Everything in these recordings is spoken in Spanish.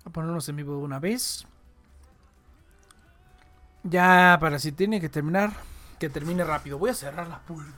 A ponernos en vivo de una vez. Ya, para si tiene que terminar, que termine rápido. Voy a cerrar la puerta.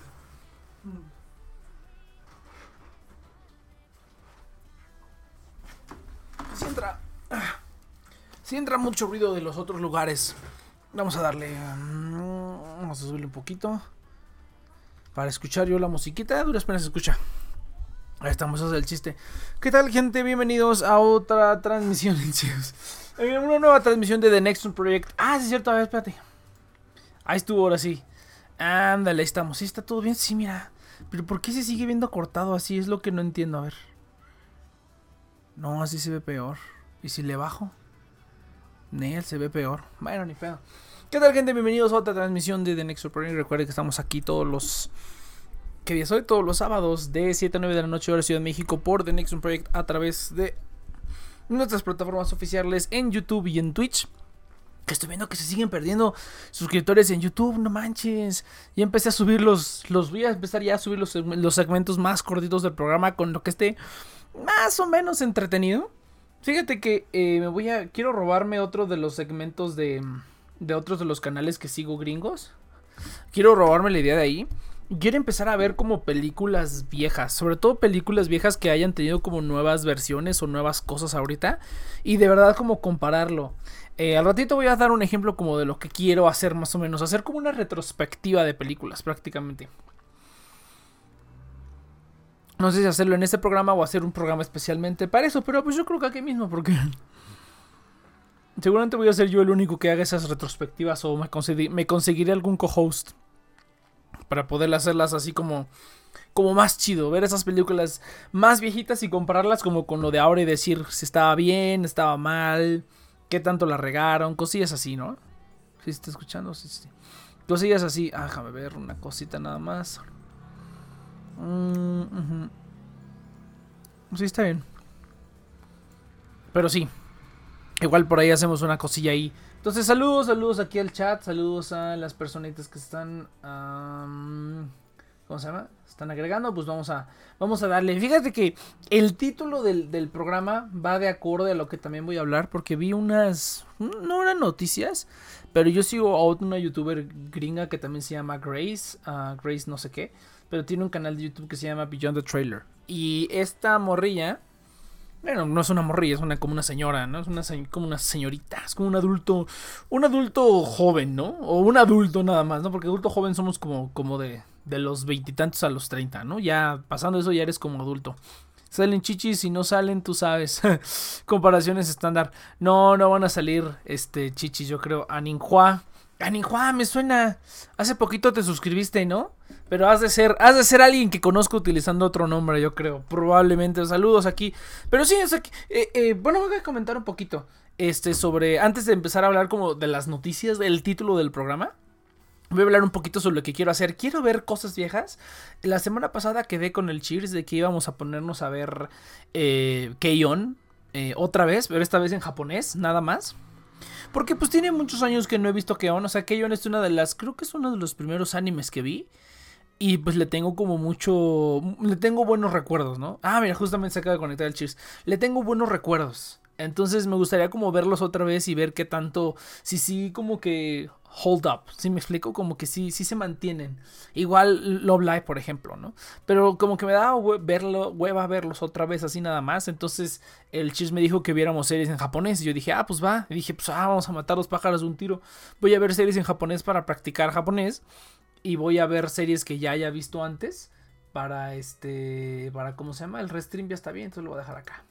Si entra mucho ruido de los otros lugares. Vamos a darle. Vamos a subirle un poquito. Para escuchar yo la musiquita. A duras penas se escucha. Ahí estamos, ese es el chiste. ¿Qué tal, gente? Bienvenidos a otra transmisión. Una nueva transmisión de The Next Project. Ah, sí es cierto, a ver, espérate. Ahí estuvo, ahora sí. Ándale, ahí estamos. ¿Sí está todo bien? Sí, mira. Pero ¿por qué se sigue viendo cortado así? Es lo que no entiendo, a ver. No, así se ve peor. ¿Y si le bajo? Nel, se ve peor. Bueno, ni pedo. ¿Qué tal, gente? Bienvenidos a otra transmisión de The Next Project. Recuerden que estamos aquí todos los... ¿Qué día soy? Todos los sábados de 7 a 9 de la noche hora Ciudad de México por The Next Project a través de nuestras plataformas oficiales en YouTube y en Twitch. Que estoy viendo que se siguen perdiendo suscriptores en YouTube, no manches. Ya empecé a subir voy a empezar ya a subir los segmentos más cortitos del programa con lo que esté más o menos entretenido. Fíjate que quiero robarme otro de los segmentos de otros de los canales que sigo gringos. Quiero robarme la idea de ahí. Quiero empezar a ver como películas viejas, sobre todo películas viejas que hayan tenido como nuevas versiones o nuevas cosas ahorita, y de verdad como compararlo. Al ratito voy a dar un ejemplo como de lo que quiero hacer más o menos, hacer como una retrospectiva de películas prácticamente. No sé si hacerlo en este programa o hacer un programa especialmente para eso, pero pues yo creo que aquí mismo, porque seguramente voy a ser yo el único que haga esas retrospectivas o me conseguiré algún co-host para poder hacerlas así como más chido, ver esas películas más viejitas y compararlas como con lo de ahora y decir si estaba bien, estaba mal, qué tanto la regaron, cosillas así, ¿no? ¿Sí está escuchando? Sí. Cosillas así, déjame ver una cosita nada más. Sí, está bien. Pero sí, igual por ahí hacemos una cosilla ahí. Entonces saludos aquí al chat, saludos a las personitas que están, ¿cómo se llama? Están agregando, pues vamos a darle. Fíjate que el título del programa va de acorde a lo que también voy a hablar, porque vi unas, no eran noticias, pero yo sigo a una youtuber gringa que también se llama Grace, Grace no sé qué, pero tiene un canal de YouTube que se llama Beyond the Trailer. Y esta morrilla... Bueno, no es una morrilla, es como una señora, ¿no? Es como una señorita, es como un adulto joven, ¿no? O un adulto nada más, ¿no? Porque adulto joven somos como de los veintitantos a los 30, ¿no? Ya pasando eso ya eres como adulto. Salen chichis y no salen, tú sabes. Comparaciones estándar. No van a salir chichis, yo creo. Aninhua, me suena. Hace poquito te suscribiste, ¿no? Pero has de ser alguien que conozco utilizando otro nombre, yo creo. Probablemente. Saludos aquí. Pero sí, bueno, voy a comentar un poquito. Sobre. Antes de empezar a hablar como de las noticias del título del programa. Voy a hablar un poquito sobre lo que quiero hacer. Quiero ver cosas viejas. La semana pasada quedé con el Cheers de que íbamos a ponernos a ver K-On! Otra vez, pero esta vez en japonés, nada más. Porque pues tiene muchos años que no he visto K-On! O sea, K-On! Es creo que es uno de los primeros animes que vi. Y pues le tengo buenos recuerdos, ¿no? Mira, justamente se acaba de conectar el Cheers. Le tengo buenos recuerdos. Entonces me gustaría como verlos otra vez y ver qué tanto, sí, como que hold up, ¿sí me explico? Como que sí se mantienen. Igual Love Live, por ejemplo, ¿no? Pero como que me da hueva verlos otra vez así nada más. Entonces el Cheers me dijo que viéramos series en japonés. Y yo dije, pues va. Y dije, pues vamos a matar los pájaros de un tiro. Voy a ver series en japonés para practicar japonés. Y voy a ver series que ya haya visto antes. Para ¿cómo se llama? El restream ya está bien, entonces lo voy a dejar acá.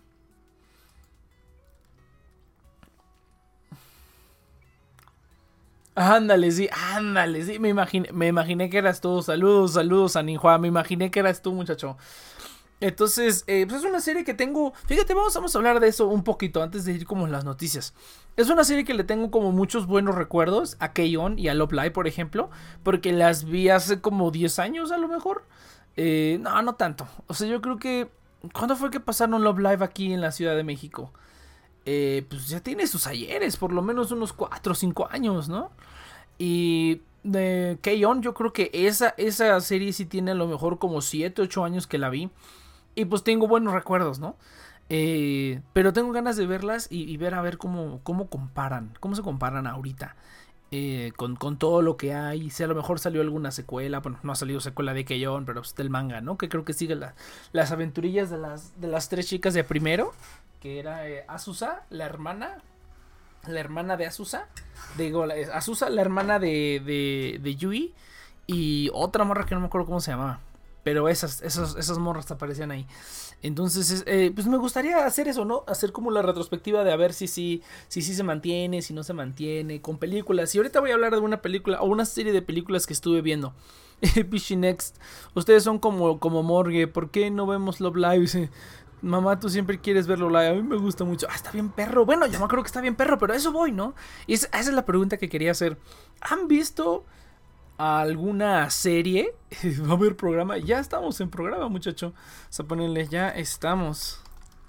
Ándale, sí. Me imaginé que eras tú. Saludos, Aninhua. Me imaginé que eras tú, muchacho. Entonces, pues es una serie que tengo. Fíjate, vamos a hablar de eso un poquito antes de ir como en las noticias. Es una serie que le tengo como muchos buenos recuerdos a K-On! Y a Love Live, por ejemplo. Porque las vi hace como 10 años a lo mejor. No tanto. O sea, yo creo que... ¿Cuándo fue que pasaron Love Live aquí en la Ciudad de México? Pues ya tiene sus ayeres, por lo menos unos 4 o 5 años, ¿no? Y de K-On! Yo creo que esa serie sí tiene a lo mejor como 7, 8 años que la vi. Y pues tengo buenos recuerdos, ¿no? Pero tengo ganas de verlas y ver a ver cómo comparan, cómo se comparan ahorita. Con todo lo que hay. Si a lo mejor salió alguna secuela. Bueno, no ha salido secuela de Keyon, pero pues del manga, ¿no? Que creo que sigue las aventurillas de las tres chicas de primero. Que era Azusa, la hermana de Azusa. Digo, Azusa, la hermana de Yui. Y otra morra que no me acuerdo cómo se llamaba. Pero esas morras aparecían ahí. Entonces, pues me gustaría hacer eso, ¿no? Hacer como la retrospectiva de a ver si se mantiene, si no se mantiene, con películas. Y ahorita voy a hablar de una película o una serie de películas que estuve viendo. Pichi Next, ustedes son como Morgue, ¿por qué no vemos Love Live? Dice, mamá, tú siempre quieres ver Love Live, a mí me gusta mucho. Ah, está bien perro. Bueno, yo me acuerdo que está bien perro, pero a eso voy, ¿no? Y esa es la pregunta que quería hacer. ¿Han visto alguna serie? Va a haber programa. Ya estamos en programa, muchacho. O sea, ponenle, ya estamos.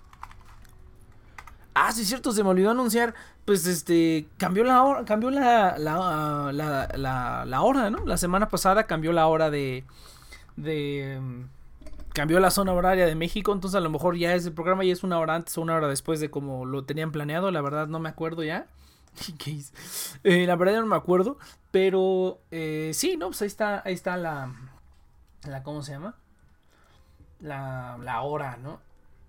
Ah, sí, es cierto, se me olvidó anunciar. Pues cambió la hora. Cambió la hora, ¿no? La semana pasada cambió la hora cambió la zona horaria de México. Entonces a lo mejor ya el programa ya es una hora antes o una hora después de como lo tenían planeado. La verdad no me acuerdo ya. La verdad ya no me acuerdo. Pero sí, no, pues ahí está la ¿cómo se llama? La hora, ¿no?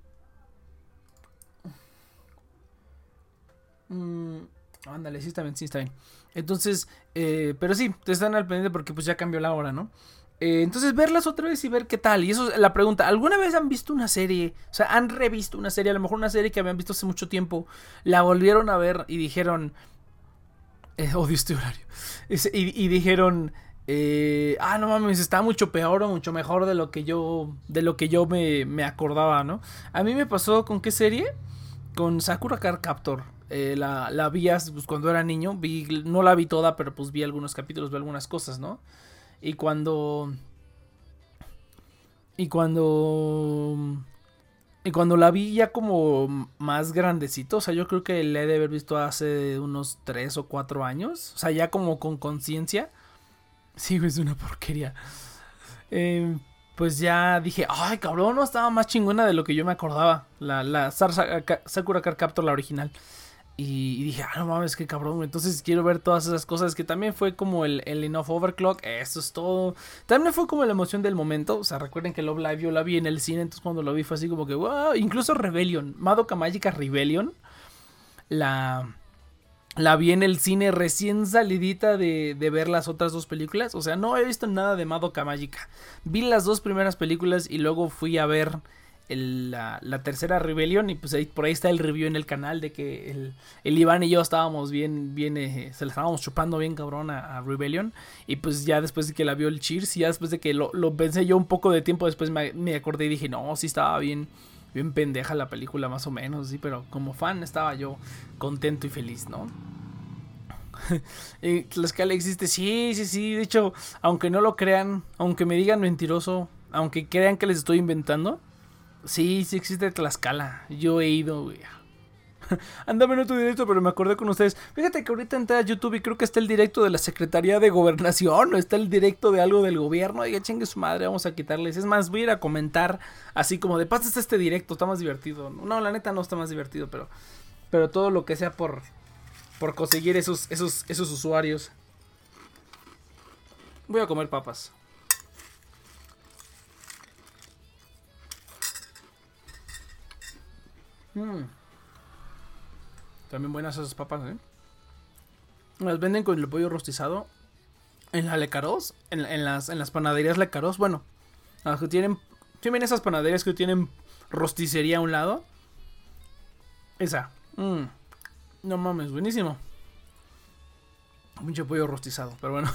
Ándale, sí está bien. Entonces, pero sí, te están al pendiente porque pues ya cambió la hora, ¿no? Entonces verlas otra vez y ver qué tal. Y eso es la pregunta. ¿Alguna vez han visto una serie? O sea, han revisto una serie. A lo mejor una serie que habían visto hace mucho tiempo. La volvieron a ver y dijeron... odio este horario. Y dijeron... no mames, está mucho peor o mucho mejor de lo que yo me acordaba, ¿no? A mí me pasó con qué serie? Con Sakura Card Captor. La vi pues, cuando era niño. No la vi toda, pero pues vi algunos capítulos, vi algunas cosas, ¿no? Y cuando la vi ya como más grandecito, o sea, yo creo que la he de haber visto hace unos 3 o 4 años, o sea, ya como con conciencia. Sí, es una porquería. Pues ya dije, ay, cabrón, no estaba más chingona de lo que yo me acordaba. La Sakura Card Captor, la original. Y dije, no mames, qué cabrón. Entonces quiero ver todas esas cosas. Que también fue como el Enough Overclock. Eso es todo. También fue como la emoción del momento. O sea, recuerden que Love Live yo la vi en el cine. Entonces cuando lo vi fue así como que, wow. Incluso Rebellion, Madoka Magica Rebellion. La vi en el cine recién salidita de ver las otras dos películas. O sea, no he visto nada de Madoka Magica. Vi las dos primeras películas y luego fui a ver la tercera Rebellion. Y pues por ahí está el review en el canal de que el Iván y yo estábamos bien se la estábamos chupando bien cabrón a Rebellion. Y pues ya después de que la vio el Cheers y ya después de que lo pensé yo un poco de tiempo después me acordé y dije, no, sí estaba bien pendeja la película más o menos, sí, pero como fan estaba yo contento y feliz, ¿no? Tlaxcala existe, sí, de hecho, aunque no lo crean, aunque me digan mentiroso, aunque crean que les estoy inventando, sí existe Tlaxcala, yo he ido, güey. Andaba en otro directo, pero me acordé con ustedes. Fíjate que ahorita entré a YouTube y creo que está el directo de la Secretaría de Gobernación. O está el directo de algo del gobierno. Oiga, chingue su madre, vamos a quitarles. Es más, voy a ir a comentar así como de pasa este directo, está más divertido. No, la neta no está más divertido, pero todo lo que sea por conseguir esos usuarios. Voy a comer papas. También buenas esas papas, ¿eh? Las venden con el pollo rostizado en la Lecaros, en las panaderías Lecaros. Bueno, las que tienen esas panaderías que tienen rosticería a un lado. Esa. No mames, buenísimo. Mucho pollo rostizado, pero bueno.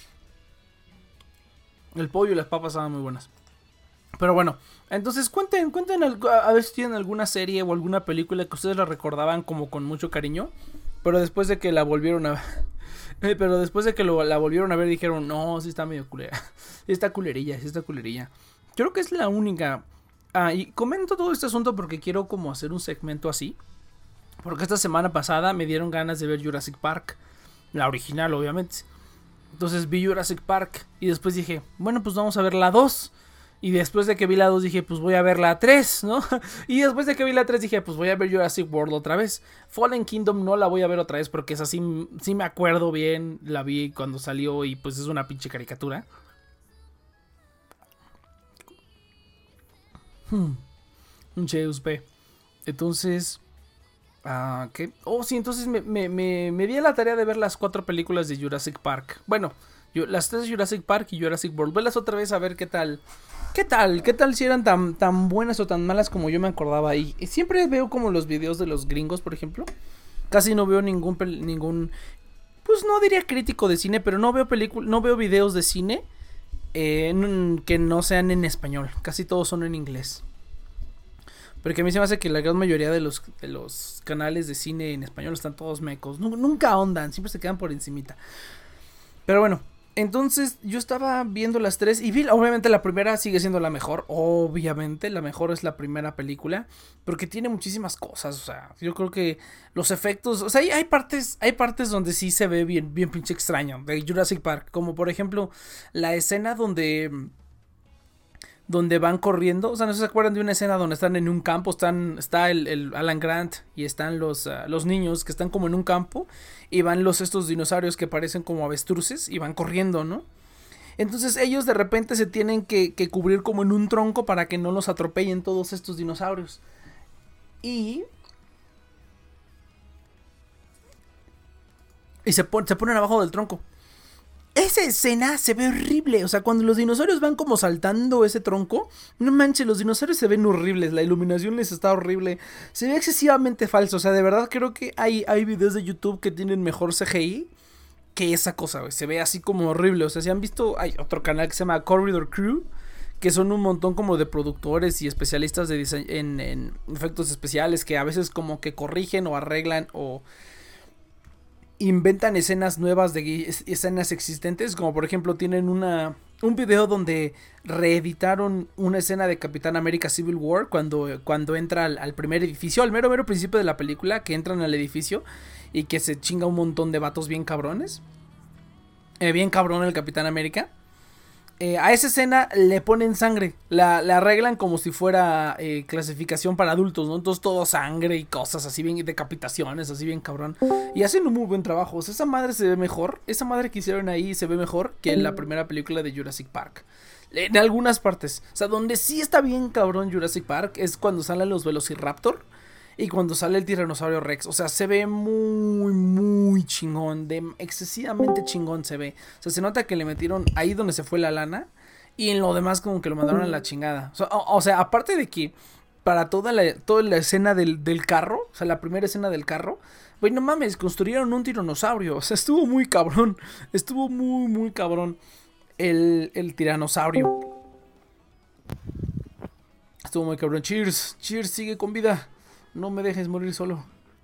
El pollo y las papas estaban muy buenas. Pero bueno, entonces cuenten a ver si tienen alguna serie o alguna película que ustedes la recordaban como con mucho cariño, pero después de que la volvieron a la volvieron a ver dijeron, no, sí está medio culera. Sí está culerilla. Creo que es la única. Y comento todo este asunto porque quiero como hacer un segmento así. Porque esta semana pasada me dieron ganas de ver Jurassic Park, la original obviamente. Entonces vi Jurassic Park y después dije, bueno, pues vamos a ver la 2. Y después de que vi la 2 dije, pues voy a ver la 3, ¿no? Y después de que vi la 3 dije, pues voy a ver Jurassic World otra vez. Fallen Kingdom no la voy a ver otra vez porque es así, sí me acuerdo bien, la vi cuando salió y pues es una pinche caricatura. Un Cheus B. Entonces... ¿qué? Oh, sí, entonces me di a la tarea de ver las 4 películas de Jurassic Park. Bueno, las 3 de Jurassic Park y Jurassic World. Verlas otra vez a ver qué tal. ¿Qué tal? ¿Qué tal si eran tan buenas o tan malas como yo me acordaba? Y siempre veo como los videos de los gringos, por ejemplo. Casi no veo ningún pues no diría crítico de cine, pero no veo videos de cine que no sean en español. Casi todos son en inglés. Porque a mí se me hace que la gran mayoría de los canales de cine en español están todos mecos. Nunca ahondan, siempre se quedan por encimita. Pero bueno, entonces yo estaba viendo las 3 y vi, obviamente la primera sigue siendo la mejor. Obviamente la mejor es la primera película. Porque tiene muchísimas cosas, o sea, yo creo que los efectos... O sea, hay partes donde sí se ve bien pinche extraño de Jurassic Park. Como por ejemplo la escena donde van corriendo, o sea, no se acuerdan de una escena donde están en un campo, está el Alan Grant y están los niños que están como en un campo y van estos dinosaurios que parecen como avestruces y van corriendo, ¿no? Entonces ellos de repente se tienen que cubrir como en un tronco para que no los atropellen todos estos dinosaurios. Y se ponen abajo del tronco. Esa escena se ve horrible, o sea, cuando los dinosaurios van como saltando ese tronco, no manches, los dinosaurios se ven horribles, la iluminación les está horrible, se ve excesivamente falso, o sea, de verdad creo que hay videos de YouTube que tienen mejor CGI que esa cosa, güey, se ve así como horrible, o sea, si han visto, hay otro canal que se llama Corridor Crew, que son un montón como de productores y especialistas de en efectos especiales que a veces como que corrigen o arreglan o... inventan escenas nuevas de escenas existentes, como por ejemplo tienen un video donde reeditaron una escena de Capitán América Civil War cuando entra al primer edificio, al mero principio de la película, que entran al edificio y que se chinga un montón de vatos bien cabrones, bien cabrón el Capitán América. A esa escena le ponen sangre, la arreglan como si fuera clasificación para adultos, ¿no? Entonces todo sangre y cosas así bien, decapitaciones, así bien cabrón. Y hacen un muy buen trabajo, o sea, esa madre se ve mejor, esa madre que hicieron ahí se ve mejor que en la primera película de Jurassic Park. En algunas partes, o sea, donde sí está bien cabrón Jurassic Park es cuando salen los Velociraptor y cuando sale el Tiranosaurio Rex, o sea, se ve muy chingón, excesivamente chingón se ve. O sea, se nota que le metieron ahí donde se fue la lana y en lo demás como que lo mandaron a la chingada. O sea, aparte de que para toda la escena del carro, o sea, la primera escena del carro, güey, no mames, construyeron un tiranosaurio, o sea, estuvo muy cabrón, estuvo muy cabrón el tiranosaurio. Estuvo muy cabrón. Cheers, sigue con vida. No me dejes morir solo.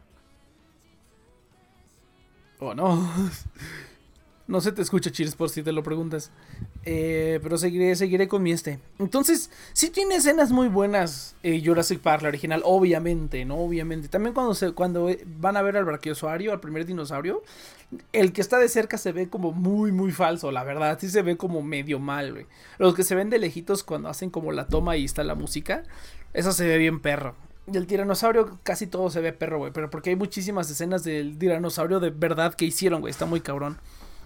Oh, no. No se te escucha, Cheers, por si te lo preguntas. Pero seguiré con mi Entonces, sí tiene escenas muy buenas Jurassic Park, la original, obviamente, ¿no? Obviamente. También cuando van a ver al brachiosaureo, al primer dinosaurio, el que está de cerca se ve como muy falso, la verdad. Sí se ve como medio mal, güey. Los que se ven de lejitos cuando hacen como la toma y está la música, eso se ve bien perro. Y el tiranosaurio casi todo se ve perro, güey. Pero porque hay muchísimas escenas del tiranosaurio de verdad que hicieron, güey. Está muy cabrón.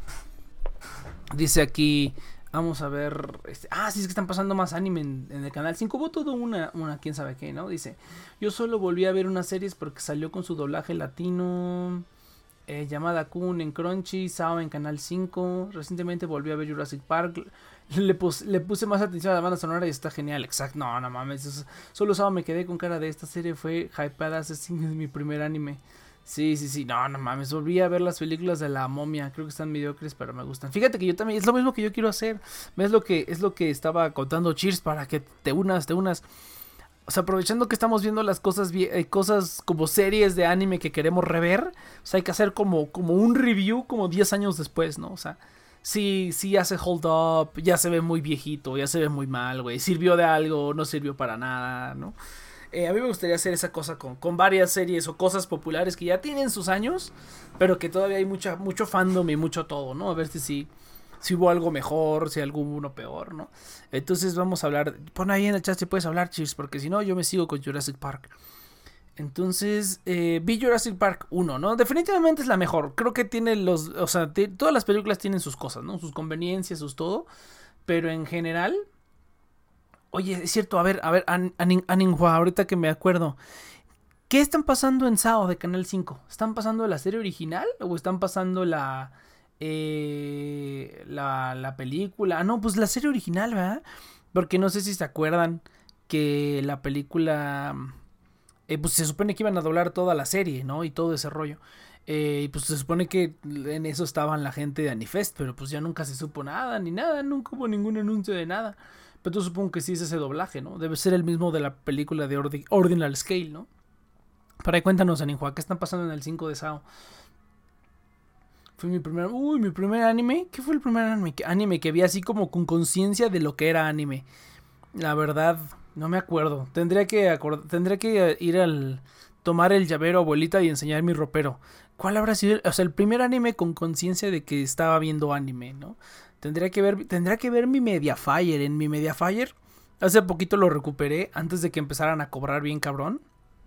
Dice aquí, vamos a ver. Sí, es que están pasando más anime en el canal 5. Hubo todo una quién sabe qué, ¿no? Dice, yo solo volví a ver unas series porque salió con su doblaje latino. Llamada Kun en Crunchy, Sao en Canal 5. Recientemente volví a ver Jurassic Park. Le puse más atención a la banda sonora y está genial. Exacto, no mames. Solo Sao me quedé con cara de esta serie. Fue hypeada, es mi primer anime. Sí, no mames. Volví a ver las películas de la momia. Creo que están mediocres, pero me gustan. Fíjate que yo también, es lo mismo que yo quiero hacer. Es lo que estaba contando Cheers para que te unas. O sea, aprovechando que estamos viendo las cosas como series de anime que queremos rever, o sea, hay que hacer como un review como 10 años después, ¿no? O sea, sí hace hold up, ya se ve muy viejito, ya se ve muy mal, güey. Sirvió de algo, no sirvió para nada, ¿no? A mí me gustaría hacer esa cosa con varias series o cosas populares que ya tienen sus años, pero que todavía hay mucho fandom y mucho todo, ¿no? A ver si si hubo algo mejor, si algo hubo uno peor, ¿no? Entonces vamos a hablar, pon ahí en el chat si puedes hablar, Cheers, porque si no yo me sigo con Jurassic Park. Entonces, vi Jurassic Park 1, ¿no? Definitivamente es la mejor. Creo que tiene o sea, todas las películas tienen sus cosas, ¿no? Sus conveniencias, sus todo. Pero en general... Oye, es cierto, a ver, Aninghua, ahorita que me acuerdo. ¿Qué están pasando en SAO de Canal 5? ¿Están pasando la serie original o están pasando la película? Ah, no, pues la serie original, ¿verdad? Porque no sé si se acuerdan que la película... pues se supone que iban a doblar toda la serie, ¿no? Y todo ese rollo. Y pues se supone que en eso estaban la gente de Anifest, pero pues ya nunca se supo nada, ni nada, nunca hubo ningún anuncio de nada. Pero yo supongo que sí es ese doblaje, ¿no? Debe ser el mismo de la película de Ordinal Scale, ¿no? Para ahí cuéntanos, Aninhua, ¿qué están pasando en el 5 de SAO? Fue mi primer anime. ¿Qué fue el primer anime que vi así como con conciencia de lo que era anime? La verdad, no me acuerdo. Tendría que ir al tomar el llavero abuelita y enseñar mi ropero. ¿Cuál habrá sido? O sea, el primer anime con conciencia de que estaba viendo anime, ¿no? Tendría que ver mi Mediafire. En mi Mediafire, hace poquito lo recuperé antes de que empezaran a cobrar bien cabrón.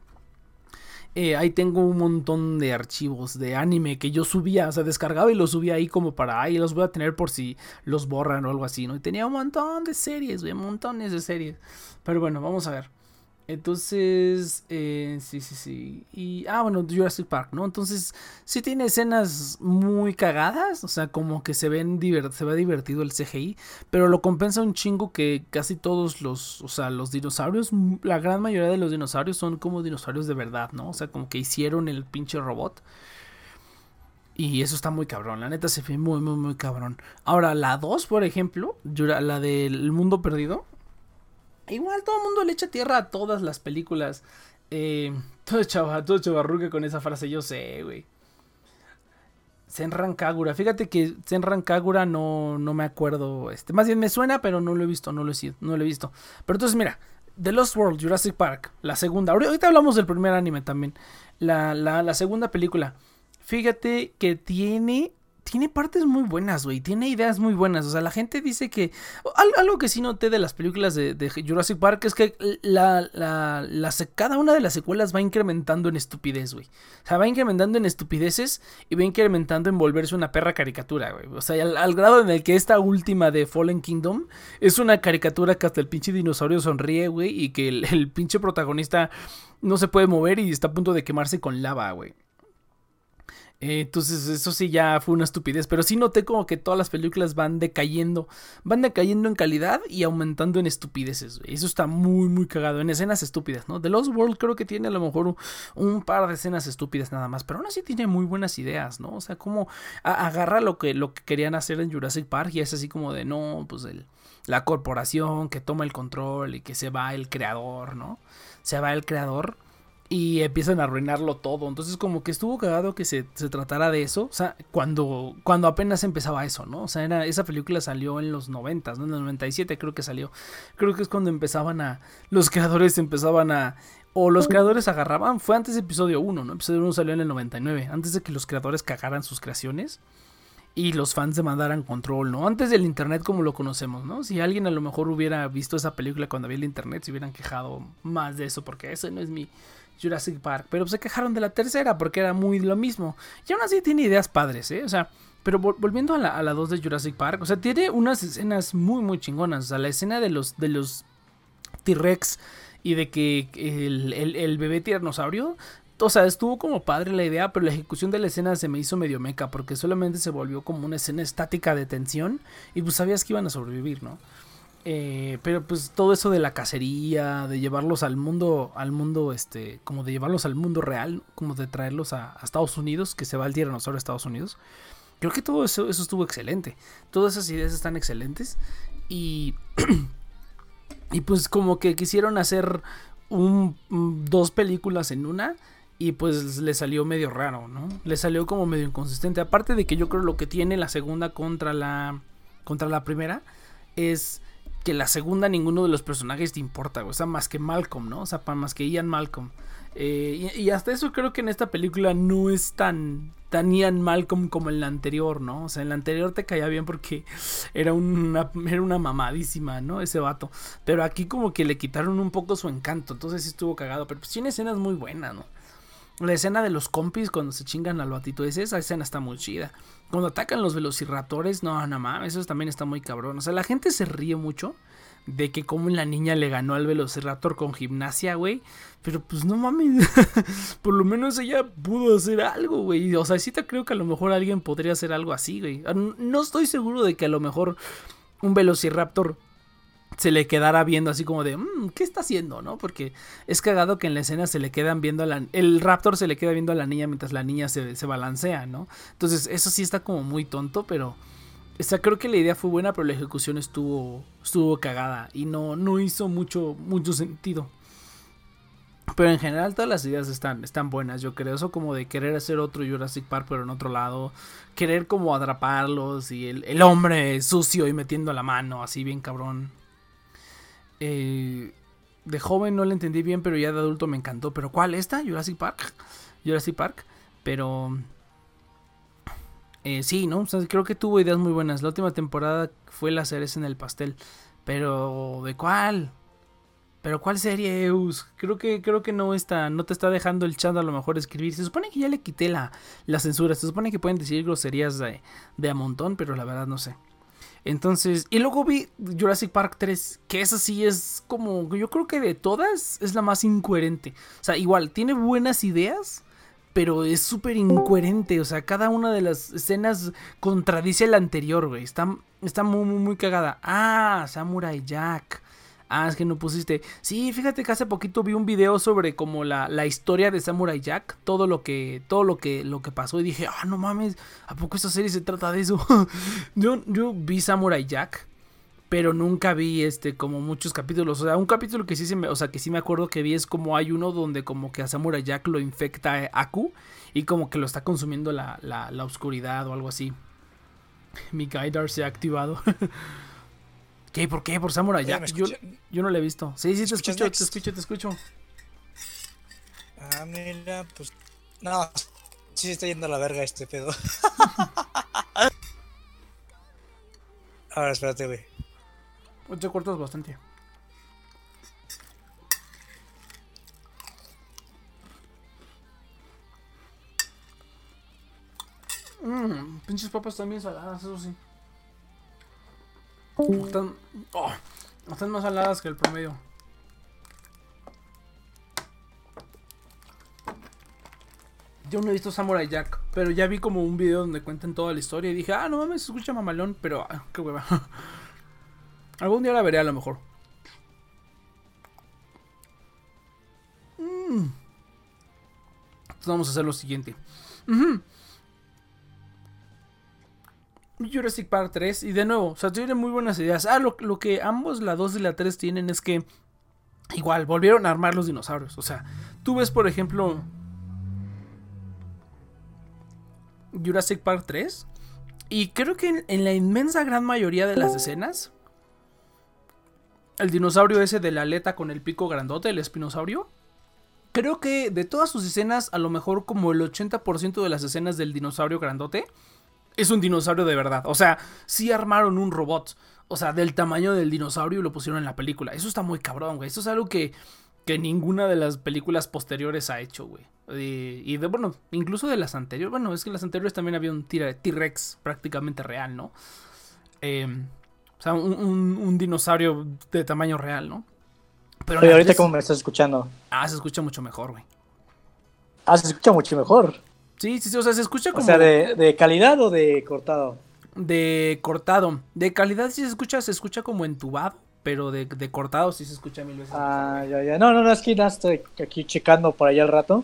Ahí tengo un montón de archivos de anime que yo subía, o sea, descargaba y los subía ahí como para, ahí los voy a tener por si los borran o algo así, ¿no? Y tenía un montón de series, güey, montones de series. Pero bueno, vamos a ver. Entonces, sí. Y, bueno, Jurassic Park, ¿no? Entonces, sí tiene escenas muy cagadas, o sea, como que se ve divertido el CGI, pero lo compensa un chingo que casi todos los dinosaurios, la gran mayoría de los dinosaurios son como dinosaurios de verdad, ¿no? O sea, como que hicieron el pinche robot. Y eso está muy cabrón, la neta se ve muy, muy, muy cabrón. Ahora, la 2, por ejemplo, la del mundo perdido. Igual todo el mundo le echa tierra a todas las películas. Todo chavarruca con esa frase, yo sé, güey. Senran Kagura. Fíjate que Senran Kagura no me acuerdo. Más bien me suena, pero no lo he visto, no lo he visto. Pero entonces, mira, The Lost World, Jurassic Park, la segunda. Ahorita hablamos del primer anime también. La segunda película. Fíjate que tiene partes muy buenas, güey. Tiene ideas muy buenas. O sea, la gente dice que... Algo que sí noté de las películas de Jurassic Park es que cada una de las secuelas va incrementando en estupidez, güey. O sea, va incrementando en estupideces y va incrementando en volverse una perra caricatura, güey. O sea, al grado en el que esta última de Fallen Kingdom es una caricatura que hasta el pinche dinosaurio sonríe, güey. Y que el pinche protagonista no se puede mover y está a punto de quemarse con lava, güey. Entonces eso sí ya fue una estupidez, pero sí noté como que todas las películas van decayendo en calidad y aumentando en estupideces, güey. Eso está muy muy cagado, en escenas estúpidas, ¿no? The Lost World creo que tiene a lo mejor un par de escenas estúpidas nada más, pero aún así tiene muy buenas ideas, ¿no? O sea, como agarra lo que querían hacer en Jurassic Park y es así como de, no, pues la corporación que toma el control y que se va el creador, ¿no? Se va el creador y empiezan a arruinarlo todo. Entonces como que estuvo cagado que se tratara de eso. O sea, cuando apenas empezaba eso, ¿no? O sea, esa película salió en los 90, ¿no? En el 97 creo que salió. Creo que es cuando los creadores agarraban. Fue antes de episodio 1, ¿no? Episodio 1 salió en el 99. Antes de que los creadores cagaran sus creaciones y los fans demandaran control, ¿no? Antes del internet como lo conocemos, ¿no? Si alguien a lo mejor hubiera visto esa película cuando había el internet, se hubieran quejado más de eso, porque ese no es mi Jurassic Park. Pero se quejaron de la tercera porque era muy lo mismo. Y aún así tiene ideas padres, ¿eh? O sea, pero volviendo a la 2 de Jurassic Park, o sea, tiene unas escenas muy, muy chingonas. O sea, la escena de los T-Rex y de que el bebé tiranosaurio... O sea, estuvo como padre la idea, pero la ejecución de la escena se me hizo medio meca, porque solamente se volvió como una escena estática de tensión y pues sabías que iban a sobrevivir, ¿no? Pero pues todo eso de la cacería, de llevarlos al mundo, como de llevarlos al mundo real, como de traerlos a Estados Unidos, que se va el tiranosaurio a Estados Unidos. Creo que todo eso estuvo excelente. Todas esas ideas están excelentes y y pues como que quisieron hacer dos películas en una. Y pues le salió medio raro, ¿no? Le salió como medio inconsistente. Aparte de que yo creo lo que tiene la segunda contra la primera es que la segunda ninguno de los personajes te importa, o sea, más que Malcolm, ¿no? O sea, más que Ian Malcolm. Y hasta eso creo que en esta película no es tan tan Ian Malcolm como en la anterior, ¿no? O sea, en la anterior te caía bien porque era una mamadísima, ¿no? Ese vato. Pero aquí como que le quitaron un poco su encanto, entonces sí estuvo cagado. Pero pues tiene escenas muy buenas, ¿no? La escena de los compis cuando se chingan al batito esa escena está muy chida. Cuando atacan los velociraptores, no mames, eso también está muy cabrón. O sea, la gente se ríe mucho de que como la niña le ganó al velociraptor con gimnasia, güey. Pero pues no mames, por lo menos ella pudo hacer algo, güey. O sea, sí te creo que a lo mejor alguien podría hacer algo así, güey. No estoy seguro de que a lo mejor un velociraptor se le quedara viendo así como de, ¿qué está haciendo, no? Porque es cagado que en la escena se le quedan viendo el raptor se le queda viendo a la niña mientras la niña se balancea, ¿no? Entonces eso sí está como muy tonto, pero creo que la idea fue buena, pero la ejecución estuvo cagada y no hizo mucho sentido. Pero en general todas las ideas están buenas, yo creo. Eso como de querer hacer otro Jurassic Park pero en otro lado, querer como atraparlos y el hombre sucio y metiendo la mano así bien cabrón. De joven no la entendí bien, pero ya de adulto me encantó. ¿Pero cuál? ¿Esta? ¿Jurassic Park? Jurassic Park. Pero sí, ¿no? O sea, creo que tuvo ideas muy buenas. La última temporada fue la cereza en el pastel. Pero ¿de cuál? ¿Pero cuál serie, Eus? Creo que no te está dejando el chat a lo mejor escribir. Se supone que ya le quité la censura. Se supone que pueden decir groserías de a montón, pero la verdad no sé. Entonces, y luego vi Jurassic Park 3, que esa sí es como, yo creo que de todas es la más incoherente. O sea, igual, tiene buenas ideas, pero es súper incoherente. O sea, cada una de las escenas contradice la anterior, güey. Está muy, muy, muy cagada. Ah, Samurai Jack. Ah, es que no pusiste. Sí, fíjate que hace poquito vi un video sobre como la historia de Samurai Jack, todo lo que pasó y dije, no mames, ¿a poco esta serie se trata de eso? yo vi Samurai Jack, pero nunca vi como muchos capítulos. O sea, un capítulo que sí me acuerdo que vi es como hay uno donde como que a Samurai Jack lo infecta Aku y como que lo está consumiendo la oscuridad o algo así. Mi Gaidar se ha activado. ¿Qué? ¿Por qué? ¿Por Samurai Jack? Yo no lo he visto. Sí, te escucho. Ah, mira, pues... No, sí se está yendo a la verga este pedo. Ahora, espérate, güey. Te cortas bastante. Pinches papas también saladas, eso sí. Están más saladas que el promedio. Yo no he visto Samurai Jack, pero ya vi como un video donde cuentan toda la historia y dije, no mames, se escucha mamalón, pero qué hueva. Algún día la veré a lo mejor. Entonces vamos a hacer lo siguiente. Jurassic Park 3 y de nuevo, o sea, tienen muy buenas ideas. Lo que ambos, la 2 y la 3 tienen es que igual, volvieron a armar los dinosaurios. O sea, tú ves por ejemplo Jurassic Park 3 y creo que en la inmensa gran mayoría de las escenas el dinosaurio ese de la aleta con el pico grandote, el espinosaurio, creo que de todas sus escenas, a lo mejor como el 80% de las escenas del dinosaurio grandote es un dinosaurio de verdad. O sea, sí armaron un robot, o sea, del tamaño del dinosaurio y lo pusieron en la película. Eso está muy cabrón, güey. Eso es algo que ninguna de las películas posteriores ha hecho, güey. Bueno, incluso de las anteriores. Bueno, es que en las anteriores también había un T-Rex prácticamente real, ¿no? O sea, un dinosaurio de tamaño real, ¿no? Pero oye, ahorita, ¿cómo me estás escuchando? Se escucha mucho mejor, güey. Se escucha mucho mejor. Sí, o sea, se escucha como... O sea, ¿de calidad o de cortado? De cortado. De calidad sí se escucha como entubado, pero de cortado sí se escucha 1000 veces. Ya. No, es que nada, estoy aquí checando por allá al rato.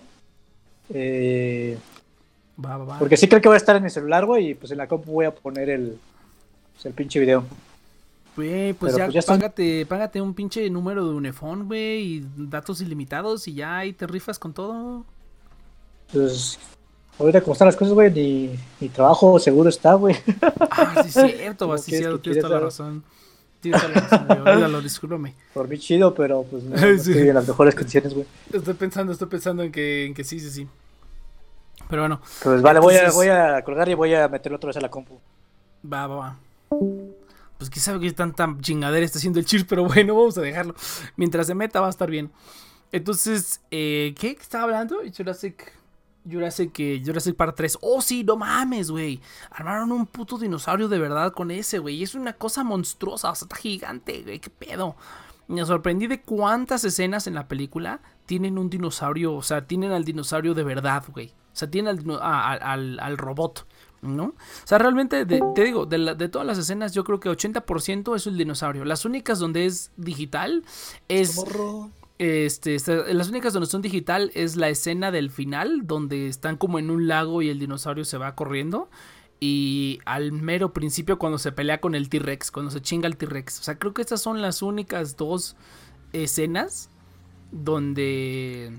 Va. Porque sí creo que voy a estar en mi celular, güey, y pues en la compu voy a poner el pinche video. Güey, pues ya págate un pinche número de Unifón, güey, y datos ilimitados y ya ahí te rifas con todo. Pues ahorita como están las cosas, güey, ni trabajo seguro está, güey. Sí es cierto, vaciado, tienes toda la razón. Tienes toda la razón, güey, olvídalo, discúlpame. Por mí chido, pero pues no estoy en las mejores condiciones, güey. Estoy pensando en que sí. Pero bueno. Pues vale, Entonces, voy a colgar y voy a meterlo otra vez a la compu. va. Pues quién sabe qué tanta chingadera está haciendo el Cheers, pero bueno, vamos a dejarlo. Mientras se meta va a estar bien. Entonces, ¿qué estaba hablando? Jurassic Park 3. Oh, sí, no mames, güey. Armaron un puto dinosaurio de verdad con ese, güey. Es una cosa monstruosa, o sea, está gigante, güey. ¿Qué pedo? Me sorprendí de cuántas escenas en la película tienen un dinosaurio, o sea, tienen al dinosaurio de verdad, güey. O sea, tienen al robot, ¿no? O sea, realmente, te digo, de todas las escenas, yo creo que 80% es el dinosaurio. Las únicas donde es digital es... las únicas donde son digital es la escena del final, donde están como en un lago y el dinosaurio se va corriendo. Y al mero principio cuando se pelea con el T-Rex, cuando se chinga el T-Rex. O sea, creo que estas son las únicas dos escenas donde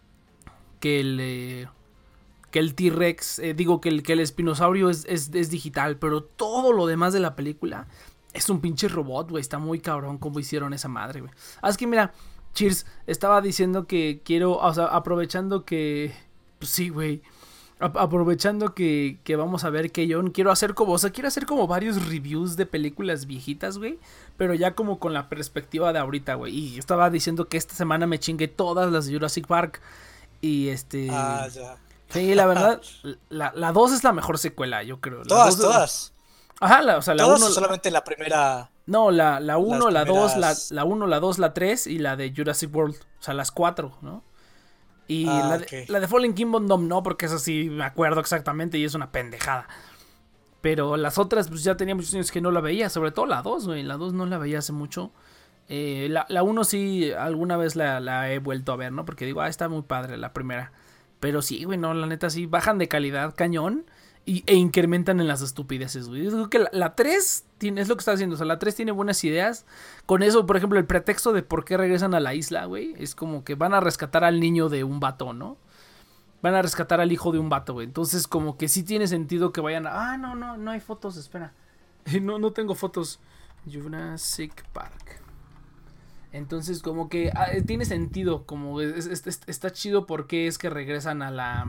que el T-Rex, que el espinosaurio es digital, pero todo lo demás de la película es un pinche robot, güey. Está muy cabrón cómo hicieron esa madre, güey. Es que mira, Cheers, estaba diciendo que quiero, o sea, aprovechando que... Pues sí, güey. Aprovechando que vamos a ver que yo quiero hacer como varios reviews de películas viejitas, güey. Pero ya como con la perspectiva de ahorita, güey. Y estaba diciendo que esta semana me chingué todas las de Jurassic Park. Y Ah, ya. Sí, la verdad, la 2 es la mejor secuela, yo creo. Todas. Ajá, o sea, la ¿Todas 1... o solamente la primera? No, la 1, la 2, primeras... la 1, la 2, la 3 y la de Jurassic World. O sea, las 4, ¿no? Y ok. la de Fallen Kingdom no, porque esa sí me acuerdo exactamente y es una pendejada. Pero las otras, pues ya tenía muchos años que no la veía. Sobre todo la 2, güey. La 2 no la veía hace mucho. La 1 sí, alguna vez la he vuelto a ver, ¿no? Porque digo, está muy padre la primera. Pero sí, güey, no, la neta sí, bajan de calidad cañón. E incrementan en las estupideces, güey. Yo digo que la 3 es lo que está haciendo. O sea, la 3 tiene buenas ideas. Con eso, por ejemplo, el pretexto de por qué regresan a la isla, güey. Es como que van a rescatar al niño de un vato, ¿no? Van a rescatar al hijo de un vato, güey. Entonces, como que sí tiene sentido que vayan a... no hay fotos, espera. No tengo fotos. Jurassic Park. Entonces, como que tiene sentido. Como está chido porque es que regresan a la...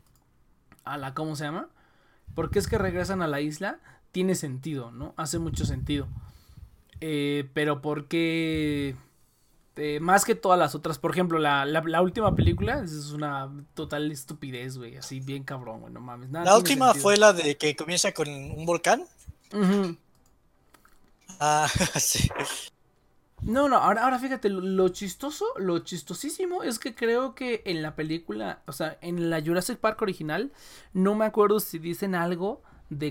¿Cómo se llama? ¿Por qué es que regresan a la isla? Tiene sentido, ¿no? Hace mucho sentido. Pero porque... más que todas las otras. Por ejemplo, la última película es una total estupidez, güey. Así bien cabrón, güey. No mames. Nada La tiene última sentido. fue la de que comienza con un volcán. Uh-huh. Ah, sí. No, ahora fíjate, lo chistoso, lo chistosísimo es que creo que en la película, o sea, en la Jurassic Park original, no me acuerdo si dicen algo de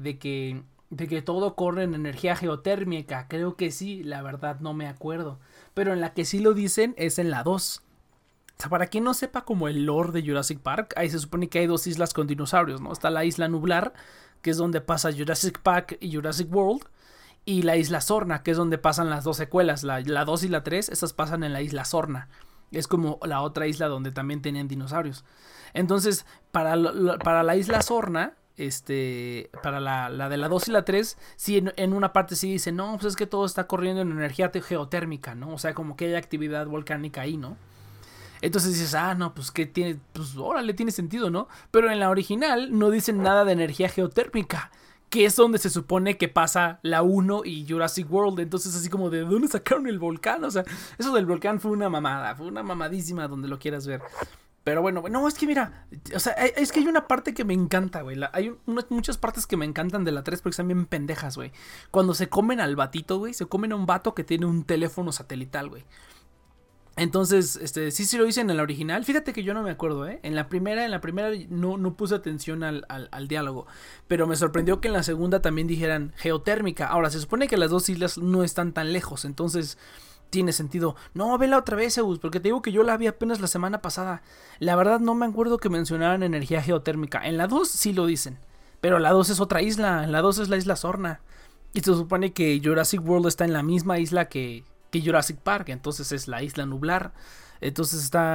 que todo corre en energía geotérmica. Creo que sí, la verdad no me acuerdo. Pero en la que sí lo dicen es en la 2. O sea, para quien no sepa como el lore de Jurassic Park, ahí se supone que hay dos islas con dinosaurios, ¿no? Está la isla Nublar, que es donde pasa Jurassic Park y Jurassic World. Y la isla Sorna, que es donde pasan las dos secuelas, la 2 y la 3, esas pasan en la isla Sorna. Es como la otra isla donde también tenían dinosaurios. Entonces, para la isla Sorna, para la de la 2 y la 3, sí, en una parte sí dice, no, pues es que todo está corriendo en energía geotérmica, ¿no? O sea, como que hay actividad volcánica ahí, ¿no? Entonces dices, no, pues que tiene, pues órale, tiene sentido, ¿no? Pero en la original no dicen nada de energía geotérmica, que es donde se supone que pasa la 1 y Jurassic World. Entonces así como de ¿dónde sacaron el volcán? O sea, eso del volcán fue una mamada, fue una mamadísima donde lo quieras ver. Pero bueno, no, es que mira, o sea, es que hay una parte que me encanta, güey. Hay muchas partes que me encantan de la 3 porque están bien pendejas, güey. Cuando se comen al batito, güey, se comen a un vato que tiene un teléfono satelital, güey. Entonces, sí lo dicen en la original. Fíjate que yo no me acuerdo, ¿eh? En la primera no puse atención al diálogo. Pero me sorprendió que en la segunda también dijeran geotérmica. Ahora, se supone que las dos islas no están tan lejos. Entonces, tiene sentido. No, vela otra vez, Zeus, porque te digo que yo la vi apenas la semana pasada. La verdad no me acuerdo que mencionaran energía geotérmica. En la 2 sí lo dicen. Pero la 2 es otra isla. En la 2 es la isla Sorna. Y se supone que Jurassic World está en la misma isla que Jurassic Park, entonces es la isla Nublar. Entonces está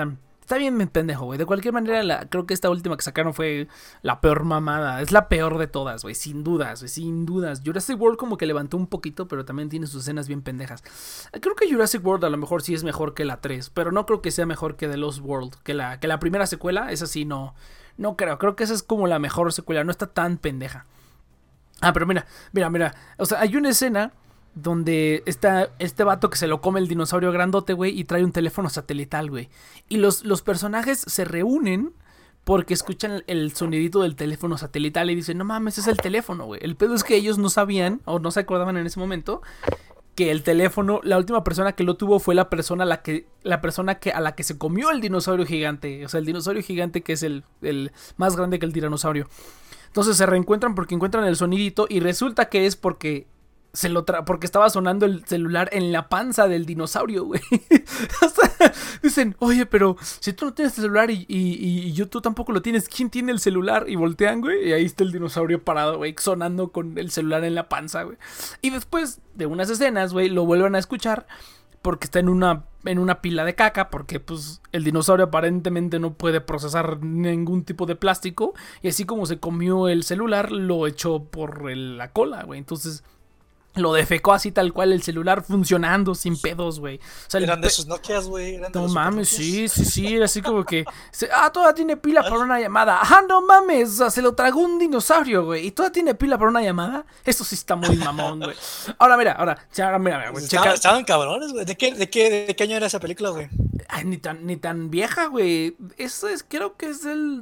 Está bien pendejo, güey. De cualquier manera, creo que esta última que sacaron fue la peor mamada. Es la peor de todas, güey. Sin dudas, güey. Sin dudas. Jurassic World como que levantó un poquito, pero también tiene sus escenas bien pendejas. Creo que Jurassic World a lo mejor sí es mejor que la 3, pero no creo que sea mejor que The Lost World. Que la primera secuela, esa sí no creo. Creo que esa es como la mejor secuela. No está tan pendeja. Ah, pero mira. O sea, hay una escena donde está este vato que se lo come el dinosaurio grandote, güey, y trae un teléfono satelital, güey. Y los personajes se reúnen porque escuchan el sonidito del teléfono satelital y dicen, no mames, es el teléfono, güey. El pedo es que ellos no sabían, o no se acordaban en ese momento, que el teléfono, la última persona que lo tuvo fue la persona a la que se comió el dinosaurio gigante. O sea, el dinosaurio gigante que es el más grande que el tiranosaurio. Entonces se reencuentran porque encuentran el sonidito y resulta que es porque porque estaba sonando el celular en la panza del dinosaurio, güey. O sea, dicen, oye, pero si tú no tienes celular y tú tampoco lo tienes, ¿quién tiene el celular? Y voltean, güey, y ahí está el dinosaurio parado, güey, sonando con el celular en la panza, güey. Y después de unas escenas, güey, lo vuelven a escuchar porque está en una pila de caca, porque pues el dinosaurio aparentemente no puede procesar ningún tipo de plástico, y así como se comió el celular, lo echó por la cola, güey. Entonces lo defecó así tal cual el celular funcionando sin pedos, güey. O sea, eran de esos Nokias, güey. No mames, sí, era así como que todavía tiene pila para una llamada. No mames, o sea, se lo tragó un dinosaurio, güey. ¿Y todavía tiene pila para una llamada? Eso sí está muy mamón, güey. Ahora, mira, güey. Estaban cabrones, güey. ¿De qué año era esa película, güey? Ay, ni tan vieja, güey. Creo que es del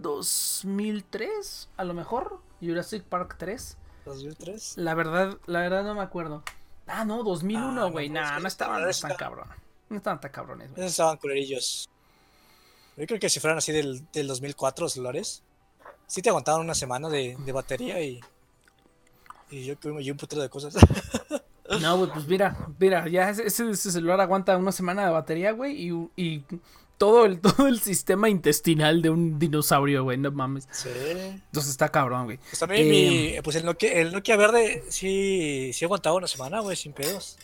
2003, a lo mejor. Jurassic Park 3. 2003. La verdad no me acuerdo. No, 2001, güey. No estaban tan cabrones. No estaban tan cabrones, güey. Esos estaban culerillos. Yo creo que si fueran así del 2004 los celulares, sí te aguantaban una semana de batería y yo un putero de cosas. No, güey, pues mira, ya ese celular aguanta una semana de batería, güey, y todo el sistema intestinal de un dinosaurio, güey, no mames. Sí. Entonces está cabrón, güey. Pues también pues el Nokia verde sí aguantaba una semana, güey, sin pedos.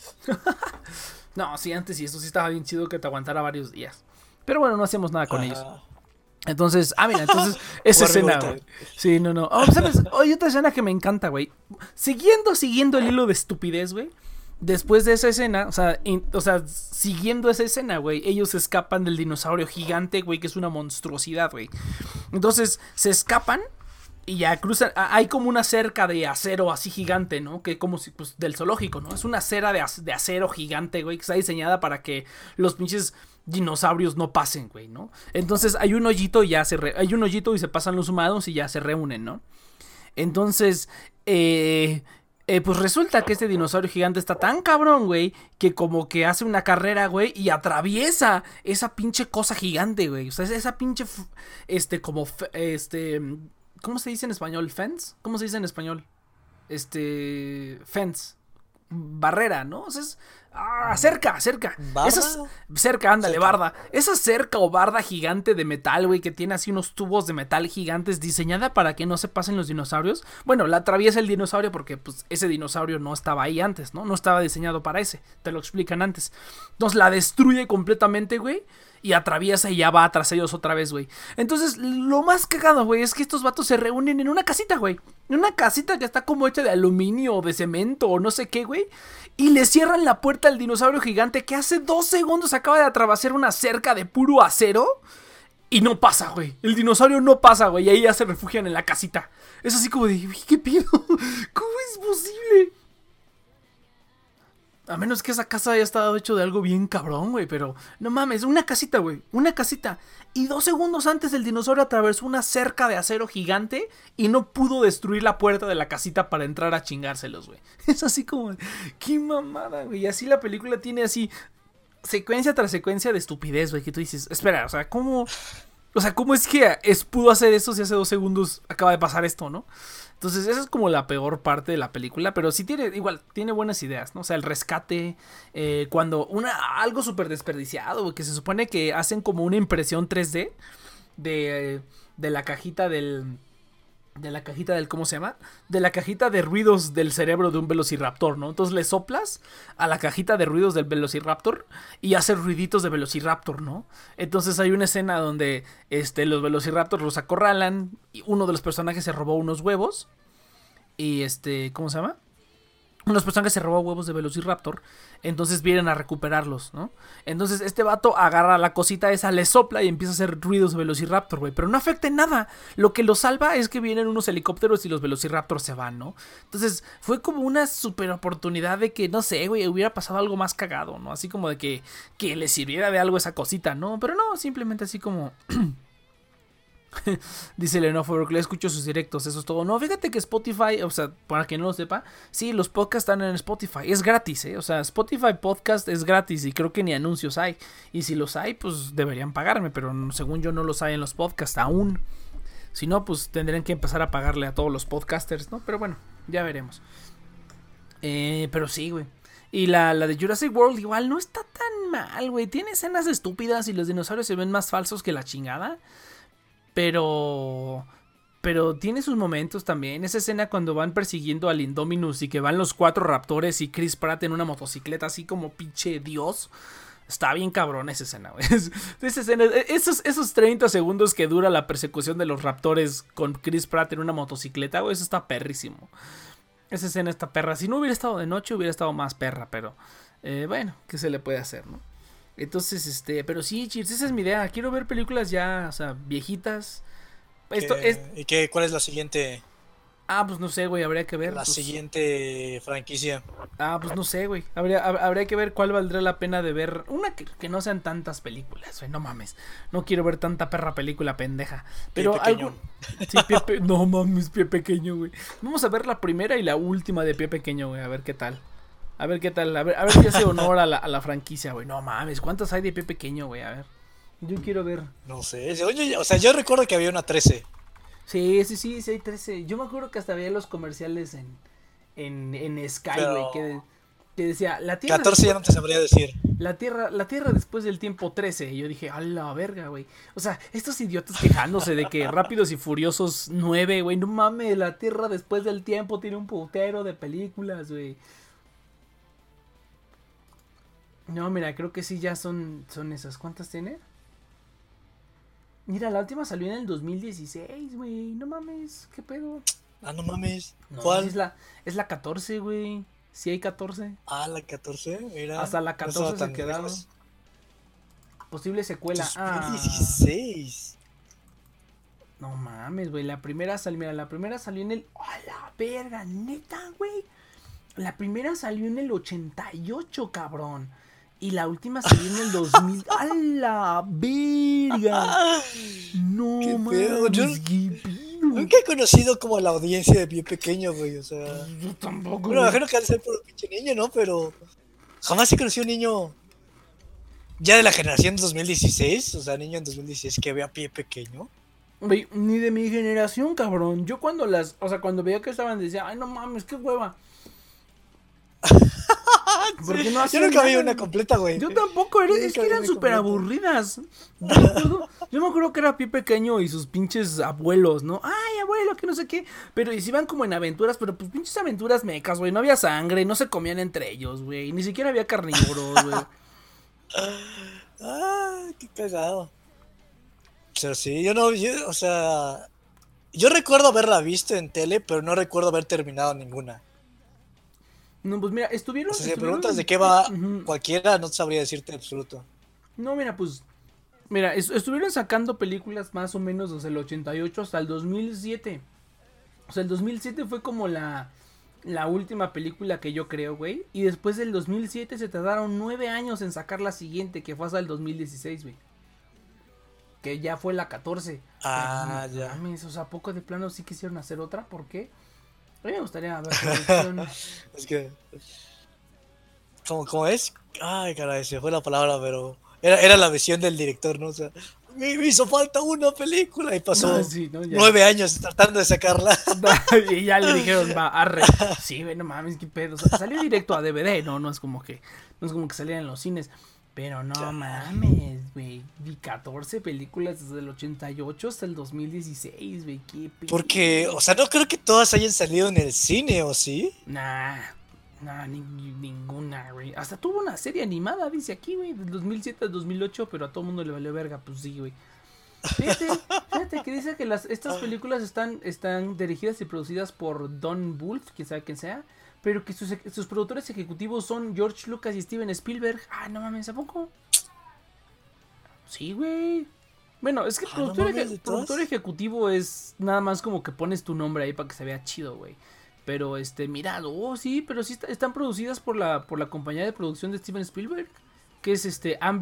No, sí, antes sí, eso sí estaba bien chido que te aguantara varios días. Pero bueno, no hacemos nada con ellos. Entonces, esa escena, güey. Sí, no. ¿Sabes? Hay otra escena que me encanta, güey. Siguiendo el hilo de estupidez, güey. Después de esa escena, o sea, siguiendo esa escena, güey, ellos escapan del dinosaurio gigante, güey, que es una monstruosidad, güey. Entonces, se escapan y ya cruzan. Hay como una cerca de acero así gigante, ¿no? Que como si, pues, del zoológico, ¿no? Es una cera de acero gigante, güey, que está diseñada para que los pinches dinosaurios no pasen, güey, ¿no? Entonces, hay un hoyito y se pasan los humanos y ya se reúnen, ¿no? Entonces, pues resulta que este dinosaurio gigante está tan cabrón, güey, que como que hace una carrera, güey, y atraviesa esa pinche cosa gigante, güey. O sea, esa pinche, ¿cómo se dice en español? ¿Fence? ¿Cómo se dice en español? Fence. Barrera, ¿no? O sea, cerca. ¿Barda? Ándale, barda. Esa cerca o barda gigante de metal, güey, que tiene así unos tubos de metal gigantes diseñada para que no se pasen los dinosaurios. Bueno, la atraviesa el dinosaurio porque, pues, ese dinosaurio no estaba ahí antes, ¿no? No estaba diseñado para ese. Te lo explican antes. Entonces la destruye completamente, güey. Y atraviesa y ya va tras ellos otra vez, güey. Entonces, lo más cagado, güey, es que estos vatos se reúnen en una casita, güey. En una casita que está como hecha de aluminio o de cemento o no sé qué, güey. Y le cierran la puerta al dinosaurio gigante que hace 2 segundos acaba de atravesar una cerca de puro acero. Y no pasa, güey. El dinosaurio no pasa, güey. Y ahí ya se refugian en la casita. Es así como de, ¿qué pido? ¿Cómo es posible? A menos que esa casa haya estado hecho de algo bien cabrón, güey. Pero no mames, una casita, güey. Una casita. Y 2 segundos antes el dinosaurio atravesó una cerca de acero gigante y no pudo destruir la puerta de la casita para entrar a chingárselos, güey. Es así como, qué mamada, güey. Y así la película tiene así secuencia tras secuencia de estupidez, güey. Que tú dices, espera, ¿cómo es que pudo hacer eso si hace 2 segundos acaba de pasar esto, ¿no? Entonces esa es como la peor parte de la película, pero sí tiene buenas ideas, ¿no? O sea, el rescate, cuando algo súper desperdiciado, güey, que se supone que hacen como una impresión 3D de la cajita del de la cajita del, ¿cómo se llama? De la cajita de ruidos del cerebro de un velociraptor, ¿no? Entonces le soplas a la cajita de ruidos del velociraptor y hace ruiditos de velociraptor, ¿no? Entonces hay una escena donde los velociraptors los acorralan y uno de los personajes se robó unos huevos y ¿cómo se llama? Unos personajes se robó huevos de velociraptor, entonces vienen a recuperarlos, ¿no? Entonces este vato agarra la cosita esa, le sopla y empieza a hacer ruidos de velociraptor, güey, pero no afecta en nada. Lo que lo salva es que vienen unos helicópteros y los velociraptors se van, ¿no? Entonces fue como una super oportunidad de que, no sé, güey, hubiera pasado algo más cagado, ¿no? Así como de que le sirviera de algo esa cosita, ¿no? Pero no, simplemente así como... Dice Lenovo, que le escucho sus directos, eso es todo. No, fíjate que Spotify, o sea, para quien no lo sepa, sí, los podcasts están en Spotify, es gratis, o sea, Spotify Podcast es gratis y creo que ni anuncios hay. Y si los hay, pues deberían pagarme, pero según yo no los hay en los podcasts aún. Si no, pues tendrían que empezar a pagarle a todos los podcasters, ¿no? Pero bueno, ya veremos. Pero sí, güey. Y la de Jurassic World igual no está tan mal, güey. Tiene escenas estúpidas y los dinosaurios se ven más falsos que la chingada. Pero tiene sus momentos también. Esa escena cuando van persiguiendo al Indominus y que van los 4 raptores y Chris Pratt en una motocicleta así como pinche dios. Está bien cabrón esa escena, güey. Esa escena, esos 30 segundos que dura la persecución de los raptores con Chris Pratt en una motocicleta, güey, eso está perrísimo. Esa escena está perra. Si no hubiera estado de noche hubiera estado más perra, pero bueno, ¿qué se le puede hacer, no? Entonces, pero sí, Cheers, esa es mi idea. Quiero ver películas ya, o sea, viejitas. ¿Y cuál es la siguiente? Pues no sé, güey, habría que ver. La siguiente franquicia. Pues no sé, güey. Habría que ver cuál valdría la pena de ver. Una que no sean tantas películas, güey, no mames. No quiero ver tanta perra película pendeja. Pero algo. Sí, no mames, Pie Pequeño, güey. Vamos a ver la primera y la última de Pie Pequeño, güey, a ver qué tal. A ver si hace honor a la franquicia, güey. No mames, ¿cuántas hay de Pie Pequeño, güey? A ver. Yo quiero ver. No sé, o sea, yo recuerdo que había una 13. Sí, hay 13. Yo me acuerdo que hasta veía los comerciales en Sky, güey, que decía, la Tierra 14 ya no te sabría decir. La tierra después del tiempo 13. Y yo dije, a la verga, güey. O sea, estos idiotas quejándose de que Rápidos y Furiosos 9, güey, no mames, la Tierra después del tiempo tiene un putero de películas, güey. No, mira, creo que sí ya son esas. ¿Cuántas tiene? Mira, la última salió en el 2016, güey. No mames, ¿qué pedo? No mames. No, ¿Cuál? Es la 14, güey. Sí hay 14. La 14, mira. Hasta la 14 se quedaron. Lejos. Posible secuela. 2016. No mames, güey. La primera salió en el... ¡A la verga! Neta, güey. La primera salió en el 88, cabrón. Y la última salió en el 2000. ¡A la verga! No, qué mames. Nunca he conocido como la audiencia de Pie Pequeño, güey. O sea, yo tampoco. Bueno, me imagino que ha de ser por un pinche niño, ¿no? Pero jamás he conocido un niño ya de la generación 2016. O sea, niño en 2016 que vea Pie Pequeño. Güey, ni de mi generación, cabrón. Yo cuando veía que estaban, decía, ay, no mames, qué hueva. Porque no yo nunca vi una completa, güey. Yo tampoco, es que eran súper aburridas. Yo me acuerdo que era Pie Pequeño y sus pinches abuelos, ¿no? Ay, abuelo, que no sé qué. Pero y se iban como en aventuras, pero pues pinches aventuras mecas, güey. No había sangre, no se comían entre ellos, güey. Ni siquiera había carnívoros, güey. Qué pesado. Pero sí, o sea, yo recuerdo haberla visto en tele, pero no recuerdo haber terminado ninguna. No, pues mira, estuvieron... O sea, si me preguntas de qué va cualquiera, no sabría decirte absoluto. No, mira, pues... Mira, estuvieron sacando películas más o menos desde el 88 hasta el 2007. O sea, el 2007 fue como la última película que yo creo, güey. Y después del 2007 se tardaron 9 años en sacar la siguiente, que fue hasta el 2016, güey. Que ya fue la 14. Ya. Mames, o sea, poco de plano sí quisieron hacer otra, ¿por qué? A mí me gustaría ver producción. Es que... ¿Cómo es? Ay, caray, se fue la palabra, pero... Era la visión del director, ¿no? O sea, me hizo falta una película y pasó 9 años tratando de sacarla. Y ya le dijeron, va, arre. Sí, güey, no mames, qué pedo. O sea, salió directo a DVD, ¿no? No es como que saliera en los cines. Pero no Ya. mames, güey. Vi 14 películas desde el 88 hasta el 2016, güey. Qué Porque, pedo. o sea, no creo que todas hayan salido en el cine, ¿o sí? Nah, ninguna, güey. Hasta tuvo una serie animada, dice aquí, güey, del 2007 al 2008, pero a todo mundo le valió verga, pues sí, güey. Fíjate que dice que estas películas están dirigidas y producidas por Don Bluth, quién sabe quién sea, pero que sus productores ejecutivos son George Lucas y Steven Spielberg. Ah, no mames, ¿a poco? Sí, güey. Bueno, es que Ah, no mames, ¿de todas? productor ejecutivo es nada más como que pones tu nombre ahí para que se vea chido, güey. Pero mira, oh, sí, pero sí están producidas por la compañía de producción de Steven Spielberg, que es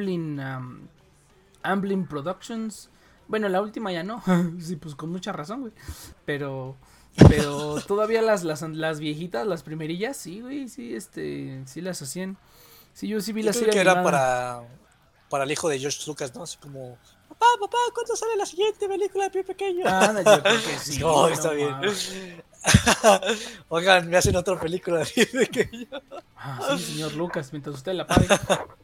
Amblin Productions. Bueno, la última ya no. Sí, pues con mucha razón, güey. Pero todavía las viejitas, las primerillas, sí, güey, sí, sí las hacían. Sí, yo sí vi Yo la creo serie que era animada. para el hijo de George Lucas, ¿no? Así como, papá, ¿cuándo sale la siguiente película de Pie Pequeño? Anda, yo creo que sí. No, no está bien. mames. Oigan, me hacen otra película de Pie Pequeño. Ah, sí, señor Lucas, mientras usted la pague.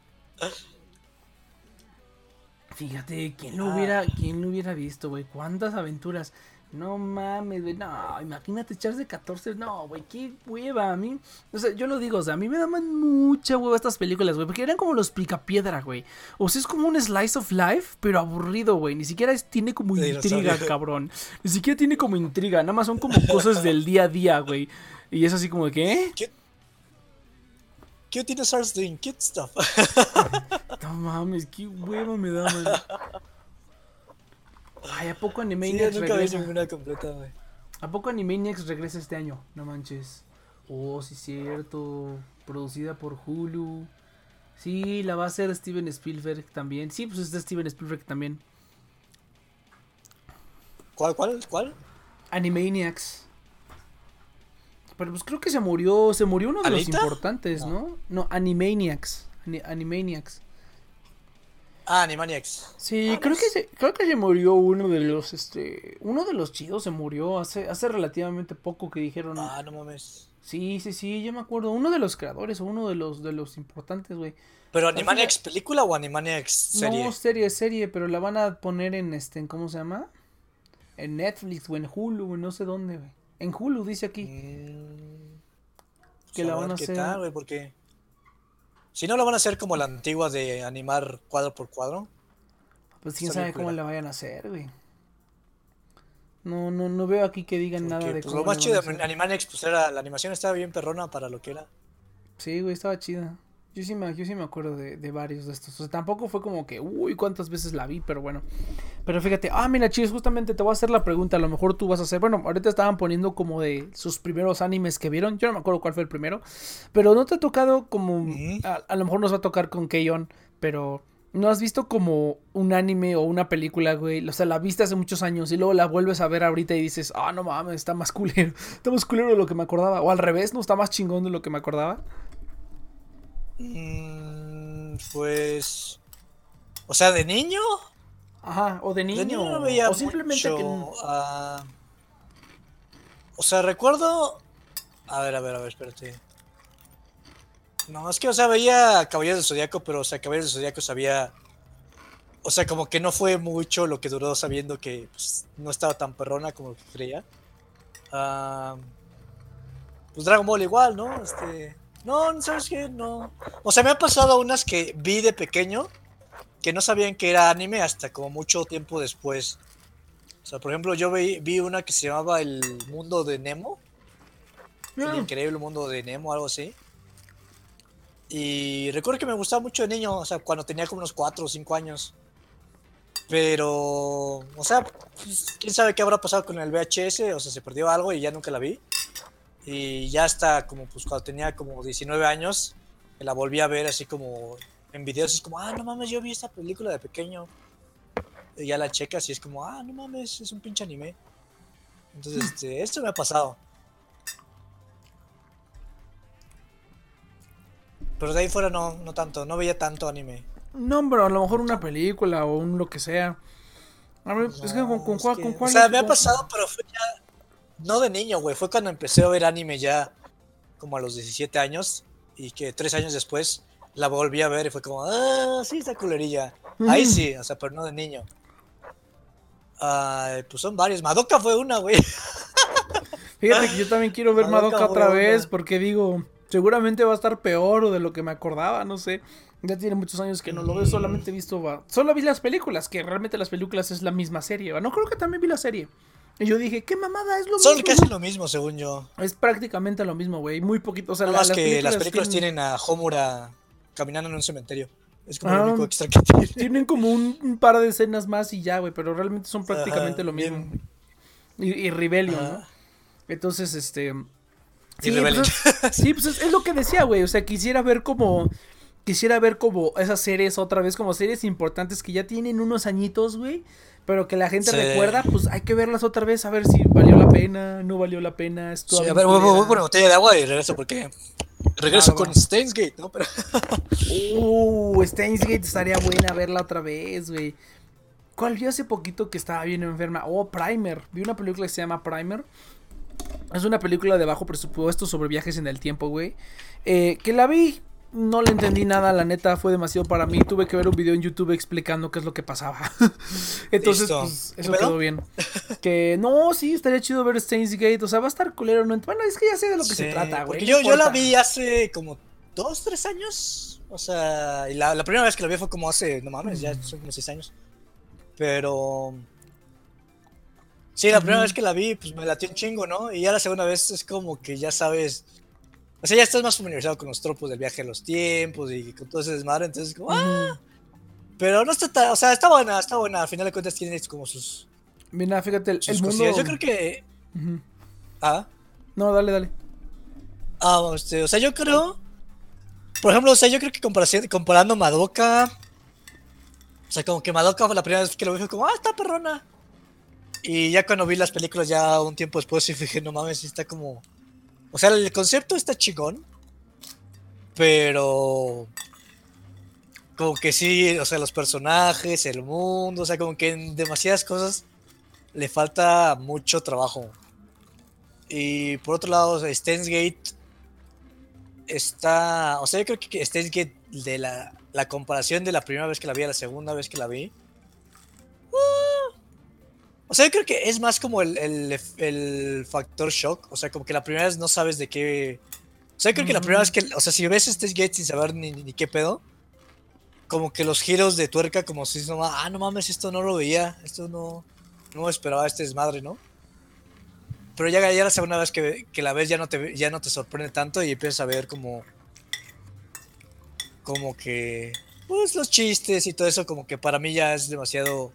Fíjate, quién lo hubiera visto, güey? ¿Cuántas aventuras? No mames, güey, no, imagínate echarse 14, no, güey, qué hueva, a mí, o sea, yo lo digo, o sea, a mí me daban mucha hueva estas películas, güey, porque eran como los picapiedra, güey, o sea, es como un slice of life, pero aburrido, güey, ni siquiera tiene como De intriga, dinosaurio. cabrón, ni siquiera tiene como intriga, nada más son como cosas del día a día, güey, y es así como de que, Cute dinosaurs doing cute stuff. no mames, qué hueva me da, man. Ay, ¿a poco Sí, Animaniacs nunca vi regresa? ninguna completa, güey. ¿A poco Animaniacs regresa este año? No manches. Oh, sí, cierto. Producida por Hulu. Sí, la va a hacer Steven Spielberg también. Sí, pues es de Steven Spielberg también. ¿Cuál? Animaniacs. Pero pues creo que se murió uno de los ¿Alita? importantes, ¿no? No, Animaniacs. Animaniacs. Ah, Animaniacs. Sí, Ah, creo pues, que se murió uno de los, uno de los chidos se murió hace relativamente poco que dijeron. Ah, no mames. Sí, yo me acuerdo, uno de los creadores o uno de los importantes, güey. ¿Pero Al final- Animaniacs película o Animaniacs serie? No, serie, pero la van a poner en ¿cómo se llama? En Netflix o en Hulu, no sé dónde, güey. En Hulu dice aquí Pues que la a van ver a qué hacer. tal, güey, porque si no lo van a hacer como la antigua de animar cuadro por cuadro. Pues quién Está bien sabe cómo culera. la vayan a hacer, güey. No veo aquí que digan nada Porque de pues cómo lo más le van chido a de hacer. Animaniacs pues era la animación estaba bien perrona para lo que era. Sí, güey, estaba chida. Yo sí me acuerdo de varios de estos. O sea, tampoco fue como que, uy, cuántas veces la vi, pero bueno. Pero fíjate, mira, Chis, justamente te voy a hacer la pregunta. A lo mejor tú vas a hacer. Bueno, ahorita estaban poniendo como de sus primeros animes que vieron. Yo no me acuerdo cuál fue el primero. Pero no te ha tocado como. Ujú. A lo mejor nos va a tocar con Keion. Pero no has visto como un anime o una película, güey. O sea, la viste hace muchos años y luego la vuelves a ver ahorita y dices, no mames, está más culero. Está más culero de lo que me acordaba. O al revés, no está más chingón de lo que me acordaba. Pues, o sea, de niño, Ajá, o de de niño. niño no veía O simplemente que. mucho. O sea, recuerdo. A ver, espérate. No, es que, o sea, veía Caballeros del Zodiaco, pero, o sea, Caballeros del Zodiaco sabía. O sea, como que no fue mucho lo que duró sabiendo que pues, no estaba tan perrona como que creía. Ah, pues Dragon Ball igual, ¿no? No, ¿sabes qué? No. O sea, me ha pasado unas que vi de pequeño que no sabían que era anime hasta como mucho tiempo después. O sea, por ejemplo, yo vi una que se llamaba El Mundo de Nemo. El Increíble Mundo de Nemo, algo así. Y recuerdo que me gustaba mucho de niño, o sea, cuando tenía como unos 4 o 5 años. Pero, o sea, pues, quién sabe qué habrá pasado con el VHS, o sea, se perdió algo y ya nunca la vi. Y ya hasta como, pues cuando tenía como 19 años, me la volví a ver así como en videos, es como, no mames, yo vi esta película de pequeño. Y ya la checas y es como, no mames, es un pinche anime. Entonces, esto me ha pasado. Pero de ahí fuera no tanto, no veía tanto anime. No, pero a lo mejor una película o un lo que sea. A ver, es que con Es cuál, que, con o cuál. sea, me ha pasado, pero fue ya, no de niño, güey, fue cuando empecé a ver anime ya como a los 17 años y que 3 años después la volví a ver y fue como, sí, está culerilla. Ujú. Ahí sí, o sea, pero no de niño. Pues son varios. Madoka fue una, güey. Fíjate que yo también quiero ver Madoka Madoka otra fue vez una. porque digo, seguramente va a estar peor o de lo que me acordaba, no sé. Ya tiene muchos años que no lo veo, solamente he visto, solo vi las películas, que realmente las películas es la misma serie, ¿va? No creo que también vi la serie. Y yo dije, qué mamada, es lo Son mismo. casi lo mismo, según yo. Es prácticamente lo mismo, güey, muy poquito, o sea, Nada más las que las películas películas tienen a Homura caminando en un cementerio. Es como lo Ah, único extra que tiene. tienen como un par de escenas más y ya, güey, pero realmente son prácticamente Ajá, lo mismo. bien. Y Rebellion, ¿no? Ajá. Entonces, Y sí, Rebellion. sí, pues es lo que decía, güey. O sea, quisiera ver como esas series otra vez, como series importantes que ya tienen unos añitos, güey. Pero que la gente Sí. recuerda, pues hay que verlas otra vez a ver si valió la pena, no valió la pena. Es toda Sí, a ver, voy aventurera. por una botella de agua y regreso porque regreso Va, con va. Steins Gate, ¿no? Pero Steins Gate estaría buena verla otra vez, güey. ¿Cuál vi hace poquito que estaba bien enferma? Oh, Primer. Vi una película que se llama Primer. Es una película de bajo presupuesto sobre viajes en el tiempo, güey. Que la vi, no le entendí nada, la neta, fue demasiado para mí. Tuve que ver un video en YouTube explicando qué es lo que pasaba. Entonces, listo. pues, ¿Qué eso pedo? quedó bien. Que no, sí, estaría chido ver Steins Gate. O sea, va a estar culero, ¿no? Bueno, es que ya sé de lo que se Sí, trata, güey. porque No yo la importa. vi hace como 2-3 años. O sea, y la primera vez que la vi fue como hace, no mames, ya son como 6 años. Pero sí, la primera vez que la vi, pues me latió un chingo, ¿no? Y ya la segunda vez es como que ya sabes. O sea, ya estás más familiarizado con los tropos del viaje a los tiempos y con todo ese desmadre, entonces como, Ujú. pero no está tan, o sea, está buena, al final de cuentas tiene como Mira, fíjate, el sus mundo. cosillas. Yo creo que, Ujú. ah, No, dale, dale. o sea, yo creo, por ejemplo, o sea, yo creo que comparando Madoka, o sea, como que Madoka fue la primera vez que lo vi, fue como, está perrona. Y ya cuando vi las películas ya un tiempo después, sí dije, no mames, sí está como, o sea, el concepto está chingón, pero como que sí, o sea, los personajes, el mundo, o sea, como que en demasiadas cosas le falta mucho trabajo. Y por otro lado, o sea, Steins Gate está, o sea, yo creo que Steins Gate de la comparación de la primera vez que la vi a la segunda vez que la vi, o sea, yo creo que es más como el factor shock, o sea, como que la primera vez no sabes de qué, o sea, yo creo que la primera vez que, o sea, si ves Steins Gate sin saber ni qué pedo, como que los giros de tuerca, como si no, no mames, esto no lo veía, esto no esperaba este desmadre, ¿no? Pero ya la segunda vez que la ves ya no te sorprende tanto y empiezas a ver como que, pues los chistes y todo eso, como que para mí ya es demasiado,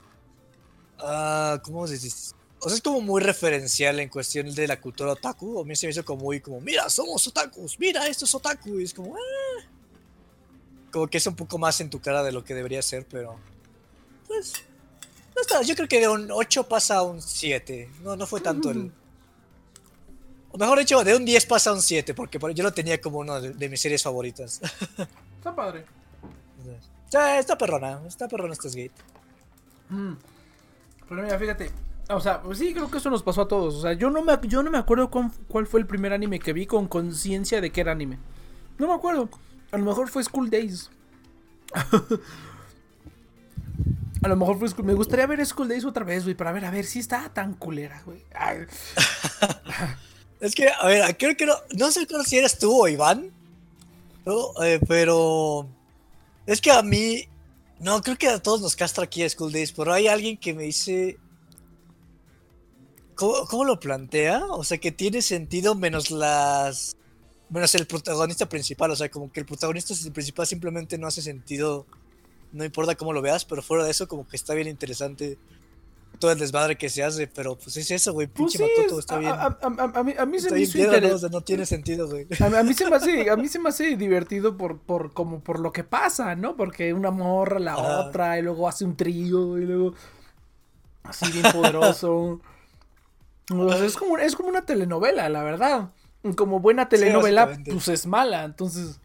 ¿cómo se dice? O sea, es como muy referencial en cuestión de la cultura otaku. A mí se me hizo como muy como, mira, somos otakus, mira, esto es otaku. Y es como, como que es un poco más en tu cara de lo que debería ser, pero pues no está. Yo creo que de un 8 pasa a un 7. No fue tanto el. O mejor dicho, de un 10 pasa a un 7, porque yo lo tenía como una de mis series favoritas. Está padre. Está perrona Steins Gate. Pero mira, fíjate. O sea, pues sí, creo que eso nos pasó a todos. O sea, yo no me acuerdo cuál fue el primer anime que vi con conciencia de que era anime. No me acuerdo. A lo mejor fue School Days. A lo mejor fue School... Me gustaría ver School Days otra vez, güey, para ver, a ver si está tan culera, güey. Ay. Es que, a ver, creo que no sé si eras tú o Iván, ¿no? Pero es que a mí, no, creo que a todos nos castra aquí a School Days, pero hay alguien que me dice, ¿cómo lo plantea? O sea, que tiene sentido menos el protagonista principal, o sea, como que el protagonista principal simplemente no hace sentido, no importa cómo lo veas, pero fuera de eso como que está bien interesante todo el desmadre que se hace, pero pues es eso, güey, Pues pinche sí, Makoto está bien. a mí se Está me bien hizo piedra, ¿no? O interesante. sea, no tiene sentido, güey. A mí se me hace divertido por lo que pasa, ¿no? Porque una morra, la otra, y luego hace un trío, y luego así bien poderoso. O sea, es como una telenovela, la verdad. Y como buena Sí, telenovela, básicamente. pues es mala, entonces.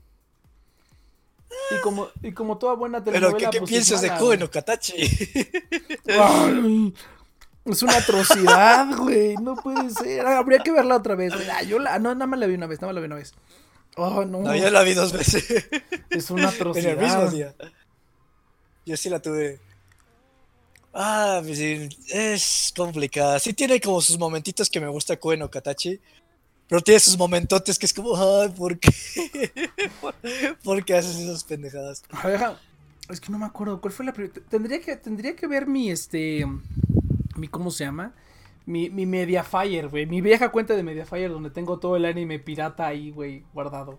Y como toda buena Pero, telenovela, ¿qué pues piensas es de mala, Koe güey. no Katachi? Ay, es una atrocidad, güey. No puede ser. Habría que verla otra vez, güey. No, nada más la vi una vez, Oh, no. No, yo la vi 2 veces. Es una En el mismo atrocidad. día. Yo sí la tuve. Ah, pues sí, es complicada. Sí tiene como sus momentitos que me gusta Koe no Katachi. Pero tiene sus momentotes que es como, ay, ¿por qué? ¿Por qué haces esas pendejadas? A ver, es que no me acuerdo cuál fue la primera. Tendría que ver mi ¿cómo se llama? Mi Mediafire, güey. Mi vieja cuenta de Mediafire donde tengo todo el anime pirata ahí, güey, guardado.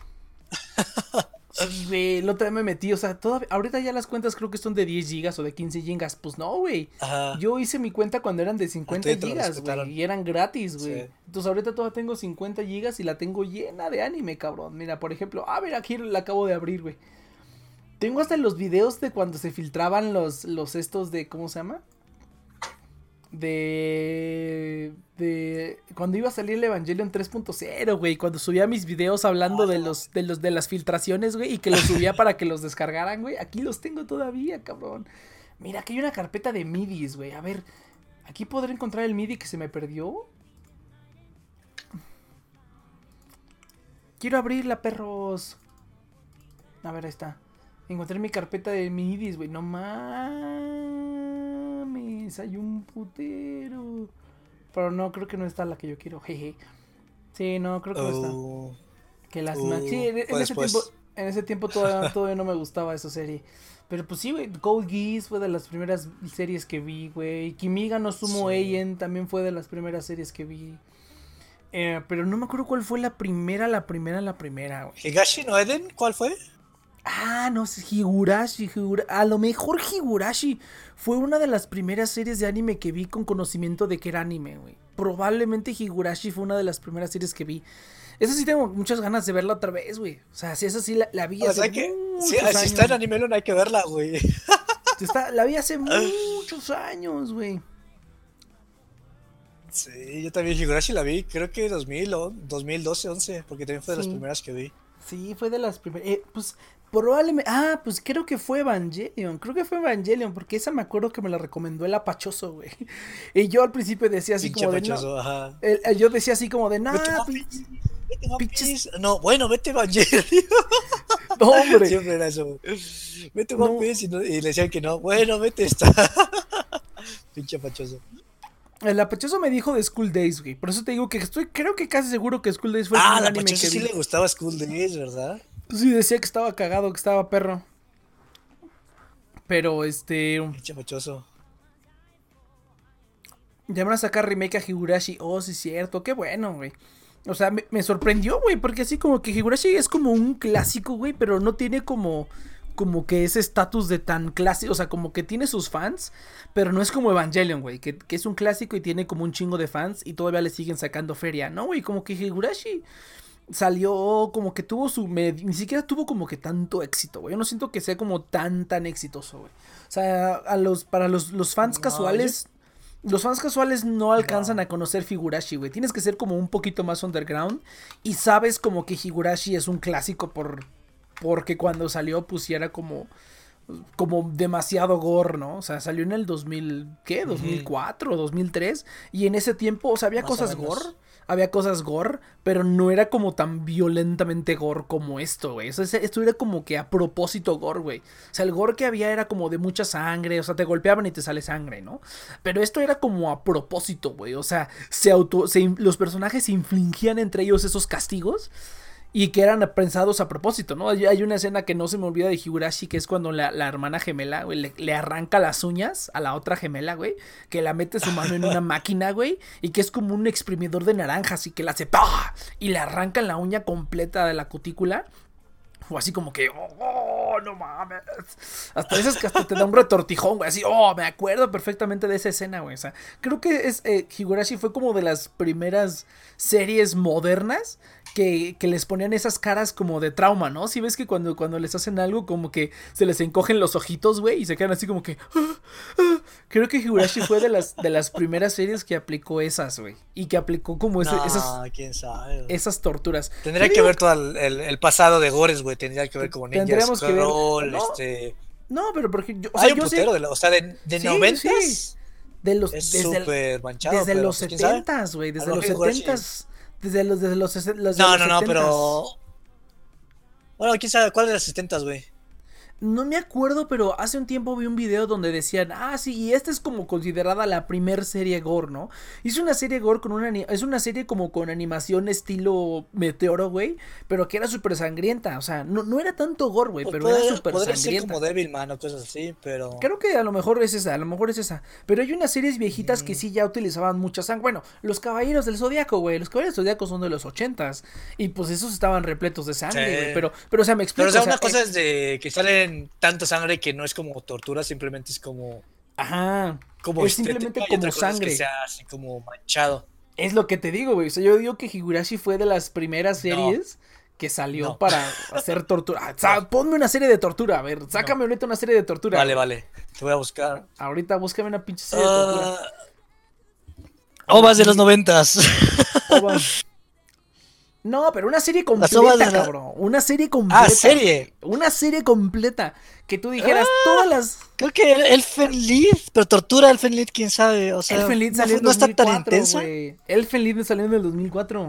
Sí, güey, la otra vez me metí, o sea, ahorita ya las cuentas creo que son de 10 gigas o de 15 gigas. Pues no, güey. Ajá. Yo hice mi cuenta cuando eran de 50 Te lo gigas, respetaron. güey, y eran gratis, güey. Sí. Entonces ahorita todavía tengo 50 gigas y la tengo llena de anime, cabrón. Mira, por ejemplo, mira, aquí la acabo de abrir, güey. Tengo hasta los videos de cuando se filtraban los estos de, ¿cómo se llama? De cuando iba a salir el Evangelion 3.0, güey, cuando subía mis videos hablando de las filtraciones, güey, y que los subía para que los descargaran, güey. Aquí los tengo todavía, cabrón. Mira, aquí hay una carpeta de midis, güey. A ver, aquí podré encontrar el midi que se me perdió. Quiero abrirla, perros. A ver, ahí está. Encontré mi carpeta de midis, güey. No mames, hay un putero. Pero no, creo que no está la que yo quiero. Jeje. Sí, no, creo que no está. Qué lástima. Sí, en ese tiempo todavía no me gustaba esa serie. Pero pues sí, güey, Code Geass fue de las primeras series que vi, güey. Kimiga no Sumo Eien también fue de las primeras series que vi. Pero no me acuerdo cuál fue la primera, güey. ¿Higashi no Eden? ¿Cuál fue? No sé, Higurashi. A lo mejor Higurashi fue una de las primeras series de anime que vi con conocimiento de que era anime, güey. Probablemente Higurashi fue una de las primeras series que vi. Esa sí tengo muchas ganas de verla otra vez, güey. O sea, si esa sí la vi hace si está en Animelon hay que verla, güey. La vi hace muchos años, güey. Sí, yo también Higurashi la vi, creo que 2012, 11, porque también fue de las primeras que vi. Sí, fue de las primeras. Pues probablemente. Pues creo que fue Evangelion. Porque esa me acuerdo que me la recomendó el Apachoso, güey. Y yo al principio decía así Pinche como Apachoso, de. ajá. Yo decía así como de. Vete One Piece. No, bueno, vete Evangelion. No, hombre. Siempre era eso. Vete One Piece y le decían que no. Bueno, vete esta. Pinche Apachoso. El Apachoso me dijo de School Days, güey. Por eso te digo que creo que casi seguro que School Days fue el primer anime que vi. Apachoso sí le gustaba School Days, ¿verdad? Sí, decía que estaba cagado, que estaba perro. Pero Pinche Apachoso. ya van a sacar remake a Higurashi. Oh, sí, cierto. Qué bueno, güey. O sea, me sorprendió, güey. Porque así como que Higurashi es como un clásico, güey. Pero no tiene como que ese estatus de tan clásico. O sea, como que tiene sus fans. Pero no es como Evangelion, güey. Que es un clásico y tiene como un chingo de fans. Y todavía le siguen sacando feria, ¿no, güey? Como que Higurashi salió como que tuvo ni siquiera tuvo como que tanto éxito, güey. Yo no siento que sea como tan exitoso, güey. O sea, para los fans casuales, los fans casuales no alcanzan a conocer Higurashi, güey. Tienes que ser como un poquito más underground y sabes como que Higurashi es un clásico porque cuando salió pusiera como demasiado gore, ¿no? O sea, salió en el 2000, ¿qué? 2004, 2003 y en ese tiempo, o sea, había cosas gore, pero no era como tan violentamente gore como esto, güey. O sea, esto era como que a propósito gore, güey. O sea, el gore que había era como de mucha sangre, o sea, te golpeaban y te sale sangre, ¿no? Pero esto era como a propósito, güey. O sea, los personajes se infligían entre ellos esos castigos y que eran pensados a propósito, ¿no? Hay una escena que no se me olvida de Higurashi, que es cuando la hermana gemela, güey, le arranca las uñas a la otra gemela, güey, que la mete su mano en una máquina, güey, y que es como un exprimidor de naranjas y que la hace ¡pah! Y le arrancan la uña completa de la cutícula. O así como que, no mames. Hasta veces que hasta te da un retortijón, güey. Así, me acuerdo perfectamente de esa escena, güey. O sea, creo que Higurashi fue como de las primeras series modernas que les ponían esas caras como de trauma, ¿no? Si ves que cuando les hacen algo como que se les encogen los ojitos, güey, y se quedan así como que... Creo que Higurashi fue de las primeras series que aplicó esas, güey. Y que aplicó como quién sabe. Esas torturas. Tendría que ver todo el pasado de Gores, güey. Tendría que ver como Ninja Scroll, No, pero porque hay un putero, de 90s. Sí. Es súper manchado. Desde los 70s, güey. Desde los 70s. Desde los No, pero Bueno, quién sabe cuál de las 70, güey. No me acuerdo, pero hace un tiempo vi un video donde decían, ah, sí, y esta es como considerada la primer serie gore, ¿no? Hizo una serie gore con es una serie como con animación estilo meteoro, güey, pero que era súper sangrienta, o sea, no era tanto gore, güey, Pues pero era súper podría ser sangrienta. como Devilman o cosas así, pero... Creo que a lo mejor es esa, a lo mejor es esa. Pero hay unas series viejitas que sí ya utilizaban mucha sangre. Bueno, los Caballeros del Zodiaco, güey. Los Caballeros del Zodiaco son de los 80s. Y pues esos estaban repletos de sangre, Sí. güey. Pero, o sea, me explico. Pero, o sea, o sea, una cosa es de que salen tanta sangre que no es como tortura, simplemente es Ajá. como Es simplemente estética, y otra como cosa es que sangre. sea así como manchado. Es lo que te digo, güey. O sea, yo digo que Higurashi fue de las primeras No, series que salió no, para hacer tortura. no, Ponme una serie de tortura. A ver, sácame no. ahorita una serie de tortura. Vale, vale. Te voy a buscar. Ahorita búscame una pinche serie de tortura. Ovas de los 90s. Ova. No, pero una serie Las ovas completa, de la... cabrón. Una serie completa. Ah, serie. Una serie completa. Que tú dijeras todas las. Creo que Elfen Lied, pero tortura Elfen Lied, quién sabe. O sea, Elfen Lied salió en no está tan 2004, intensa. güey. Elfen Lied salió en el 2004.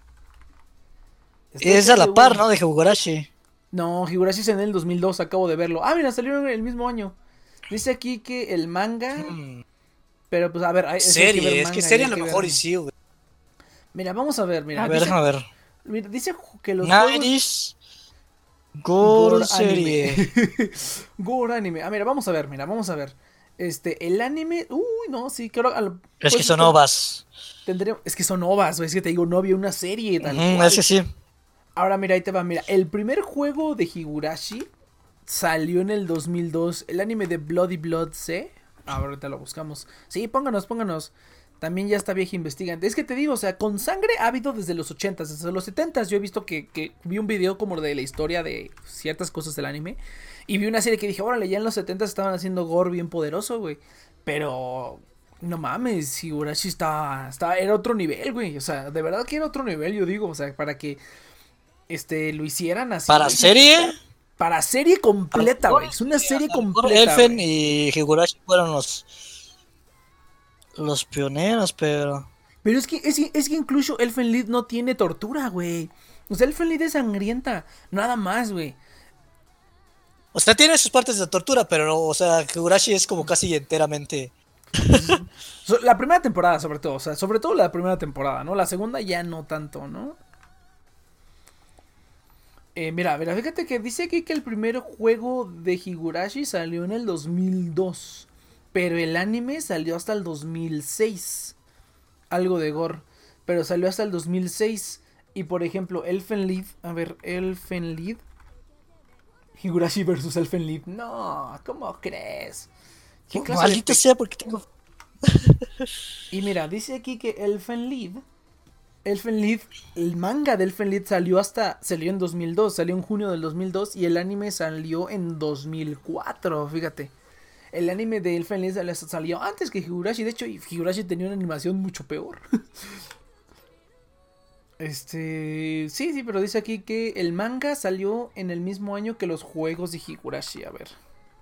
Es a la par, ¿no? De Higurashi. No, Higurashi salió en el 2002, acabo de verlo. Ah, mira, salió en el mismo año. Dice aquí que el manga. Pero pues a ver, Serie, es que serie a lo mejor y sí, güey. Mira, vamos a ver, mira. A ver, déjame ver. Mira, dice que los Nice Gore Gore serie. anime. Gore anime. Ah, mira, vamos a ver, vamos a ver. El anime. Uy, no, sí, creo. Es que pues, son ovas. Es que son ovas, güey. Es que te digo, no había una serie tal cual. Es que sí. Ahora, mira, ahí te va. Mira, el primer juego de Higurashi salió en el 2002. El anime de Bloody Blood C. Ahorita lo buscamos. Sí, pónganos. También ya está vieja investigante. Es que te digo, o sea, con sangre ha habido desde los 80s, desde los 70s. Yo he visto que vi un video como de la historia de ciertas cosas del anime. Y vi una serie que dije, órale, ya en los 70s estaban haciendo gore bien poderoso, güey. Pero no mames, Higurashi era otro nivel, güey. O sea, de verdad que era otro nivel, yo digo. O sea, para que lo hicieran así. ¿Para serie? Para serie completa, güey. Es una serie completa. Elfen y Higurashi fueron los pioneros, pero... Pero es que incluso Elfen Lied no tiene tortura, güey. O sea, Elfen Lied es sangrienta. Nada más, güey. O sea, tiene sus partes de tortura, pero, o sea, Higurashi es como casi enteramente... La primera temporada, sobre todo. O sea, sobre todo la primera temporada, ¿no? La segunda ya no tanto, ¿no? Mira, fíjate que dice aquí que el primer juego de Higurashi salió en el 2002. Pero el anime salió hasta el 2006. Algo de gore. Pero salió hasta el 2006. Y por ejemplo, Elfen Lied. A ver, Elfen Lied. Higurashi versus Elfen Lied. No, ¿cómo crees? ¿Qué clase Maldito sea, porque tengo... Y mira, dice aquí que Elfen Lied, el manga de Elfen Lied salió en 2002, salió en junio del 2002 y el anime salió en 2004, fíjate. El anime de Elfen Lied salió antes que Higurashi, de hecho Higurashi tenía una animación mucho peor. Sí, pero dice aquí que el manga salió en el mismo año que los juegos de Higurashi, a ver.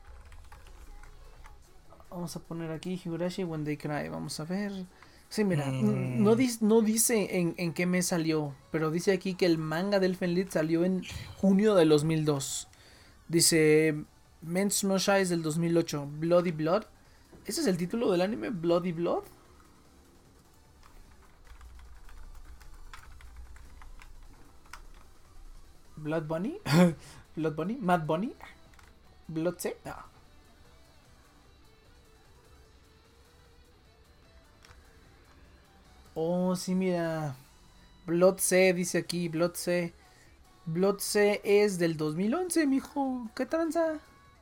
Vamos a poner aquí Higurashi When They Cry. Vamos a ver. Sí, mira. No dice en qué mes salió. Pero dice aquí que el manga del Elfen Lied salió en junio del 2002. Dice Men's no Shy es del 2008. Bloody Blood. ¿Ese es el título del anime? Bloody Blood. Blood Bunny. Blood Bunny. Mad Bunny. Blood C. No. Oh, sí, mira. Blood C, dice aquí, Blood C. Blood C es del 2011, mijo. ¿Qué tranza?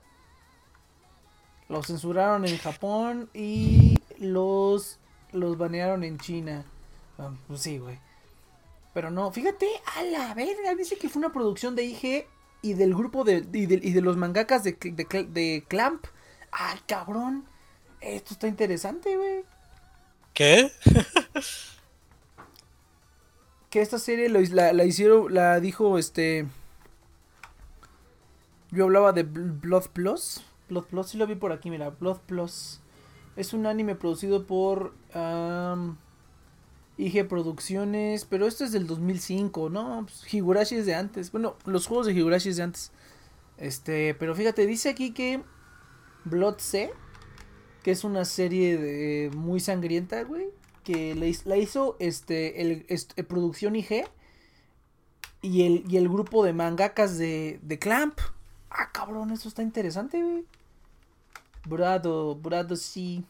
Los censuraron en Japón y los banearon en China. Pues sí, güey. Pero no, fíjate, a la verga. Dice que fue una producción de IG y del grupo y de los mangakas de Clamp. Ah, cabrón. Esto está interesante, güey. ¿Qué? Que esta serie la hicieron, la dijo yo hablaba de Blood Plus. Blood Plus, sí lo vi por aquí, mira, Blood Plus. Es un anime producido por IG Producciones, pero esto es del 2005, ¿no? Pues Higurashi es de antes. Bueno, los juegos de Higurashi es de antes. Pero fíjate, dice aquí que Blood C, que es una serie muy sangrienta, güey, que la hizo producción IG y el grupo de mangakas de Clamp. Ah, cabrón, eso está interesante, güey. Brado sí.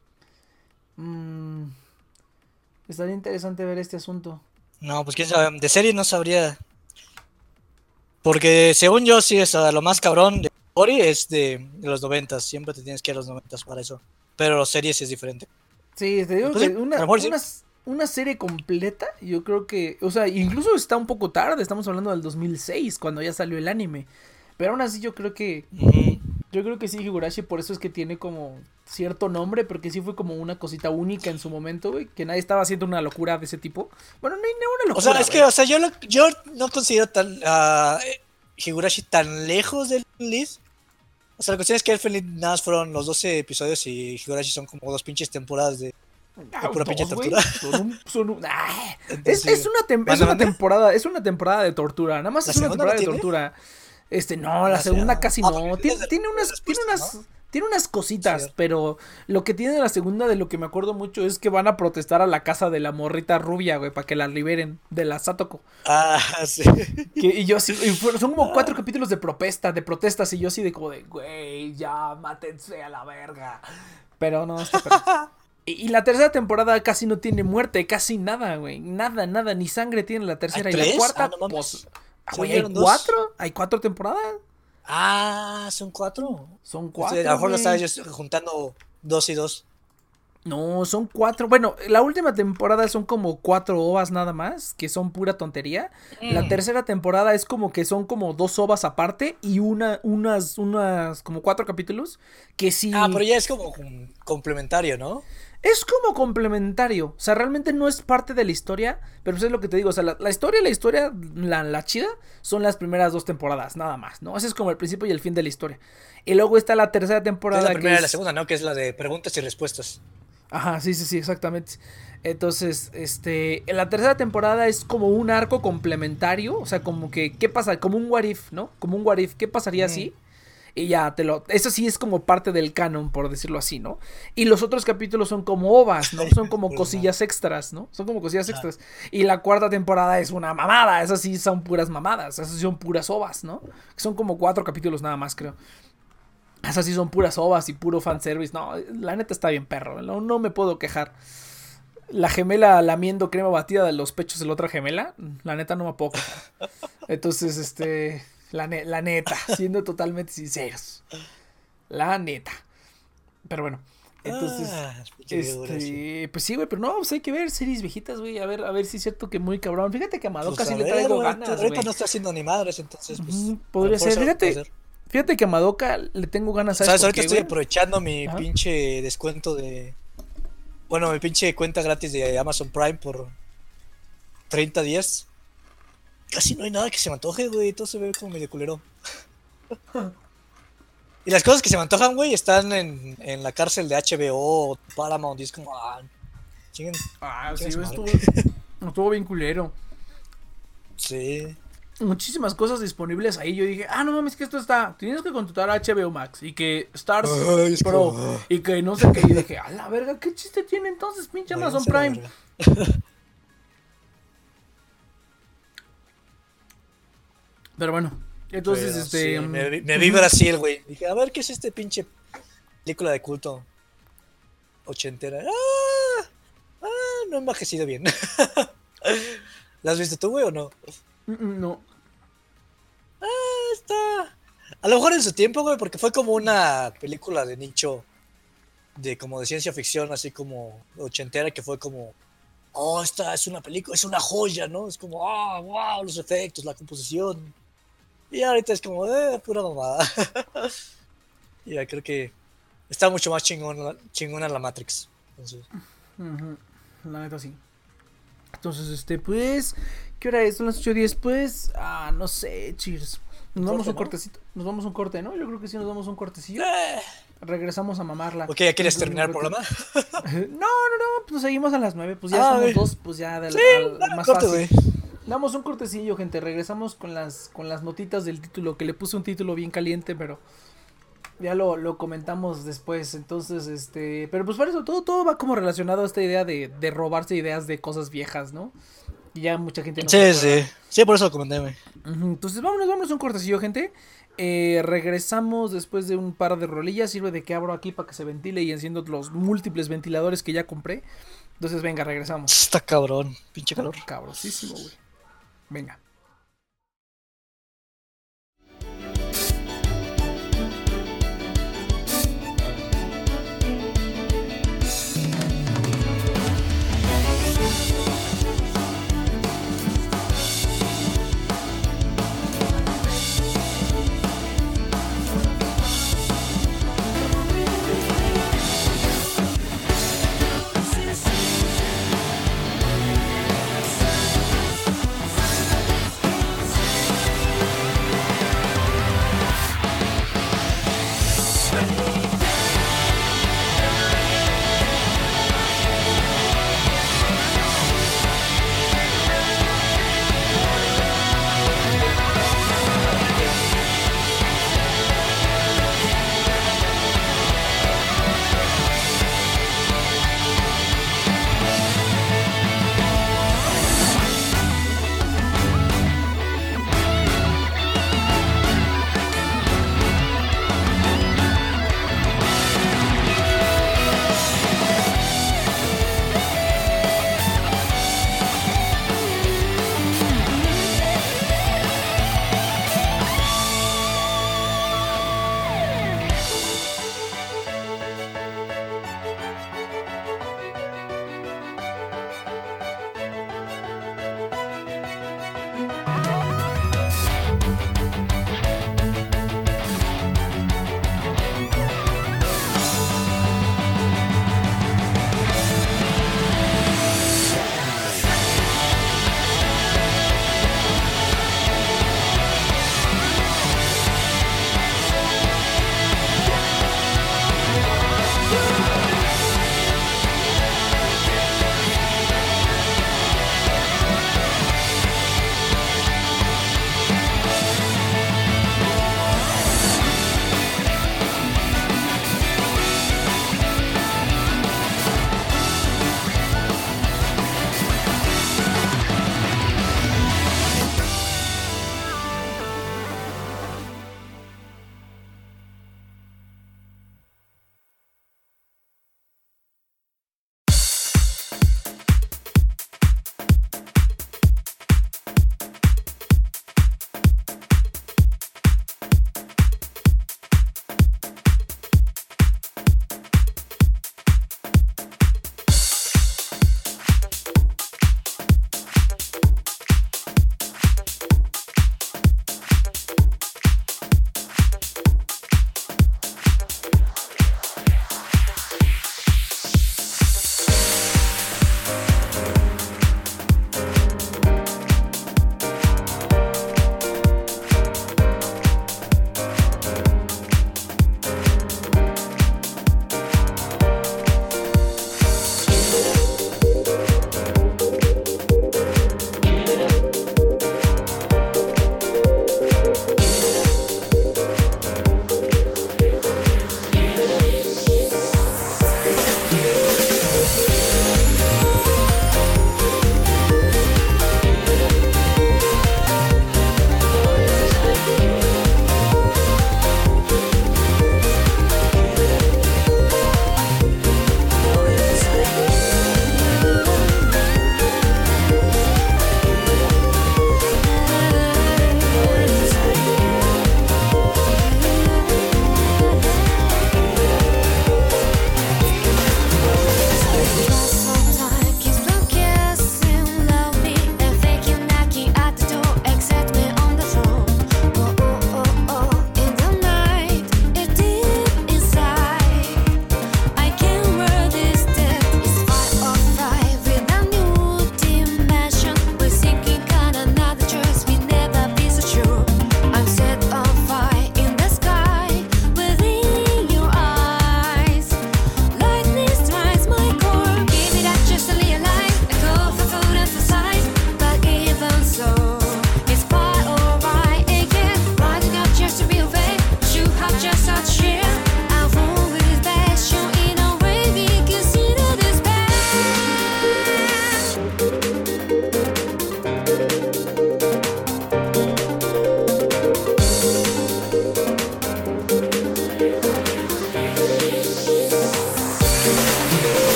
Estaría interesante ver este asunto. No, pues quién sabe, de serie no sabría. Porque según yo, sí, es lo más cabrón de Ori es de los 90. Siempre te tienes que ir a los 90 para eso. Pero series es diferente. Sí, te digo Pues que sí, una serie completa, yo creo que, o sea, incluso está un poco tarde, estamos hablando del 2006, cuando ya salió el anime. Pero aún así yo creo que sí, Higurashi, por eso es que tiene como cierto nombre, porque sí fue como una cosita única en su momento, güey, que nadie estaba haciendo una locura de ese tipo. Bueno, no hay una locura. O sea, es que, o sea, yo no considero Higurashi tan lejos del list. O sea, la cuestión es que Elfen Lied nada más fueron los 12 episodios y Higurashi son como 2 pinches temporadas de pura pinche tortura. Es una temporada de tortura, nada más es una temporada de tortura. No, la segunda casi no. Tiene unas cositas, sí, pero lo que tiene la segunda, de lo que me acuerdo mucho, es que van a protestar a la casa de la morrita rubia, güey, para que la liberen, de la Satoko. Ah, sí. Y yo así, son como 4 capítulos de protestas, y yo así de como de, güey, ya, mátense a la verga. Pero no, está perfecto. Y la tercera temporada casi no tiene muerte, casi nada, güey. Nada, ni sangre tiene la tercera. Y la cuarta, pues, güey, ¿hay 4? ¿Hay 4 temporadas? Ah, ¿son 4? Son 4. O sea, a lo mejor lo estaba yo juntando 2 y 2. No, son 4. Bueno, la última temporada son como 4 ovas nada más, que son pura tontería. La tercera temporada es como que son como 2 ovas aparte y unas como 4 capítulos que sí. Ah, pero ya es como complementario, ¿no? Es como complementario, o sea, realmente no es parte de la historia, pero pues es lo que te digo, o sea, la historia, la chida, son las primeras 2 temporadas, nada más, ¿no? Ese es como el principio y el fin de la historia. Y luego está la tercera temporada. Es la primera y la segunda, ¿no? Que es la de preguntas y respuestas. Ajá, sí, exactamente. Entonces, en la tercera temporada es como un arco complementario, o sea, como que, ¿qué pasa? Como un what if, ¿no? Como un what if, ¿qué pasaría si? Y ya eso sí es como parte del canon, por decirlo así, ¿no? Y los otros capítulos son como ovas, ¿no? Son como cosillas extras, ¿no? Son como cosillas extras. Y la cuarta temporada es una mamada, esas sí son puras mamadas, esas sí son puras ovas, ¿no? Son como 4 capítulos nada más, creo. Esas sí son puras ovas y puro fanservice. No, la neta está bien perro, no me puedo quejar. La gemela lamiendo crema batida de los pechos de la otra gemela, la neta no me puedo quejar. Entonces, la neta, siendo totalmente sinceros. La neta. Pero bueno, entonces, pues sí, güey, pero no, pues hay que ver series viejitas, güey, a ver si es cierto que muy cabrón. Fíjate que a Madoka pues sí le traigo ganas, güey. Ahorita no está haciendo ni madres, entonces, pues. Podría ser, fíjate que a Madoka le tengo ganas. ¿Sabes? Ahorita estoy aprovechando mi pinche descuento de... Bueno, mi pinche cuenta gratis de Amazon Prime por 30 días. Casi no hay nada que se me antoje, güey. Todo se ve como medio culero. Y las cosas que se me antojan, güey, están en la cárcel de HBO o Paramount. Y es como, chinguen. Sí, estuvo bien culero. Sí. Muchísimas cosas disponibles ahí. Yo dije, no mames, que esto está. Tienes que contratar a HBO Max y que Stars Pro y que no sé qué. Y dije, a la verga, ¿qué chiste tiene entonces, pinche Amazon Prime? Pero bueno, entonces sí, me vi Brasil, güey. Dije, a ver, ¿qué es este pinche película de culto ochentera? No he envejecido bien. ¿La has visto tú, güey, o no? No. Está... A lo mejor en su tiempo, güey, porque fue como una película de nicho, como de ciencia ficción, así como ochentera, que fue como, esta es una película, es una joya, ¿no? Es como, wow, los efectos, la composición. Y ahorita es como, pura mamada. Y ya creo que está mucho más chingona la Matrix. Entonces. La neta sí. Entonces, pues, ¿qué hora es? Son las 8:10, pues, no sé, cheers. Nos vamos un ¿no? cortecito. Nos vamos un corte, ¿no? Yo creo que sí nos vamos un cortecillo. Eh, Regresamos a mamarla. Ok, ¿ya quieres Entonces, terminar el un corte. programa? No, pues seguimos a las 9. Pues ya Ah, somos güey. dos, pues ya Sí, más corte, fácil. güey. Damos un cortecillo, gente. Regresamos con las notitas del título, que le puse un título bien caliente, pero ya lo comentamos después. Entonces, pero pues por eso todo va como relacionado a esta idea de robarse ideas de cosas viejas, ¿no? Y ya mucha gente no se Sí, acuerda. sí. Sí, por eso lo comenté, güey. Entonces vámonos un cortecillo, gente. Regresamos después de un par de rolillas. Sirve de que abro aquí para que se ventile y enciendo los múltiples ventiladores que ya compré. Entonces venga, regresamos. Está cabrón. Pinche calor. Cabrosísimo, güey. Venga.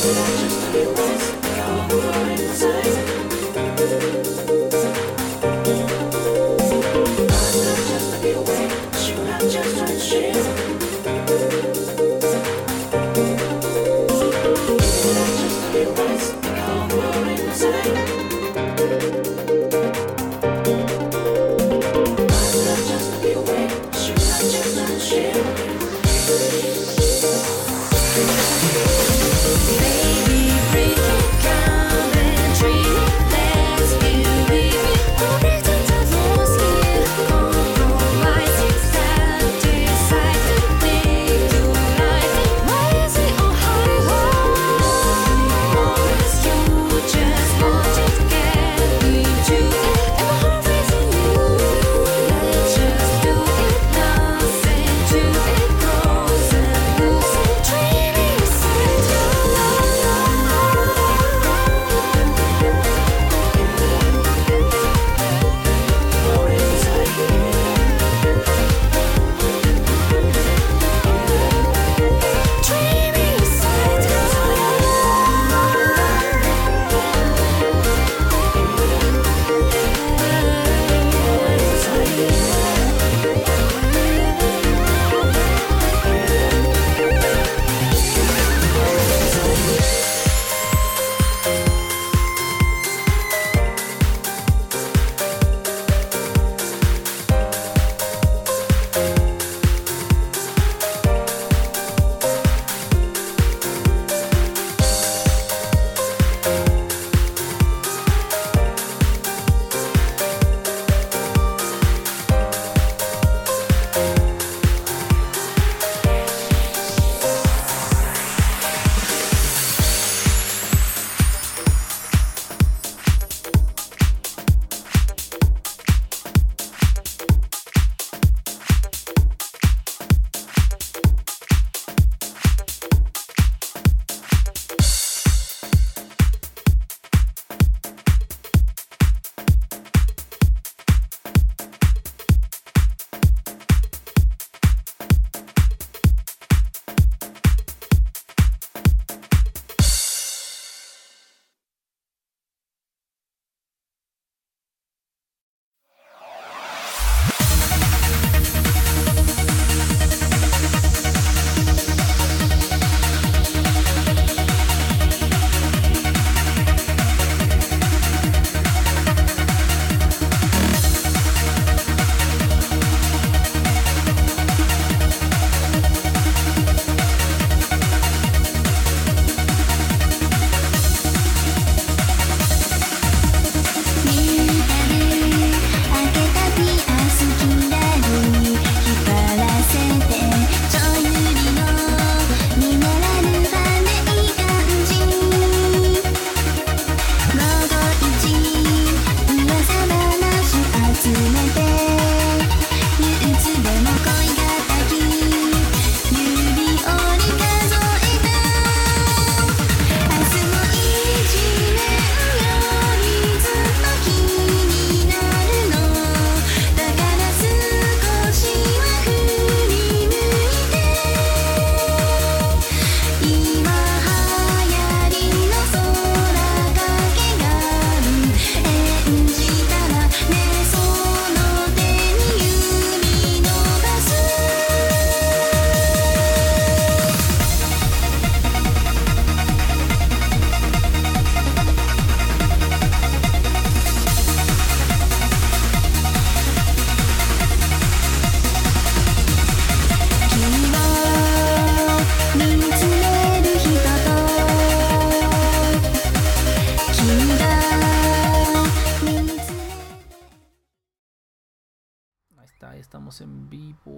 Estamos en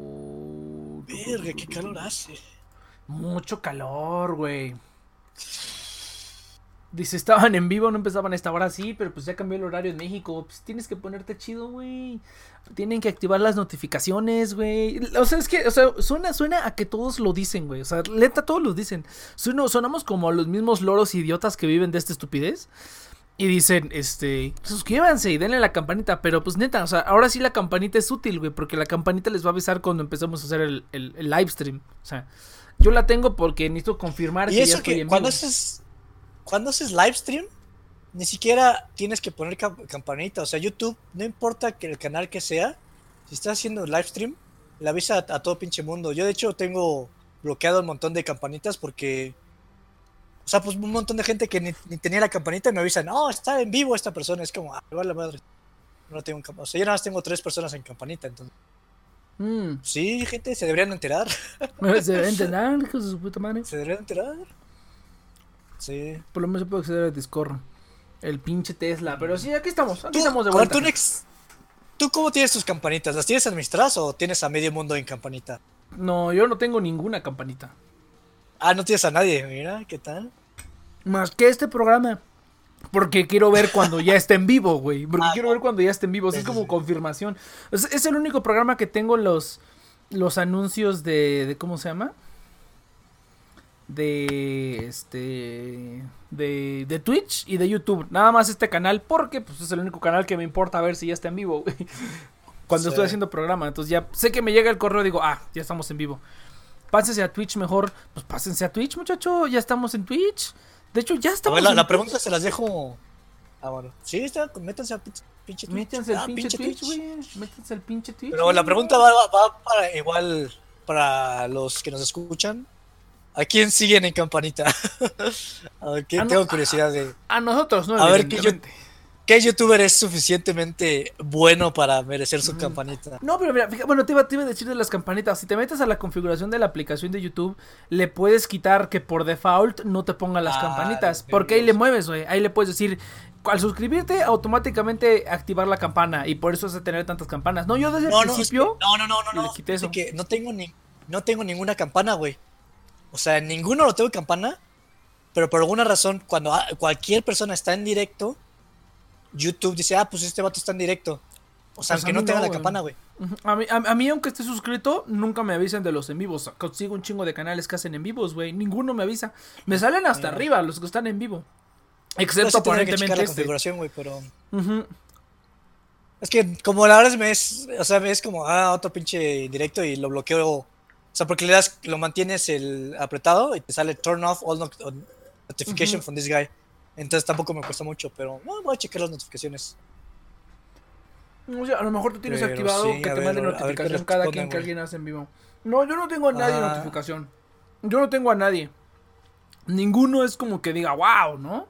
vivo. Verga, qué calor hace. Mucho calor, güey. Dice, estaban en vivo, no empezaban a esta hora, sí, pero pues ya cambió el horario en México. Pues tienes que ponerte chido, güey. Tienen que activar las notificaciones, güey. O sea, es que, o sea, suena a que todos lo dicen, güey. O sea, neta, todos lo dicen. Sonamos como los mismos loros idiotas que viven de esta estupidez. Y dicen, suscríbanse y denle a la campanita. Pero pues neta, o sea, ahora sí la campanita es útil, güey. Porque la campanita les va a avisar cuando empezamos a hacer el live stream. O sea, yo la tengo porque necesito confirmar y que eso ya estoy que en cuando vivo. cuando haces live stream, ni siquiera tienes que poner campanita. O sea, YouTube, no importa que el canal que sea, si estás haciendo live stream, le avisa a todo pinche mundo. Yo, de hecho, tengo bloqueado un montón de campanitas porque... O sea, pues un montón de gente que ni tenía la campanita y me avisan, no, está en vivo esta persona. Es como, vale la madre. No tengo o sea, yo nada más tengo 3 personas en campanita, entonces... Sí, gente, se deberían enterar. Se debe enterar, hijos de su puta madre. Se deberían enterar. Sí. Por lo menos se puede acceder al Discord. El pinche Tesla. Pero sí, aquí estamos de vuelta. ¿Tú cómo tienes tus campanitas? ¿Las tienes administradas o tienes a medio mundo en campanita? No, yo no tengo ninguna campanita. Ah, no tienes a nadie, mira, ¿qué tal? Más que este programa. Porque quiero ver cuando ya esté en vivo, güey. Porque quiero ver cuando ya esté en vivo. O sea, es como confirmación. Es el único programa que tengo los anuncios de ¿cómo se llama? De Twitch y de YouTube. Nada más este canal porque pues es el único canal que me importa ver si ya está en vivo, güey. Cuando estoy haciendo programa. Entonces ya sé que me llega el correo y digo, ya estamos en vivo. Pásense a Twitch mejor. Pues pásense a Twitch, muchacho. Ya estamos en Twitch. De hecho, ya estamos. A ver, la pregunta se las dejo. Bueno. Sí, métanse al pinche Twitch. Métanse al pinche Twitch, güey. Métanse al pinche Twitch. Pero la pregunta va para igual para los que nos escuchan. ¿A quién siguen en campanita? A ver, tengo curiosidad de. A nosotros, ¿no? A ver qué youtuber es suficientemente bueno para merecer su campanita. No, pero mira, bueno, te iba a decir de las campanitas. Si te metes a la configuración de la aplicación de YouTube, le puedes quitar que por default no te pongan las campanitas. Porque ahí le mueves, güey. Ahí le puedes decir, al suscribirte, automáticamente activar la campana. Y por eso es de tener tantas campanas. No, yo desde el principio. No. Le quité eso. Es que no tengo ninguna campana, güey. O sea, en ninguno lo tengo campana. Pero por alguna razón, cuando cualquier persona está en directo, YouTube dice, pues este vato está en directo. O sea, pues aunque no tenga la campana, güey. A mí, aunque esté suscrito, nunca me avisan de los en vivos. Consigo un chingo de canales que hacen en vivos, güey. Ninguno me avisa. Me salen hasta arriba los que están en vivo. Excepto aparentemente la configuración, güey, pero... Es que como la verdad es como, otro pinche directo y lo bloqueo. O sea, porque lo mantienes apretado y te sale turn off all notification from this guy. Entonces tampoco me cuesta mucho, pero voy a checar las notificaciones. O sea, a lo mejor tú tienes activado que te mande notificación cada quien que alguien hace en vivo. No, yo no tengo a nadie notificación. Yo no tengo a nadie. Ninguno es como que diga, wow, ¿no?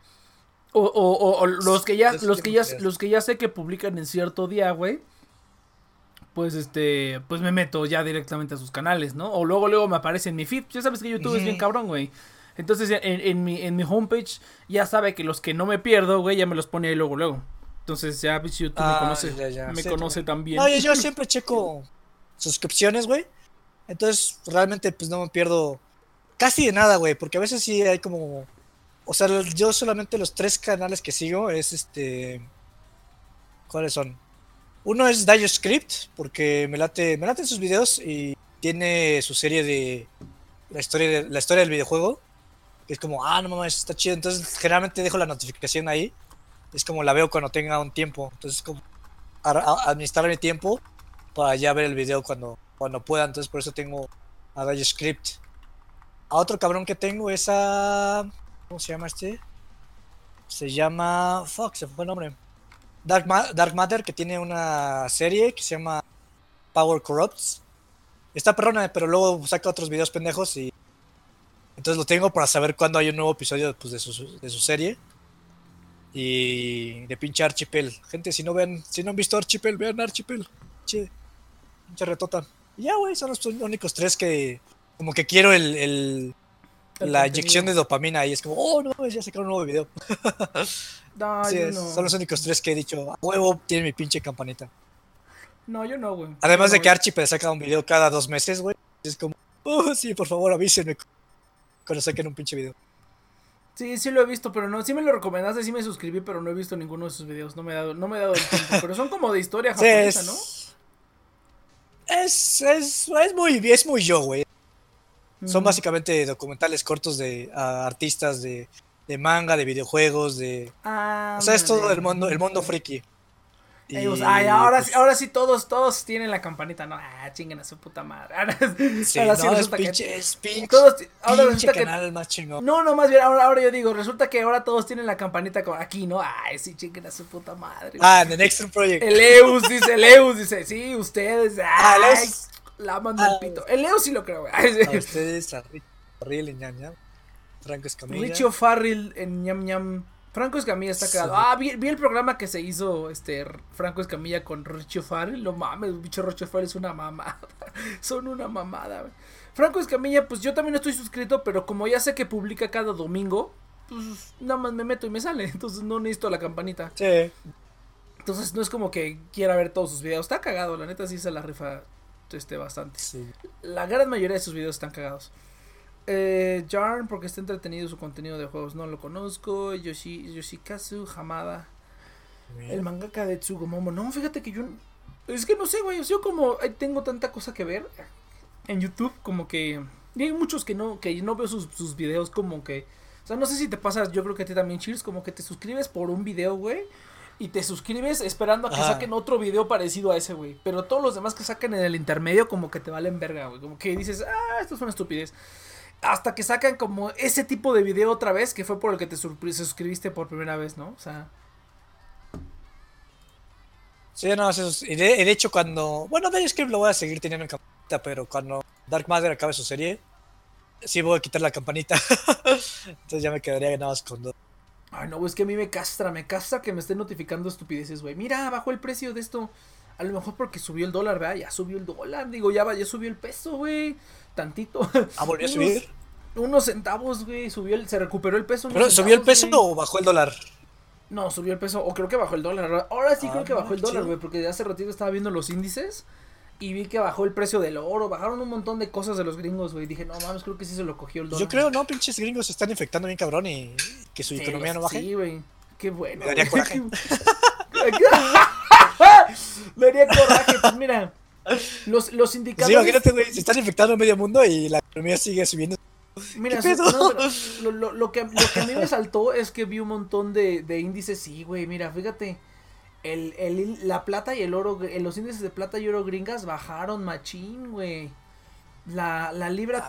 O los que ya sé que publican en cierto día, güey. Pues pues me meto ya directamente a sus canales, ¿no? O luego me aparece en mi feed. Ya sabes que YouTube es bien cabrón, güey. Entonces en mi homepage ya sabe que los que no me pierdo, güey, ya me los pone ahí luego. Entonces ya YouTube me conoce, me conoce también. No, yo siempre checo suscripciones, güey. Entonces realmente pues no me pierdo casi de nada, güey. Porque a veces sí hay como... O sea, yo solamente los 3 canales que sigo es ¿cuáles son? Uno es DioScript, porque me laten sus videos y tiene su serie de la historia del videojuego. Es como, no mames, está chido. Entonces, generalmente dejo la notificación ahí. Es como la veo cuando tenga un tiempo. Entonces, como administrar mi tiempo para ya ver el video cuando pueda. Entonces, por eso tengo a DioScript. A otro cabrón que tengo es a... ¿Cómo se llama este? Se llama... se fue el nombre. Dark Matter, que tiene una serie que se llama Power Corrupts. Está perrona, pero luego saca otros videos pendejos y... Entonces lo tengo para saber cuándo hay un nuevo episodio pues, de su serie. Y de pinche Archipel. Gente, si no han visto Archipel, vean Archipel. Pinche retota. Y ya, güey, son los únicos 3 que... Como que quiero la inyección de dopamina y es como, no, ya sacaron un nuevo video. Sí, no. Son los únicos 3 que he dicho, a huevo, tiene mi pinche campanita. No, yo no, güey. Además de que Archipel saca un video cada 2 meses, güey. Es como, sí, por favor, avísenme cuando saquen un pinche video. Sí lo he visto, pero no, sí me lo recomendaste, sí me suscribí, pero no he visto ninguno de sus videos, no me he dado el tiempo, pero son como de historia japonesa, ¿no? Es muy yo, güey. Son básicamente documentales cortos de artistas de manga, de videojuegos, o sea, es todo el mundo friki. Ay, ahora sí todos tienen la campanita, no, chinguen a su puta madre. Sí, Ahora no, resulta es pinche, ahora pinche resulta canal más chingón. No, más bien, ahora yo digo, resulta que ahora todos tienen la campanita como aquí, ¿no? Ay, sí, chinguen a su puta madre. The Next Project. El Eus dice, sí, ustedes, Leus. la manda el pito. El Eus sí lo creo, güey. A ustedes, a Riel y ñam ñam. Franco Escamilla. Richie O'Farrell en ñam ñam. Franco Escamilla está cagado. Vi el programa que se hizo Franco Escamilla con Richie O'Farrell. No mames, el bicho Richie O'Farrell es una mamada. Son una mamada, güey. Franco Escamilla, pues yo también estoy suscrito, pero como ya sé que publica cada domingo, pues nada más me meto y me sale. Entonces no necesito la campanita. Sí. Entonces no es como que quiera ver todos sus videos. Está cagado, la neta sí se la rifa bastante. Sí. La gran mayoría de sus videos están cagados. Jarn, porque está entretenido su contenido de juegos, no lo conozco. Yoshikazu Hamada, el mangaka de Tsugomomo. No, fíjate que yo, es que no sé, güey. Yo como tengo tanta cosa que ver en YouTube, como que y hay muchos que no veo sus videos, como que, o sea, no sé si te pasa, yo creo que a ti también, Cheers, como que te suscribes por un video, güey, y te suscribes esperando a que saquen otro video parecido a ese, güey. Pero todos los demás que saquen en el intermedio, como que te valen verga, güey. Como que dices, esto es una estupidez. Hasta que sacan como ese tipo de video otra vez, que fue por el que te suscribiste por primera vez, ¿no? O sea. Sí, no, y de hecho cuando... Bueno, Script lo voy a seguir teniendo en campanita, pero cuando Dark Matter acabe su serie, sí voy a quitar la campanita. Entonces ya me quedaría nada más con dos. Ay, no, es que a mí me castra que me estén notificando estupideces, güey. Mira, bajó el precio de esto. A lo mejor porque subió el dólar, ¿verdad? Ya subió el dólar, digo, ya subió el peso, güey. Tantito. ¿Volvió a subir? Unos centavos, güey, se recuperó el peso. ¿Pero subió el peso o bajó el dólar? No, subió el peso, o creo que bajó el dólar. Ahora sí creo que bajó el dólar, sí. güey, porque hace ratito estaba viendo los índices y vi que bajó el precio del oro, bajaron un montón de cosas de los gringos, güey. Dije, no mames, creo que sí se lo cogió el dólar. Yo creo, no, pinches gringos se están infectando bien cabrón y que su economía no baje. Sí, güey, qué bueno. Me daría coraje. Me daría coraje, pues mira, los indicadores... Sí, imagínate, güey, se están infectando en medio mundo y la economía sigue subiendo. Mira, lo que a mí me saltó es que vi un montón de índices, sí, güey, mira, fíjate, la plata y el oro, los índices de plata y oro gringas bajaron machín, güey. La libra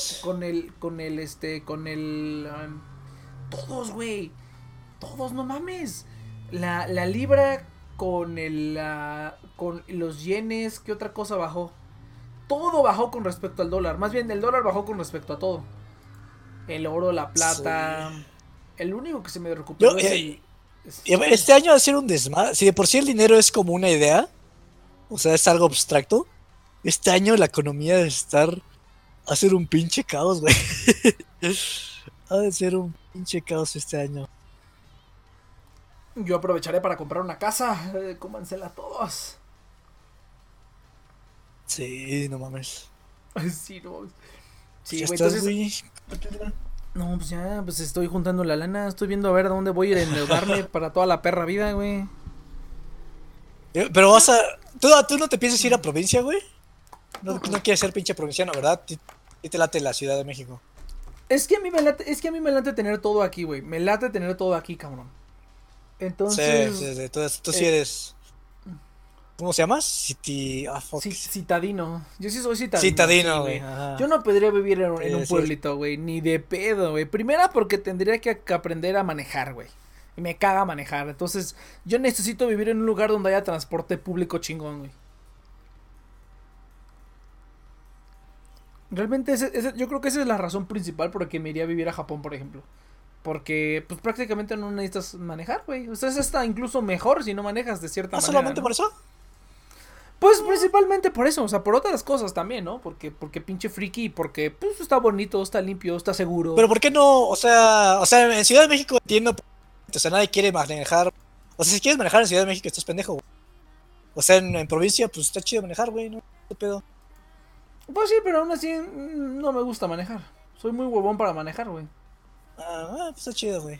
todos, güey, todos, no mames. La libra con los yenes, ¿qué otra cosa bajó? Todo bajó con respecto al dólar, más bien el dólar bajó con respecto a todo. El oro, la plata. Sí. El único que se me recuperó este año va a ser un desmadre. Si de por sí el dinero es como una idea, o sea, es algo abstracto, este año la economía debe va a ser un pinche caos, güey. Ha de ser un pinche caos este año. Yo aprovecharé para comprar una casa. Cómansela todos. Sí, no mames. Sí, no. Sí, güey, entonces... No, pues ya, pues estoy juntando la lana, estoy viendo a ver dónde voy a ir a endeudarme para toda la perra vida, güey. Pero ¿tú no te piensas ir a provincia, güey? No quieres ser pinche provinciano, ¿verdad? ¿Y te late la Ciudad de México? Es que a mí me late tener todo aquí, güey. Me late tener todo aquí, cabrón. Entonces... Sí, tú sí eres... ¿Cómo se llama? Citadino. Yo sí soy citadino. Citadino, güey. Yo no podría vivir en un pueblito, güey. Ni de pedo, güey. Primera porque tendría que aprender a manejar, güey. Y me caga manejar. Entonces, yo necesito vivir en un lugar donde haya transporte público chingón, güey. Realmente yo creo que esa es la razón principal por la que me iría a vivir a Japón, por ejemplo. Porque, pues, prácticamente no necesitas manejar, güey. O sea, es hasta incluso mejor si no manejas de cierta manera. ¿Solamente ¿no? por eso? Pues principalmente por eso, o sea, por otras cosas también, ¿no? Porque pinche friki y porque pues está bonito, está limpio, está seguro. Pero ¿por qué no? O sea, en Ciudad de México entiendo, o sea, nadie quiere manejar. O sea, si quieres manejar en Ciudad de México estás pendejo, güey. O sea, en provincia pues está chido manejar, güey, no qué pedo. Pues sí, pero aún así no me gusta manejar. Soy muy huevón para manejar, güey. Pues está chido, güey.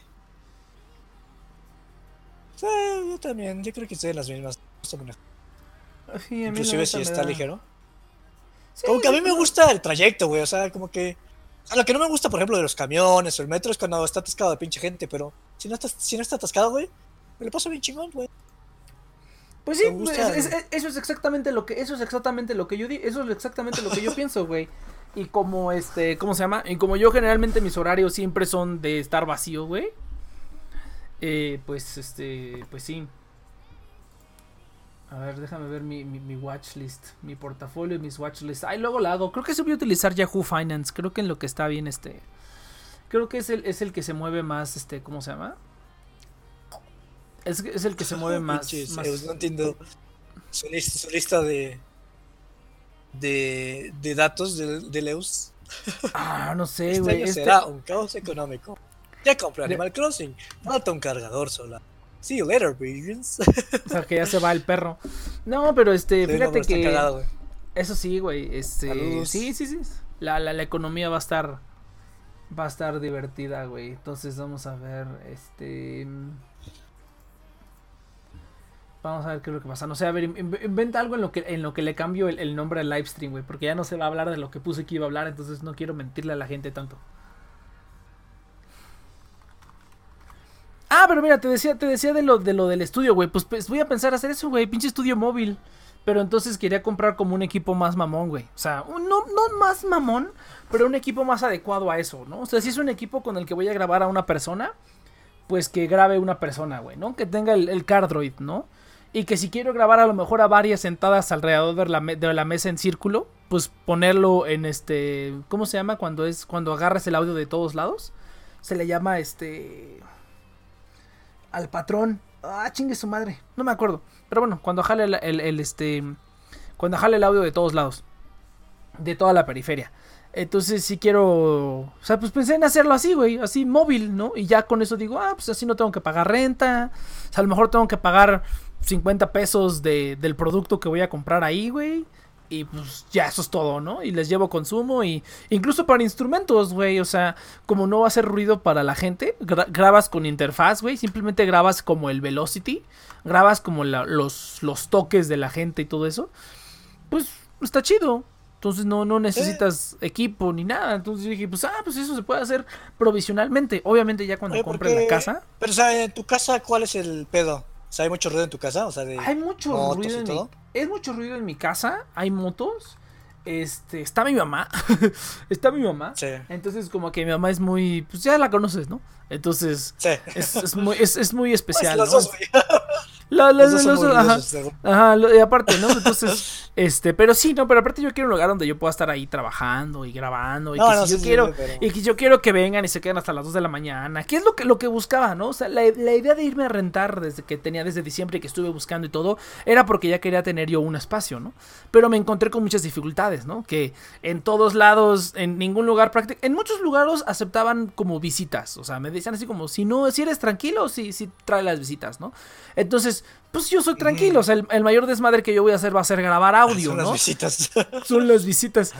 Sí, yo también, yo creo que estoy en las mismas. Me gusta manejar. Sí, inclusive si está ligero. Sí, como que a mí me gusta el trayecto, güey. O sea, como que... O sea, lo que no me gusta, por ejemplo, de los camiones o el metro es cuando está atascado de pinche gente. Pero si no está atascado, güey, me lo paso bien chingón, güey. Pues sí, Me gusta. eso es exactamente lo que yo eso es exactamente lo que yo pienso, güey. Y como ¿cómo se llama? Y como yo generalmente mis horarios siempre son de estar vacío, güey. Pues sí. A ver, déjame ver mi watchlist, mi portafolio y mis watchlists. Ay, luego la hago. Creo que se voy a utilizar Yahoo Finance. Creo que en lo que está bien creo que es el que se mueve más, ¿cómo se llama? Es el que se mueve más. Pinches, más... no entiendo. Su lista de datos de Leus. No sé, Este güey. año será un caos económico. Ya compré Animal Crossing. Falta un cargador solar. See you later, Billions. O sea, que ya se va el perro. No, pero fíjate que... Cagado, eso sí, güey. Saludos. Sí. La economía va a estar divertida, güey. Entonces vamos a ver, vamos a ver qué es lo que pasa. No sé, a ver, inventa algo en lo que le cambio el nombre al livestream, güey. Porque ya no se va a hablar de lo que puse que iba a hablar. Entonces no quiero mentirle a la gente tanto. Pero mira, te decía de lo del estudio, güey. Pues voy a pensar hacer eso, güey. Pinche estudio móvil. Pero entonces quería comprar como un equipo más mamón, güey. O sea, no más mamón, pero un equipo más adecuado a eso, ¿no? O sea, si es un equipo con el que voy a grabar a una persona, pues que grabe una persona, güey, ¿no? Que tenga el Cardroid, ¿no? Y que si quiero grabar a lo mejor a varias sentadas alrededor de la mesa en círculo, pues ponerlo en ¿cómo se llama? Cuando agarras el audio de todos lados. Se le llama al patrón. Chingue su madre. No me acuerdo. Pero bueno, cuando jale cuando jale el audio de todos lados. De toda la periferia. Entonces sí quiero... O sea, pues pensé en hacerlo así, güey. Así móvil, ¿no? Y ya con eso digo, pues así no tengo que pagar renta. O sea, a lo mejor tengo que pagar 50 pesos del producto que voy a comprar ahí, güey. Y pues ya eso es todo, ¿no? Y les llevo consumo y incluso para instrumentos, güey. O sea, como no va a hacer ruido para la gente, grabas con interfaz, güey. Simplemente grabas como el velocity. Grabas como los toques de la gente y todo eso. Pues está chido. Entonces no necesitas equipo ni nada. Entonces yo dije, pues eso se puede hacer provisionalmente. Obviamente ya cuando compres la casa. Pero o sea, en tu casa, ¿cuál es el pedo? O sea, ¿hay mucho ruido en tu casa? O sea, hay mucho ruido es mucho ruido en mi casa. Hay motos. Está mi mamá. Está mi mamá. Sí. Entonces como que mi mamá es muy... Pues ya la conoces, ¿no? Entonces sí. es muy especial, pues los ¿no? Los dos ajá, y aparte, ¿no? Entonces, pero sí, no, pero aparte yo quiero un lugar donde yo pueda estar ahí trabajando y grabando y que yo quiero que vengan y se queden hasta las 2 de la mañana, que es lo que buscaba, ¿no? O sea, la idea de irme a rentar desde diciembre que estuve buscando y todo, era porque ya quería tener yo un espacio, ¿no? Pero me encontré con muchas dificultades, ¿no? Que en todos lados, en ningún lugar práctico, en muchos lugares aceptaban como visitas, o sea, me decían así como, si eres tranquilo, si trae las visitas, ¿no? Entonces, pues yo soy tranquilo, o sea, el mayor desmadre que yo voy a hacer va a ser grabar audio, ¿no? Son las visitas. Son las visitas.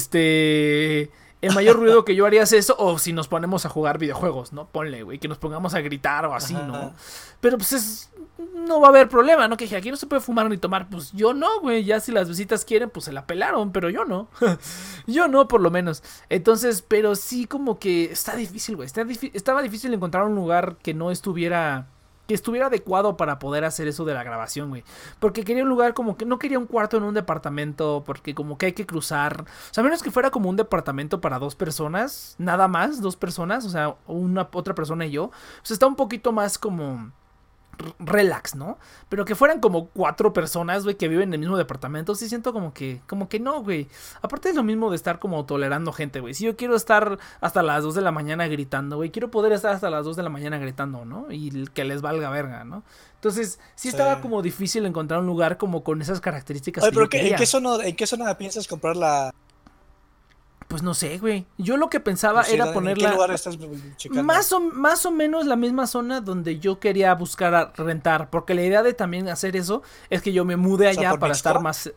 El mayor ruido que yo haría es eso, o si nos ponemos a jugar videojuegos, ¿no? Ponle, güey, que nos pongamos a gritar o así, ¿no? Pero pues no va a haber problema, ¿no? Que dije, aquí no se puede fumar ni tomar, pues yo no, güey, ya si las visitas quieren, pues se la pelaron, pero yo no. Yo no, por lo menos. Entonces, pero sí como que está difícil, güey. Estaba difícil encontrar un lugar que no estuviera... que estuviera adecuado para poder hacer eso de la grabación, güey. Porque quería un lugar como que... no quería un cuarto en un departamento, porque como que hay que cruzar. O sea, a menos que fuera como un departamento para 2 personas, nada más, 2 personas, o sea, otra persona y yo. O sea, está un poquito más como... relax, ¿no? Pero que fueran como 4 personas, güey, que viven en el mismo departamento, sí siento como que no, güey. Aparte es lo mismo de estar como tolerando gente, güey. Si yo quiero estar hasta las 2 de la mañana gritando, güey, quiero poder estar hasta las 2 de la mañana gritando, ¿no? Y que les valga verga, ¿no? Entonces, sí estaba como difícil encontrar un lugar como con esas características. Oye, pero ¿en qué zona piensas comprar la...? Pues no sé, güey. Yo lo que pensaba era ponerla... ¿En qué lugar estás checando? Más o menos la misma zona donde yo quería buscar a rentar. Porque la idea de también hacer eso es que yo me mude allá para estar más...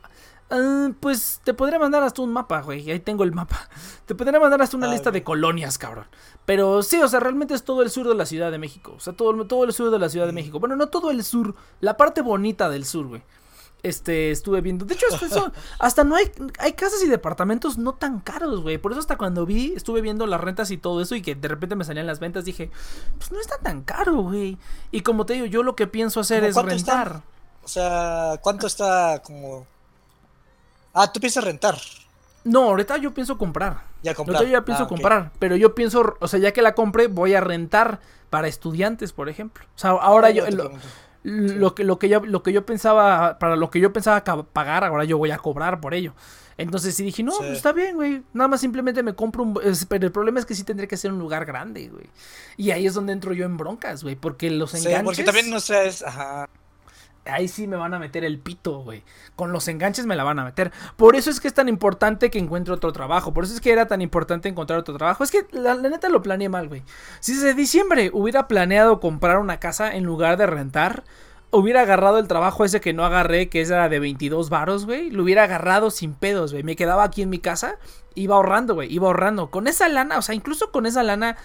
pues te podría mandar hasta un mapa, güey. Ahí tengo el mapa. Te podría mandar hasta una lista de colonias, cabrón. Pero sí, o sea, realmente es todo el sur de la Ciudad de México. O sea, todo el sur de la Ciudad de México. Bueno, no todo el sur. La parte bonita del sur, güey. Estuve viendo. De hecho, hasta no hay casas y departamentos no tan caros, güey. Por eso hasta cuando estuve viendo las rentas y todo eso y que de repente me salían las ventas, dije, pues no está tan caro, güey. Y como te digo, yo lo que pienso hacer es rentar. O sea, ¿cuánto está como...? Ah, tú piensas rentar. No, ahorita yo pienso comprar. Ya comprar. Ahorita yo ya pienso comprar, pero yo pienso, o sea, ya que la compre, voy a rentar para estudiantes, por ejemplo. O sea, ahora yo... Lo que yo pensaba, para lo que yo pensaba pagar, ahora yo voy a cobrar por ello. Entonces sí dije, no, Sí. pues está bien, güey. Nada más simplemente me compro pero el problema es que sí tendría que ser un lugar grande, güey. Y ahí es donde entro yo en broncas, güey. Porque los enganches... Sí, porque también no sé, ajá. Ahí sí me van a meter el pito, güey. Con los enganches me la van a meter. Por eso es que es tan importante que encuentre otro trabajo. Por eso es que era tan importante encontrar otro trabajo. Es que la neta lo planeé mal, güey. Si desde diciembre hubiera planeado comprar una casa en lugar de rentar, hubiera agarrado el trabajo ese que no agarré, que era de 22 varos, güey. Lo hubiera agarrado sin pedos, güey. Me quedaba aquí en mi casa. Iba ahorrando, güey. Iba ahorrando. Con esa lana, o sea, incluso con esa lana...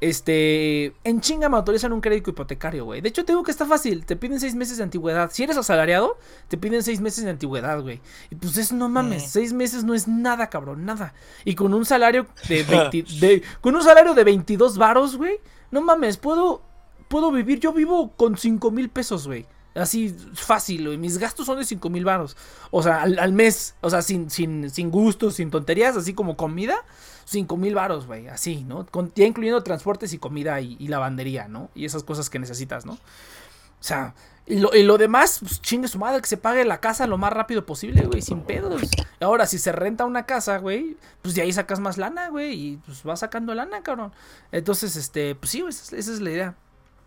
en chinga me autorizan un crédito hipotecario, güey. De hecho, te digo que está fácil. Te piden 6 meses de antigüedad. Si eres asalariado, te piden 6 meses de antigüedad, güey. Y pues eso no mames. 6 meses no es nada, cabrón. Nada. Y con un salario con un salario de 22 varos, güey. No mames, puedo vivir. Yo vivo con 5,000 pesos, güey. Así fácil, güey. Mis gastos son de 5,000 varos. O sea, al mes. O sea, sin gustos, sin tonterías. Así como comida. 5,000 varos, güey, así, ¿no? Ya incluyendo transportes y comida y lavandería, ¿no? Y esas cosas que necesitas, ¿no? O sea, y lo demás, pues chingue su madre, que se pague la casa lo más rápido posible, güey, sin pedos. Ahora, si se renta una casa, güey, pues de ahí sacas más lana, güey, y pues vas sacando lana, cabrón. Entonces, pues sí, esa es la idea.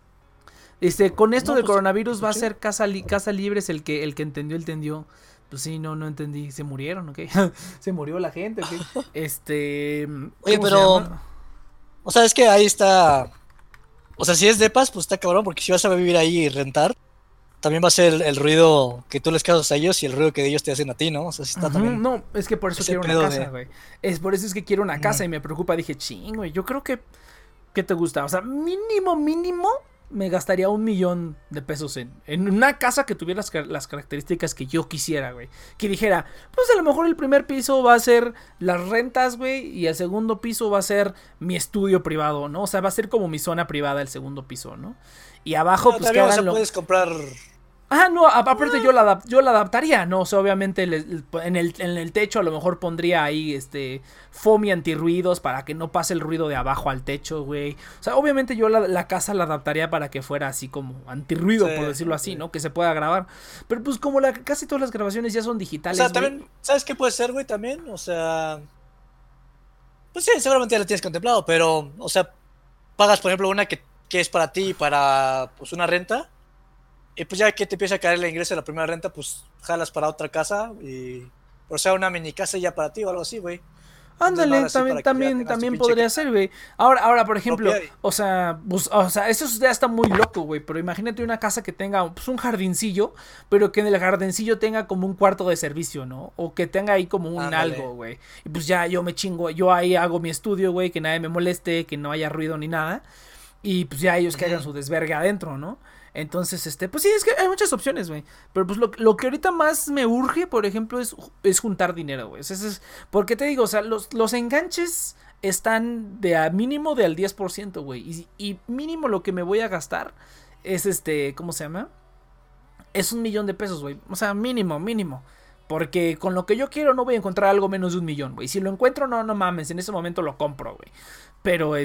Con esto del coronavirus va a ser casa libre, es el que entendió. Pues sí, no entendí. ¿Se murieron, ok? Se murió la gente, ok. Oye, pero... O sea, es que ahí está... O sea, si es depas, pues está cabrón, porque si vas a vivir ahí y rentar, también va a ser el ruido que tú les causas a ellos y el ruido que ellos te hacen a ti, ¿no? O sea, si está también... No, es que por eso quiero una casa, güey. Por eso es que quiero una casa y me preocupa. Dije, ching, güey, yo creo que... ¿Qué te gusta? O sea, mínimo... me gastaría 1,000,000 de pesos en una casa que tuviera las características que yo quisiera, güey. Que dijera, pues a lo mejor el primer piso va a ser las rentas, güey, y el segundo piso va a ser mi estudio privado, ¿no? O sea, va a ser como mi zona privada el segundo piso, ¿no? Y abajo, no, pues que hagan puedes comprar... Ah, no, aparte yo la adaptaría, ¿no? O sea, obviamente en el techo a lo mejor pondría ahí, foamy antirruidos para que no pase el ruido de abajo al techo, güey. O sea, obviamente yo la casa la adaptaría para que fuera así como antirruido, por decirlo así, ¿no? Que se pueda grabar. Pero pues como casi todas las grabaciones ya son digitales, o sea, también, ¿sabes qué puede ser, güey? También, o sea... Pues sí, seguramente ya la tienes contemplado, pero, o sea, pagas, por ejemplo, una que es para ti y para, pues, una renta. Y pues ya que te empieza a caer el ingreso de la primera renta, pues jalas para otra casa y... O sea, una mini casa ya para ti o algo así, güey. Ándale, también podría ser, güey. Ahora, por ejemplo, o sea, eso ya está muy loco, güey. Pero imagínate una casa que tenga pues, un jardincillo, pero que en el jardincillo tenga como un cuarto de servicio, ¿no? O que tenga ahí como un algo, güey. Y pues ya yo me chingo, yo ahí hago mi estudio, güey, que nadie me moleste, que no haya ruido ni nada. Y pues ya ellos que hagan su desvergue adentro, ¿no? Entonces, pues sí, es que hay muchas opciones, güey. Pero pues lo que ahorita más me urge, por ejemplo, es juntar dinero, güey. O sea, porque te digo, o sea, los enganches están de a mínimo de al 10%, güey. Y mínimo lo que me voy a gastar es ¿cómo se llama? Es 1,000,000 de pesos, güey. O sea, mínimo. Porque con lo que yo quiero no voy a encontrar algo menos de 1,000,000, güey. Si lo encuentro, no mames, en ese momento lo compro, güey. Pero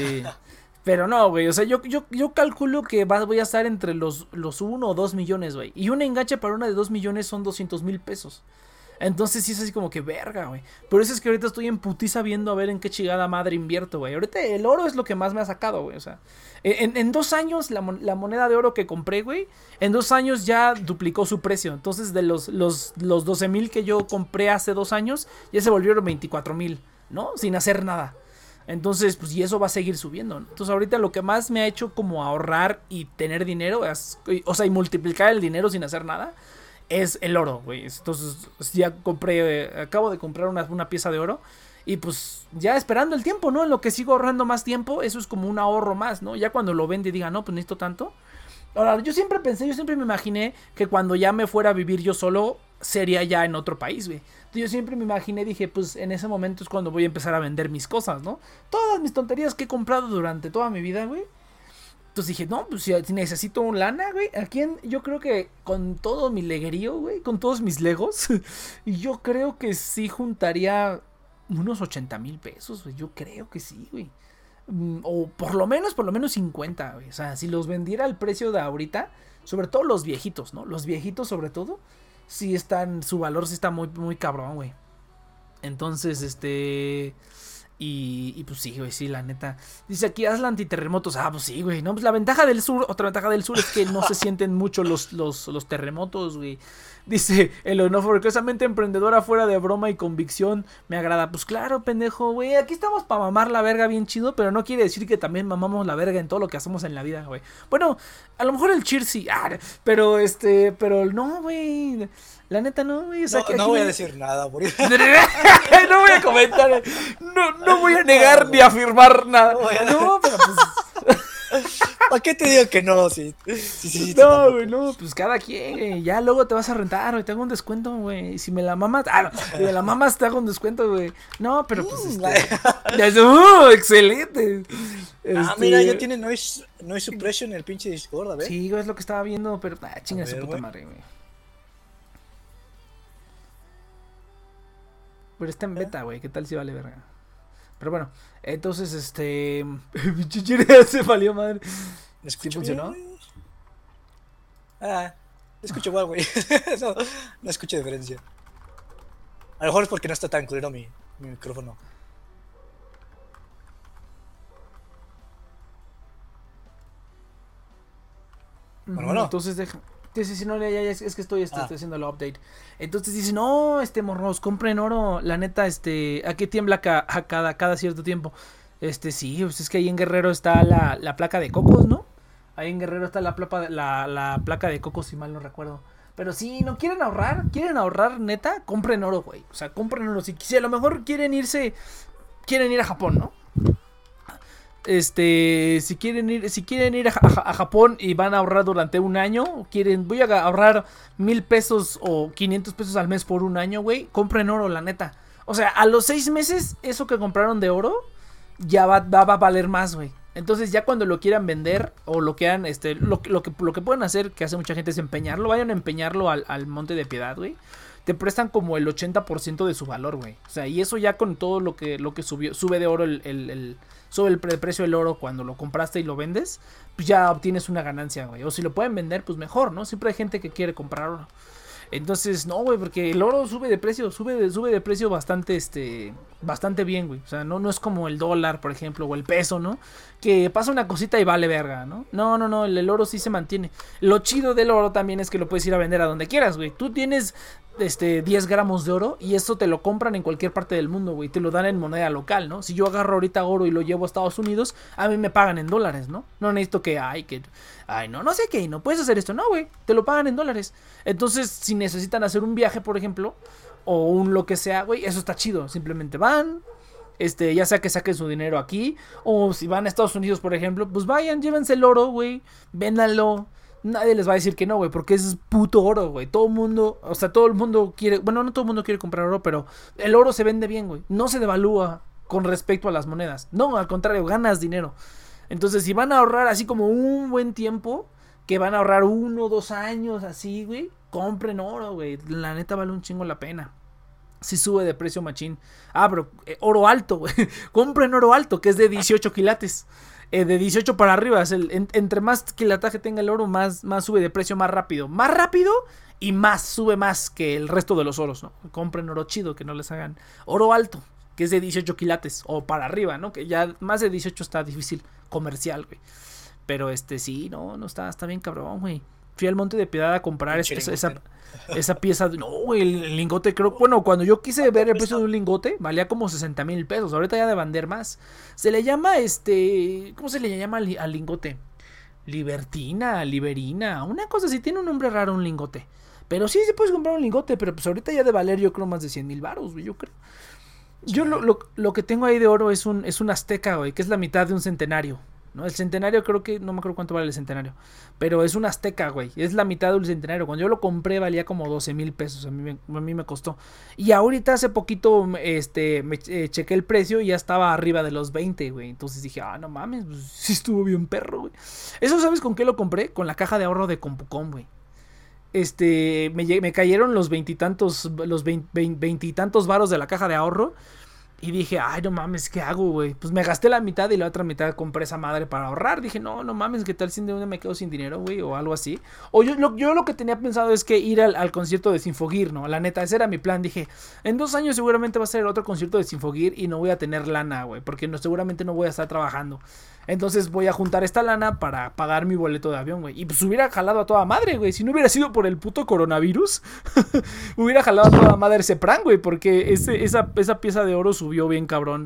Pero no, güey, o sea, yo calculo que voy a estar entre los 1 o 2 millones, güey. Y un enganche para una de 2 millones son 200,000 pesos. Entonces sí es así como que verga, güey. Por eso es que ahorita estoy en putiza viendo a ver en qué chingada madre invierto, güey. Ahorita el oro es lo que más me ha sacado, güey. O sea, en 2 años la moneda de oro que compré, güey, en 2 años ya duplicó su precio. Entonces de los 12,000 que yo compré hace 2 años, ya se volvieron 24,000, ¿no? Sin hacer nada. Entonces, pues, y eso va a seguir subiendo. Entonces, ahorita lo que más me ha hecho como ahorrar y tener dinero, o sea, y multiplicar el dinero sin hacer nada, es el oro, güey. Entonces, ya acabo de comprar una pieza de oro. Y pues, ya esperando el tiempo, ¿no? En lo que sigo ahorrando más tiempo, eso es como un ahorro más, ¿no? Ya cuando lo vende y diga, no, pues necesito tanto. Ahora, yo siempre me imaginé que cuando ya me fuera a vivir yo solo, sería ya en otro país, güey. Yo siempre me imaginé, dije, pues en ese momento es cuando voy a empezar a vender mis cosas, ¿no? Todas mis tonterías que he comprado durante toda mi vida, güey. Entonces dije, no, pues si necesito un lana, güey. Yo creo que con todo mi leguerío, güey, con todos mis legos, yo creo que sí juntaría unos 80,000 pesos, güey. Yo creo que sí, güey. O por lo menos 50, güey. O sea, si los vendiera al precio de ahorita, sobre todo los viejitos, ¿no? Los viejitos, sobre todo, sí están, su valor sí está muy, muy cabrón, güey. Entonces, y pues sí, güey, sí, la neta. Dice aquí, haz la antiterremotos. Ah, pues sí, güey. No, pues la ventaja del sur, otra ventaja del sur es que no se sienten mucho los terremotos, güey. Dice, el orgullosamente emprendedora fuera de broma y convicción, me agrada. Pues claro, pendejo, güey. Aquí estamos para mamar la verga bien chido, pero no quiere decir que también mamamos la verga en todo lo que hacemos en la vida, güey. Bueno, a lo mejor el cheer sí, pero no, güey. La neta no, güey. O sea, no voy a decir nada, por eso. No voy a comentar. No voy a negar ni afirmar nada. No, pero pues. ¿Para qué te digo que no? Sí, no, güey, no, pues cada quien, güey. Ya luego te vas a rentar, güey. Te hago un descuento, güey. Si me la mamas. Si me la mamas, te hago un descuento, güey. No, pero pues excelente. Mira, ya tiene noise suppression en el pinche Discord, a ver. Sí, güey, es lo que estaba viendo, pero chinga su puta madre, güey. Pero está en beta, güey. ¿Qué tal si vale verga? Pero bueno, entonces, Chichire se valió madre. ¿Sí funcionó? Escucho igual, güey. No escucho diferencia. A lo mejor es porque no está tan culero mi micrófono. Bueno. Entonces deja. Sí, no, ya, es que estoy haciendo el update. Entonces dice, no, morros, compren oro. La neta, aquí tiembla cada cierto tiempo. Sí, pues es que ahí en Guerrero está la placa de cocos, ¿no? Ahí en Guerrero está la placa de cocos, si mal no recuerdo. Pero si no quieren ahorrar, neta, compren oro, güey. O sea, compren oro. Si a lo mejor quieren ir a Japón, ¿no? Si quieren ir a Japón y van a ahorrar durante un año, voy a ahorrar 1,000 pesos o 500 pesos al mes por un año, güey, compren oro, la neta. O sea, a los 6 meses, eso que compraron de oro, ya va a valer más, güey. Entonces ya cuando lo quieran vender o lo quieran, lo que pueden hacer, que hace mucha gente, es empeñarlo, vayan a empeñarlo al Monte de Piedad, güey. Te prestan como el 80% de su valor, güey. O sea, y eso ya con todo lo que sube de oro sube el precio del oro cuando lo compraste y lo vendes, pues ya obtienes una ganancia, güey. O si lo pueden vender, pues mejor, ¿no? Siempre hay gente que quiere comprar oro. Entonces, no, güey, porque el oro sube de precio, bastante bien, güey. O sea, no es como el dólar, por ejemplo, o el peso, ¿no? Que pasa una cosita y vale verga, ¿no? No, el oro sí se mantiene. Lo chido del oro también es que lo puedes ir a vender a donde quieras, güey. Tú tienes 10 gramos de oro y eso te lo compran en cualquier parte del mundo, güey. Te lo dan en moneda local, ¿no? Si yo agarro ahorita oro y lo llevo a Estados Unidos, a mí me pagan en dólares, ¿no? No necesito no sé qué, no puedes hacer esto, no, güey. Te lo pagan en dólares. Entonces, si necesitan hacer un viaje, por ejemplo, o un lo que sea, güey, eso está chido. Simplemente van, ya sea que saquen su dinero aquí, o si van a Estados Unidos, por ejemplo, pues vayan, llévense el oro, güey, véndanlo. Nadie les va a decir que no, güey, porque es puto oro, güey. Todo el mundo quiere, bueno, no todo el mundo quiere comprar oro, pero el oro se vende bien, güey. No se devalúa con respecto a las monedas. No, al contrario, ganas dinero. Entonces, si van a ahorrar así como un buen tiempo, que van a ahorrar 1 o 2 años así, güey, compren oro, güey. La neta vale un chingo la pena. Si sube de precio machín. Pero oro alto, güey. Compren oro alto, que es de 18 quilates. De 18 para arriba. Entre más quilataje tenga el oro, más sube de precio más rápido. Más rápido y sube más que el resto de los oros, ¿no? Compren oro chido, que no les hagan oro alto, que es de 18 quilates o para arriba, ¿no? Que ya más de 18 está difícil comercial, güey. Pero sí, no está bien cabrón, güey. Fui al Monte de Piedad a comprar esa pieza. No, güey, el lingote creo. Bueno, cuando yo quise ver el precio de un lingote, valía como 60,000 pesos. Ahorita ya de vender más. Se le llama ¿cómo se le llama al lingote? Liberina. Una cosa así, tiene un nombre raro un lingote. Pero sí, se puedes comprar un lingote, pero pues ahorita ya de valer yo creo más de 100,000 varos, güey, yo creo. Yo lo que tengo ahí de oro es un azteca, güey, que es la mitad de un centenario. ¿no? El centenario creo que, no me acuerdo cuánto vale el centenario, pero es un Azteca, güey, es la mitad del centenario. Cuando yo lo compré valía como 12,000 pesos, a mí me costó. Y ahorita hace poquito, chequé el precio y ya estaba arriba de los 20, güey. Entonces dije, no mames, pues, sí estuvo bien perro, güey. Eso, ¿sabes con qué lo compré? Con la caja de ahorro de Compucom, güey. Me cayeron los veintitantos varos de la caja de ahorro. Y dije, ay, no mames, ¿qué hago, güey? Pues me gasté la mitad y la otra mitad compré esa madre para ahorrar. Dije, no mames, ¿qué tal si de una me quedo sin dinero, güey? O algo así. O yo lo que tenía pensado es que ir al concierto de Sinfogir, ¿no? La neta, ese era mi plan. Dije, en 2 años seguramente va a ser el otro concierto de Sinfogir y no voy a tener lana, güey. Porque seguramente no voy a estar trabajando. Entonces voy a juntar esta lana para pagar mi boleto de avión, güey. Y pues hubiera jalado a toda madre, güey. Si no hubiera sido por el puto coronavirus, hubiera jalado a toda madre ese plan, güey. Porque esa pieza de oro subió bien cabrón.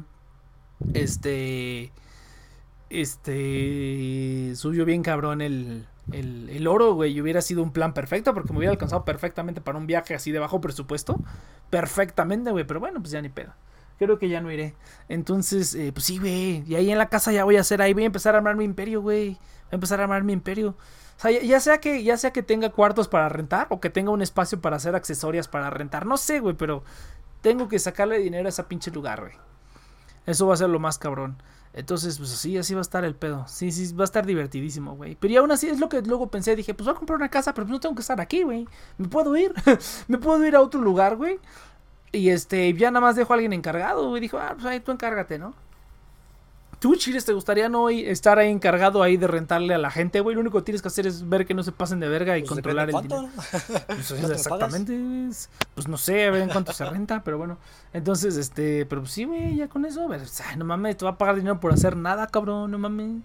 Subió bien cabrón el oro, güey. Y hubiera sido un plan perfecto porque me hubiera alcanzado perfectamente para un viaje así de bajo presupuesto. Perfectamente, güey. Pero bueno, pues ya ni pedo. Creo que ya no iré. Entonces, pues sí, güey. Y ahí en la casa ya voy a hacer, ahí voy a empezar a armar mi imperio, güey. Voy a empezar a armar mi imperio. O sea, ya sea que tenga cuartos para rentar o que tenga un espacio para hacer accesorias para rentar. No sé, güey, pero tengo que sacarle dinero a ese pinche lugar, güey. Eso va a ser lo más cabrón. Entonces, pues así va a estar el pedo. Sí, va a estar divertidísimo, güey. Pero y aún así es lo que luego pensé. Dije, pues voy a comprar una casa, pero pues no tengo que estar aquí, güey. Me puedo ir. Me puedo ir a otro lugar, güey. Y ya nada más dejo a alguien encargado, güey. Dijo, pues ahí tú encárgate, ¿no? ¿Tú, Chiles, te gustaría no estar ahí encargado ahí de rentarle a la gente, güey? Lo único que tienes que hacer es ver que no se pasen de verga y pues controlar el dinero. Pues, exactamente. Pues no sé, a ver en cuánto se renta, pero bueno. Entonces, pero pues sí, güey, ya con eso. A ver, no mames, te va a pagar dinero por hacer nada, cabrón, no mames.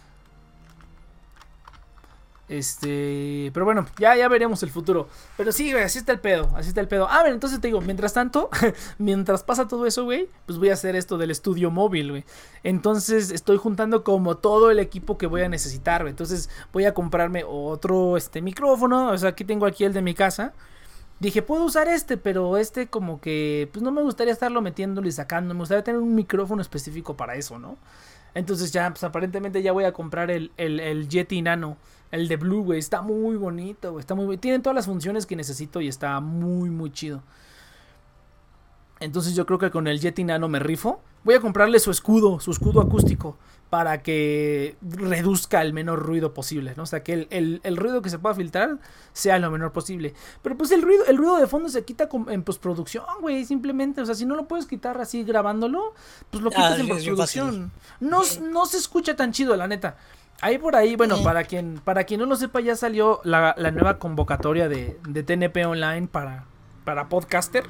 Pero bueno, ya veremos el futuro. Pero sí, güey, así está el pedo. A ver, entonces te digo, mientras tanto, mientras pasa todo eso, güey, pues voy a hacer esto del estudio móvil, güey. Entonces estoy juntando como todo el equipo que voy a necesitar, güey. Entonces voy a comprarme otro, micrófono. O sea, aquí tengo el de mi casa. Dije, puedo usar pero como que, pues no me gustaría estarlo metiéndolo y sacando. Me gustaría tener un micrófono específico para eso, ¿no? Entonces ya, pues aparentemente ya voy a comprar el Yeti Nano. El de Blue, güey, está muy bonito, güey, tiene todas las funciones que necesito y está muy, muy chido. Entonces yo creo que con el Yeti Nano me rifo. Voy a comprarle su escudo acústico para que reduzca el menor ruido posible, ¿no? O sea, que el ruido que se pueda filtrar sea lo menor posible. Pero pues el ruido de fondo se quita en postproducción, güey, simplemente. O sea, si no lo puedes quitar así grabándolo, pues lo quitas en postproducción. No se escucha tan chido, la neta. Ahí por ahí, bueno, para quien no lo sepa, ya salió la nueva convocatoria de TNP Online para podcaster.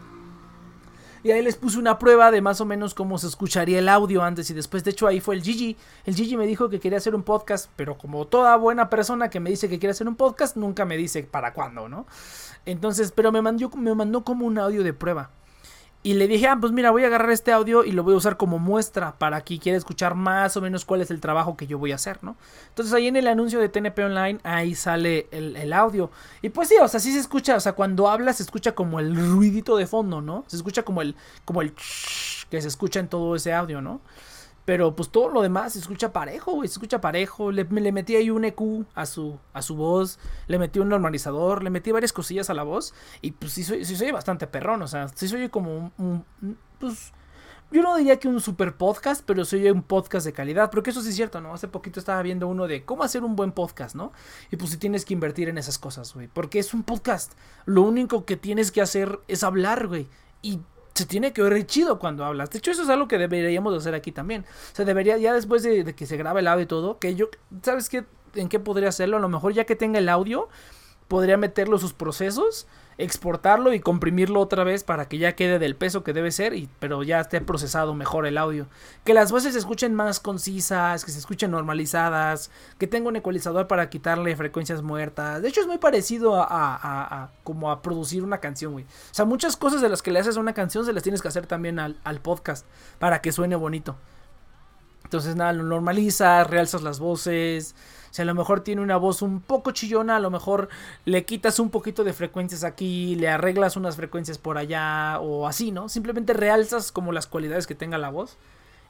Y ahí les puse una prueba de más o menos cómo se escucharía el audio antes y después. De hecho, ahí fue el Gigi. El Gigi me dijo que quería hacer un podcast, pero como toda buena persona que me dice que quiere hacer un podcast, nunca me dice para cuándo, ¿no? Entonces, pero me mandó como un audio de prueba. Y le dije, pues mira, voy a agarrar este audio y lo voy a usar como muestra para quien quiera escuchar más o menos cuál es el trabajo que yo voy a hacer, ¿no? Entonces ahí en el anuncio de TNP Online, ahí sale el audio. Y pues sí, o sea, sí se escucha, o sea, cuando habla se escucha como el ruidito de fondo, ¿no? Se escucha como el que se escucha en todo ese audio, ¿no? Pero pues todo lo demás se escucha parejo, güey, se escucha parejo. Le metí ahí un EQ a su voz, le metí un normalizador, le metí varias cosillas a la voz. Y pues sí soy bastante perrón, o sea, sí soy como pues yo no diría que un super podcast, pero soy un podcast de calidad. Porque eso sí es cierto, ¿no? Hace poquito estaba viendo uno de cómo hacer un buen podcast, ¿no? Y pues sí tienes que invertir en esas cosas, güey. Porque es un podcast. Lo único que tienes que hacer es hablar, güey. Y se tiene que oír chido cuando hablas. De hecho, eso es algo que deberíamos hacer aquí también. O sea, debería, ya después de que se grabe el audio y todo, que yo, ¿sabes qué? ¿En qué podría hacerlo? A lo mejor ya que tenga el audio, podría meterlo sus procesos, exportarlo y comprimirlo otra vez para que ya quede del peso que debe ser, pero ya esté procesado mejor el audio. Que las voces se escuchen más concisas, que se escuchen normalizadas, que tenga un ecualizador para quitarle frecuencias muertas. De hecho, es muy parecido como a producir una canción, güey. O sea, muchas cosas de las que le haces a una canción se las tienes que hacer también al podcast para que suene bonito. Entonces, nada, lo normalizas, realzas las voces. Si a lo mejor tiene una voz un poco chillona, a lo mejor le quitas un poquito de frecuencias aquí, le arreglas unas frecuencias por allá o así, ¿no? Simplemente realzas como las cualidades que tenga la voz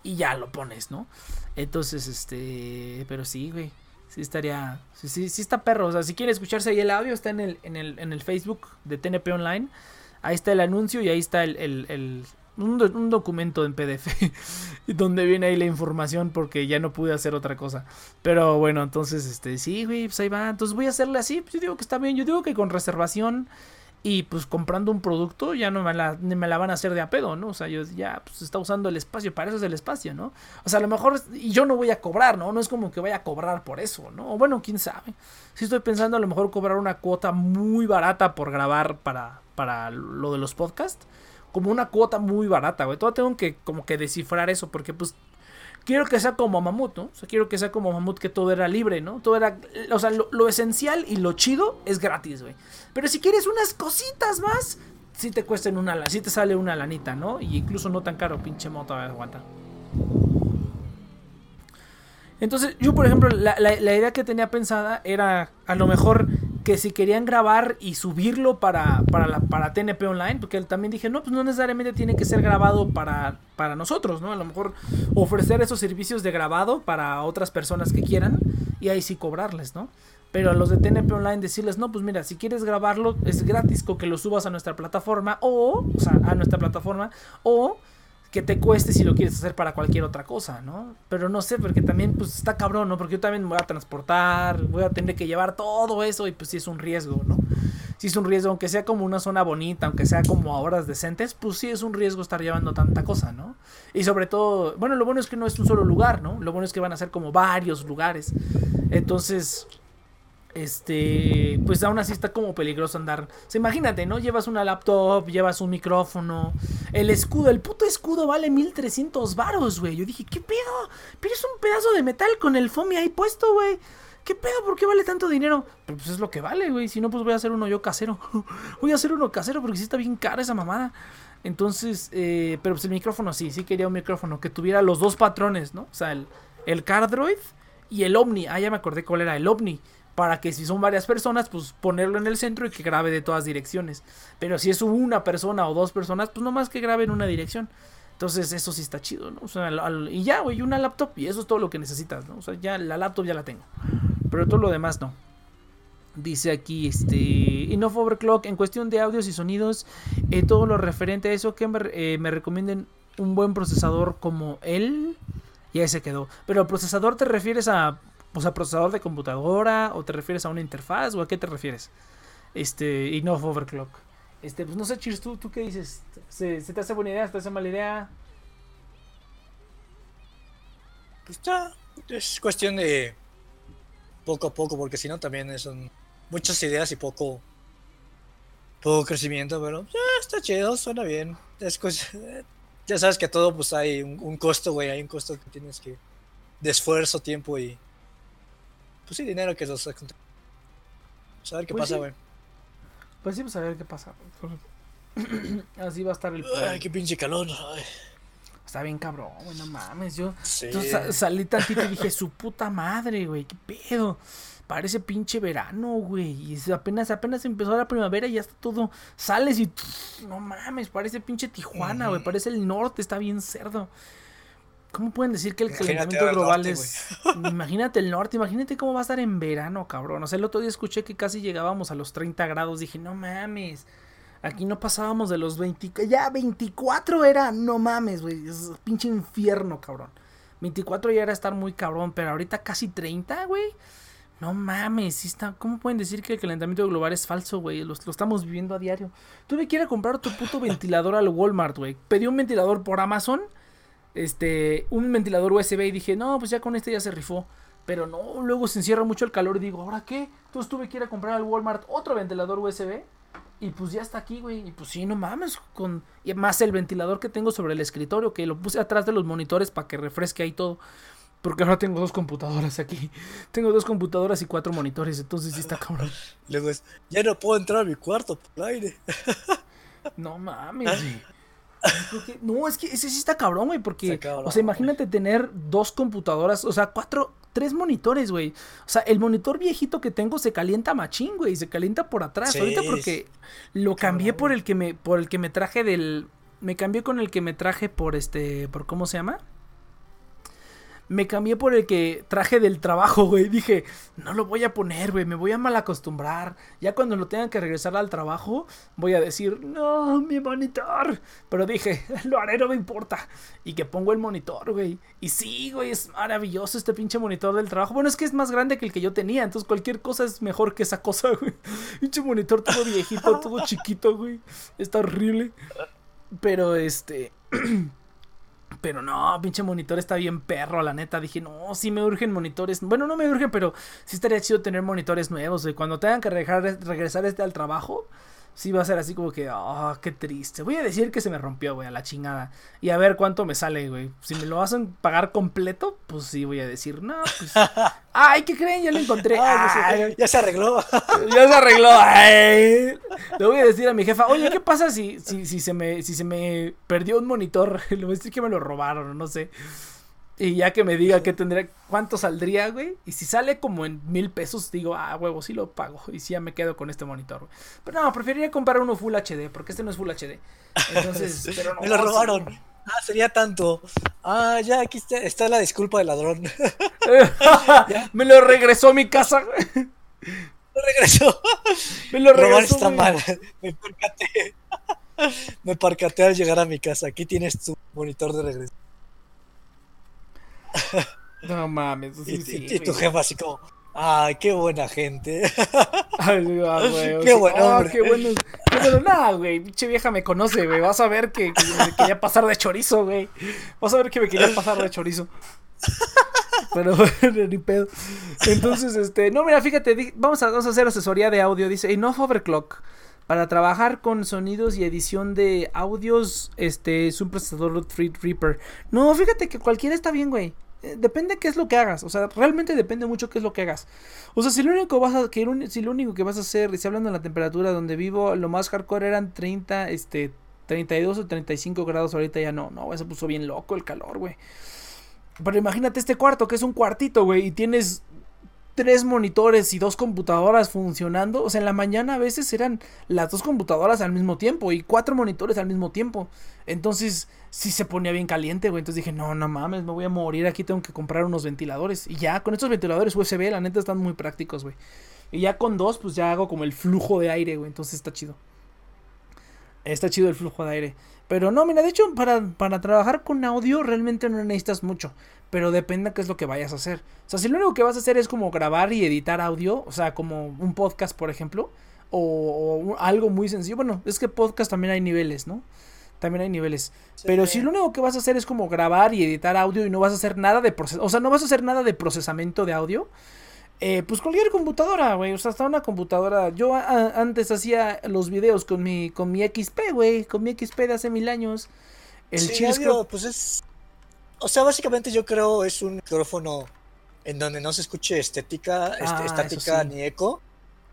y ya lo pones, ¿no? Entonces, pero sí, güey. Sí estaría, sí está perro. O sea, si quieren escucharse ahí el audio, está en el Facebook de TNP Online. Ahí está el anuncio y ahí está un documento en PDF donde viene ahí la información porque ya no pude hacer otra cosa. Pero bueno, entonces, sí, güey, pues ahí va. Entonces voy a hacerle así. Pues yo digo que está bien. Yo digo que con reservación y pues comprando un producto ya no me la van a hacer de a pedo, ¿no? O sea, yo ya pues está usando el espacio, para eso es el espacio, ¿no? O sea, a lo mejor y yo no voy a cobrar, ¿no? No es como que vaya a cobrar por eso, ¿no? O bueno, quién sabe. Sí estoy pensando a lo mejor cobrar una cuota muy barata por grabar para lo de los podcasts. Como una cuota muy barata, güey. Todavía tengo que como que descifrar eso porque pues quiero que sea como Mamut, ¿no? O sea, quiero que sea como Mamut, que todo era libre, ¿no? Todo era, o sea, lo esencial y lo chido es gratis, güey. Pero si quieres unas cositas más, sí te cuestan sí te sale una lanita, ¿no? Y incluso no tan caro, pinche moto, aguanta. Entonces, yo por ejemplo, la idea que tenía pensada era a lo mejor que si querían grabar y subirlo para TNP Online, porque también dije, no, pues no necesariamente tiene que ser grabado para nosotros, ¿no? A lo mejor ofrecer esos servicios de grabado para otras personas que quieran y ahí sí cobrarles, ¿no? Pero a los de TNP Online decirles, no, pues mira, si quieres grabarlo es gratis con que lo subas a nuestra plataforma o sea, a nuestra plataforma o que te cueste si lo quieres hacer para cualquier otra cosa, ¿no? Pero no sé, porque también pues está cabrón, ¿no? Porque yo también me voy a transportar, voy a tener que llevar todo eso y pues sí es un riesgo, ¿no? Sí es un riesgo, aunque sea como una zona bonita, aunque sea como a horas decentes, pues sí es un riesgo estar llevando tanta cosa, ¿no? Y sobre todo, bueno, lo bueno es que no es un solo lugar, ¿no? Lo bueno es que van a ser como varios lugares. Entonces, pues aún así está como peligroso andar. O sea, imagínate, ¿no? Llevas una laptop, llevas un micrófono, el puto escudo vale 1,300 varos, güey. Yo dije, ¿qué pedo? Pero es un pedazo de metal con el foamy ahí puesto, güey. ¿Qué pedo? ¿Por qué vale tanto dinero? Pero pues es lo que vale, güey. Si no, pues voy a hacer uno yo casero. Voy a hacer uno casero porque sí está bien cara esa mamada. Entonces, pero pues el micrófono sí quería un micrófono que tuviera los dos patrones, ¿no? O sea, el Cardroid y el Omni. Ah, ya me acordé cuál era, el Omni. Para que si son varias personas, pues ponerlo en el centro y que grabe de todas direcciones. Pero si es una persona o dos personas, pues nomás que grabe en una dirección. Entonces eso sí está chido, ¿no? O sea, y ya, güey, una laptop y eso es todo lo que necesitas, ¿no? O sea, ya la laptop ya la tengo. Pero todo lo demás no. Dice aquí, Enough Overclock, en cuestión de audios y sonidos, todo lo referente a eso, que me recomienden un buen procesador como él. Ya se quedó. Pero procesador te refieres a... O sea, procesador de computadora, o te refieres a una interfaz, o a qué te refieres. Enough Overclock. Pues no sé, Cheers, ¿tú qué dices? ¿Se te hace buena idea? ¿Se te hace mala idea? Pues está, es cuestión de poco a poco, porque si no también son muchas ideas y poco crecimiento, pero está chido, suena bien. Ya sabes que todo pues hay un costo, güey, hay un costo que tienes que de esfuerzo, tiempo y pues sí, dinero que los... Pues a ver qué Pues pasa, sí. güey. Pues sí, pues a ver qué pasa. Así va a estar el... Ay, qué pinche calor. Ay. Está bien cabrón, güey, no mames. Yo Sí. salí tantito y dije, su puta madre, güey, qué pedo. Parece pinche verano, güey. Y apenas empezó la primavera y ya está todo. Sales y no mames, parece pinche Tijuana, güey. Parece el norte, está bien cerdo. ¿Cómo pueden decir que el calentamiento global es... Imagínate el norte, imagínate cómo va a estar en verano, cabrón. O sea, el otro día escuché que casi llegábamos a los 30 grados. Dije, no mames. Aquí no pasábamos de los 20... Ya 24 era, no mames, güey. Es pinche infierno, cabrón. 24 ya era estar muy cabrón, pero ahorita casi 30, güey. No mames, sí está... ¿Cómo pueden decir que el calentamiento global es falso, güey? Lo estamos viviendo a diario. Tuve que ir a comprar tu puto ventilador al Walmart, güey. Pedí un ventilador por Amazon. Un ventilador USB y dije, no, pues ya con este ya se rifó. Pero no, luego se encierra mucho el calor y digo, ¿ahora qué? Entonces tuve que ir a comprar al Walmart otro ventilador USB. Y pues ya está aquí, güey. Y pues sí, no mames. Y más el ventilador que tengo sobre el escritorio, que lo puse atrás de los monitores para que refresque ahí todo. Porque ahora tengo 2 computadoras aquí. Tengo 2 computadoras y 4 monitores. Entonces sí está cabrón. Luego ya no puedo entrar a mi cuarto por el aire. No mames, güey. No, es que ese sí está cabrón, güey, porque, cabrón, o sea, imagínate tener 2 computadoras, o sea, 3 monitores, güey. O sea, el monitor viejito que tengo se calienta machín, güey, se calienta por atrás. Sí, ahorita porque lo cambié por el que me traje me cambié con el que me traje por ¿por cómo se llama? me cambié por el que traje del trabajo, güey. Dije, no lo voy a poner, güey, me voy a mal acostumbrar. Ya cuando lo tengan que regresar al trabajo, voy a decir, no, mi monitor. Pero dije, lo haré, no me importa. Y que pongo el monitor, güey. Y sí, güey, es maravilloso este pinche monitor del trabajo. Bueno, es que es más grande que el que yo tenía, entonces cualquier cosa es mejor que esa cosa, güey. Pinche monitor todo viejito, todo chiquito, güey. Está horrible. Pero pero no, pinche monitor está bien perro, la neta. Dije, no, sí me urgen monitores. Bueno, no me urgen, pero sí estaría chido tener monitores nuevos, güey. Cuando tengan que regresar al trabajo, sí va a ser así como que, qué triste. Voy a decir que se me rompió, güey, a la chingada. Y a ver cuánto me sale, güey. Si me lo hacen pagar completo, pues sí voy a decir, no, pues. Ay, ¿qué creen? Ya lo encontré. Ya se arregló. Ya se arregló. Ay. Le voy a decir a mi jefa, oye, ¿qué pasa si se me perdió un monitor? Le voy a decir que me lo robaron, no sé. Y ya que me diga qué tendría, cuánto saldría, güey. Y si sale como en 1,000 pesos, digo, huevo, sí lo pago. Y sí ya me quedo con este monitor, güey. Pero no, preferiría comprar uno Full HD, porque este no es Full HD. Entonces, pero no. Me lo robaron. Sí. Sería tanto. Ya, aquí está la disculpa del ladrón. Me lo regresó a mi casa, güey. Me lo regresó. Robar está mal. Me parcateé al llegar a mi casa. Aquí tienes tu monitor de regreso. No mames, y tu jefa así como, ay, qué buena gente. Ay, güey, qué buen hombre. Qué bueno, nada, güey, pinche vieja me conoce, güey, vas a ver que me quería pasar de chorizo, güey. Vas a ver que me quería pasar de chorizo. Pero ni pedo. Entonces, no, mira, fíjate, vamos a hacer asesoría de audio, dice Enough Overclock. Para trabajar con sonidos y edición de audios, es un procesador Threadripper. No, fíjate que cualquiera está bien, güey. Depende qué es lo que hagas. O sea, realmente depende mucho qué es lo que hagas. O sea, si lo único que vas a hacer, si hablando de la temperatura donde vivo, lo más hardcore eran 32 o 35 grados. Ahorita ya no, se puso bien loco el calor, güey. Pero imagínate este cuarto, que es un cuartito, güey, y tienes 3 monitores y 2 computadoras funcionando. O sea, en la mañana a veces eran las 2 computadoras al mismo tiempo y 4 monitores al mismo tiempo. Entonces sí se ponía bien caliente, güey. Entonces dije, no mames, me voy a morir aquí, tengo que comprar unos ventiladores. Y ya, con estos ventiladores USB, la neta están muy prácticos, güey. Y ya con 2, pues ya hago como el flujo de aire, güey. Entonces está chido. Está chido el flujo de aire. Pero no, mira, de hecho, para trabajar con audio realmente no necesitas mucho. Pero depende de qué es lo que vayas a hacer. O sea, si lo único que vas a hacer es como grabar y editar audio, o sea, como un podcast, por ejemplo, o algo muy sencillo. Bueno, es que podcast también hay niveles, ¿no? También hay niveles. Sí. Pero si lo único que vas a hacer es como grabar y editar audio y no vas a hacer nada de procesamiento de audio, pues cualquier computadora, güey. O sea, hasta una computadora. Yo antes hacía los videos con mi XP, güey. Con mi XP de hace 1000 años. El audio, pues es... O sea, básicamente yo creo es un micrófono en donde no se escuche estática sí, ni eco.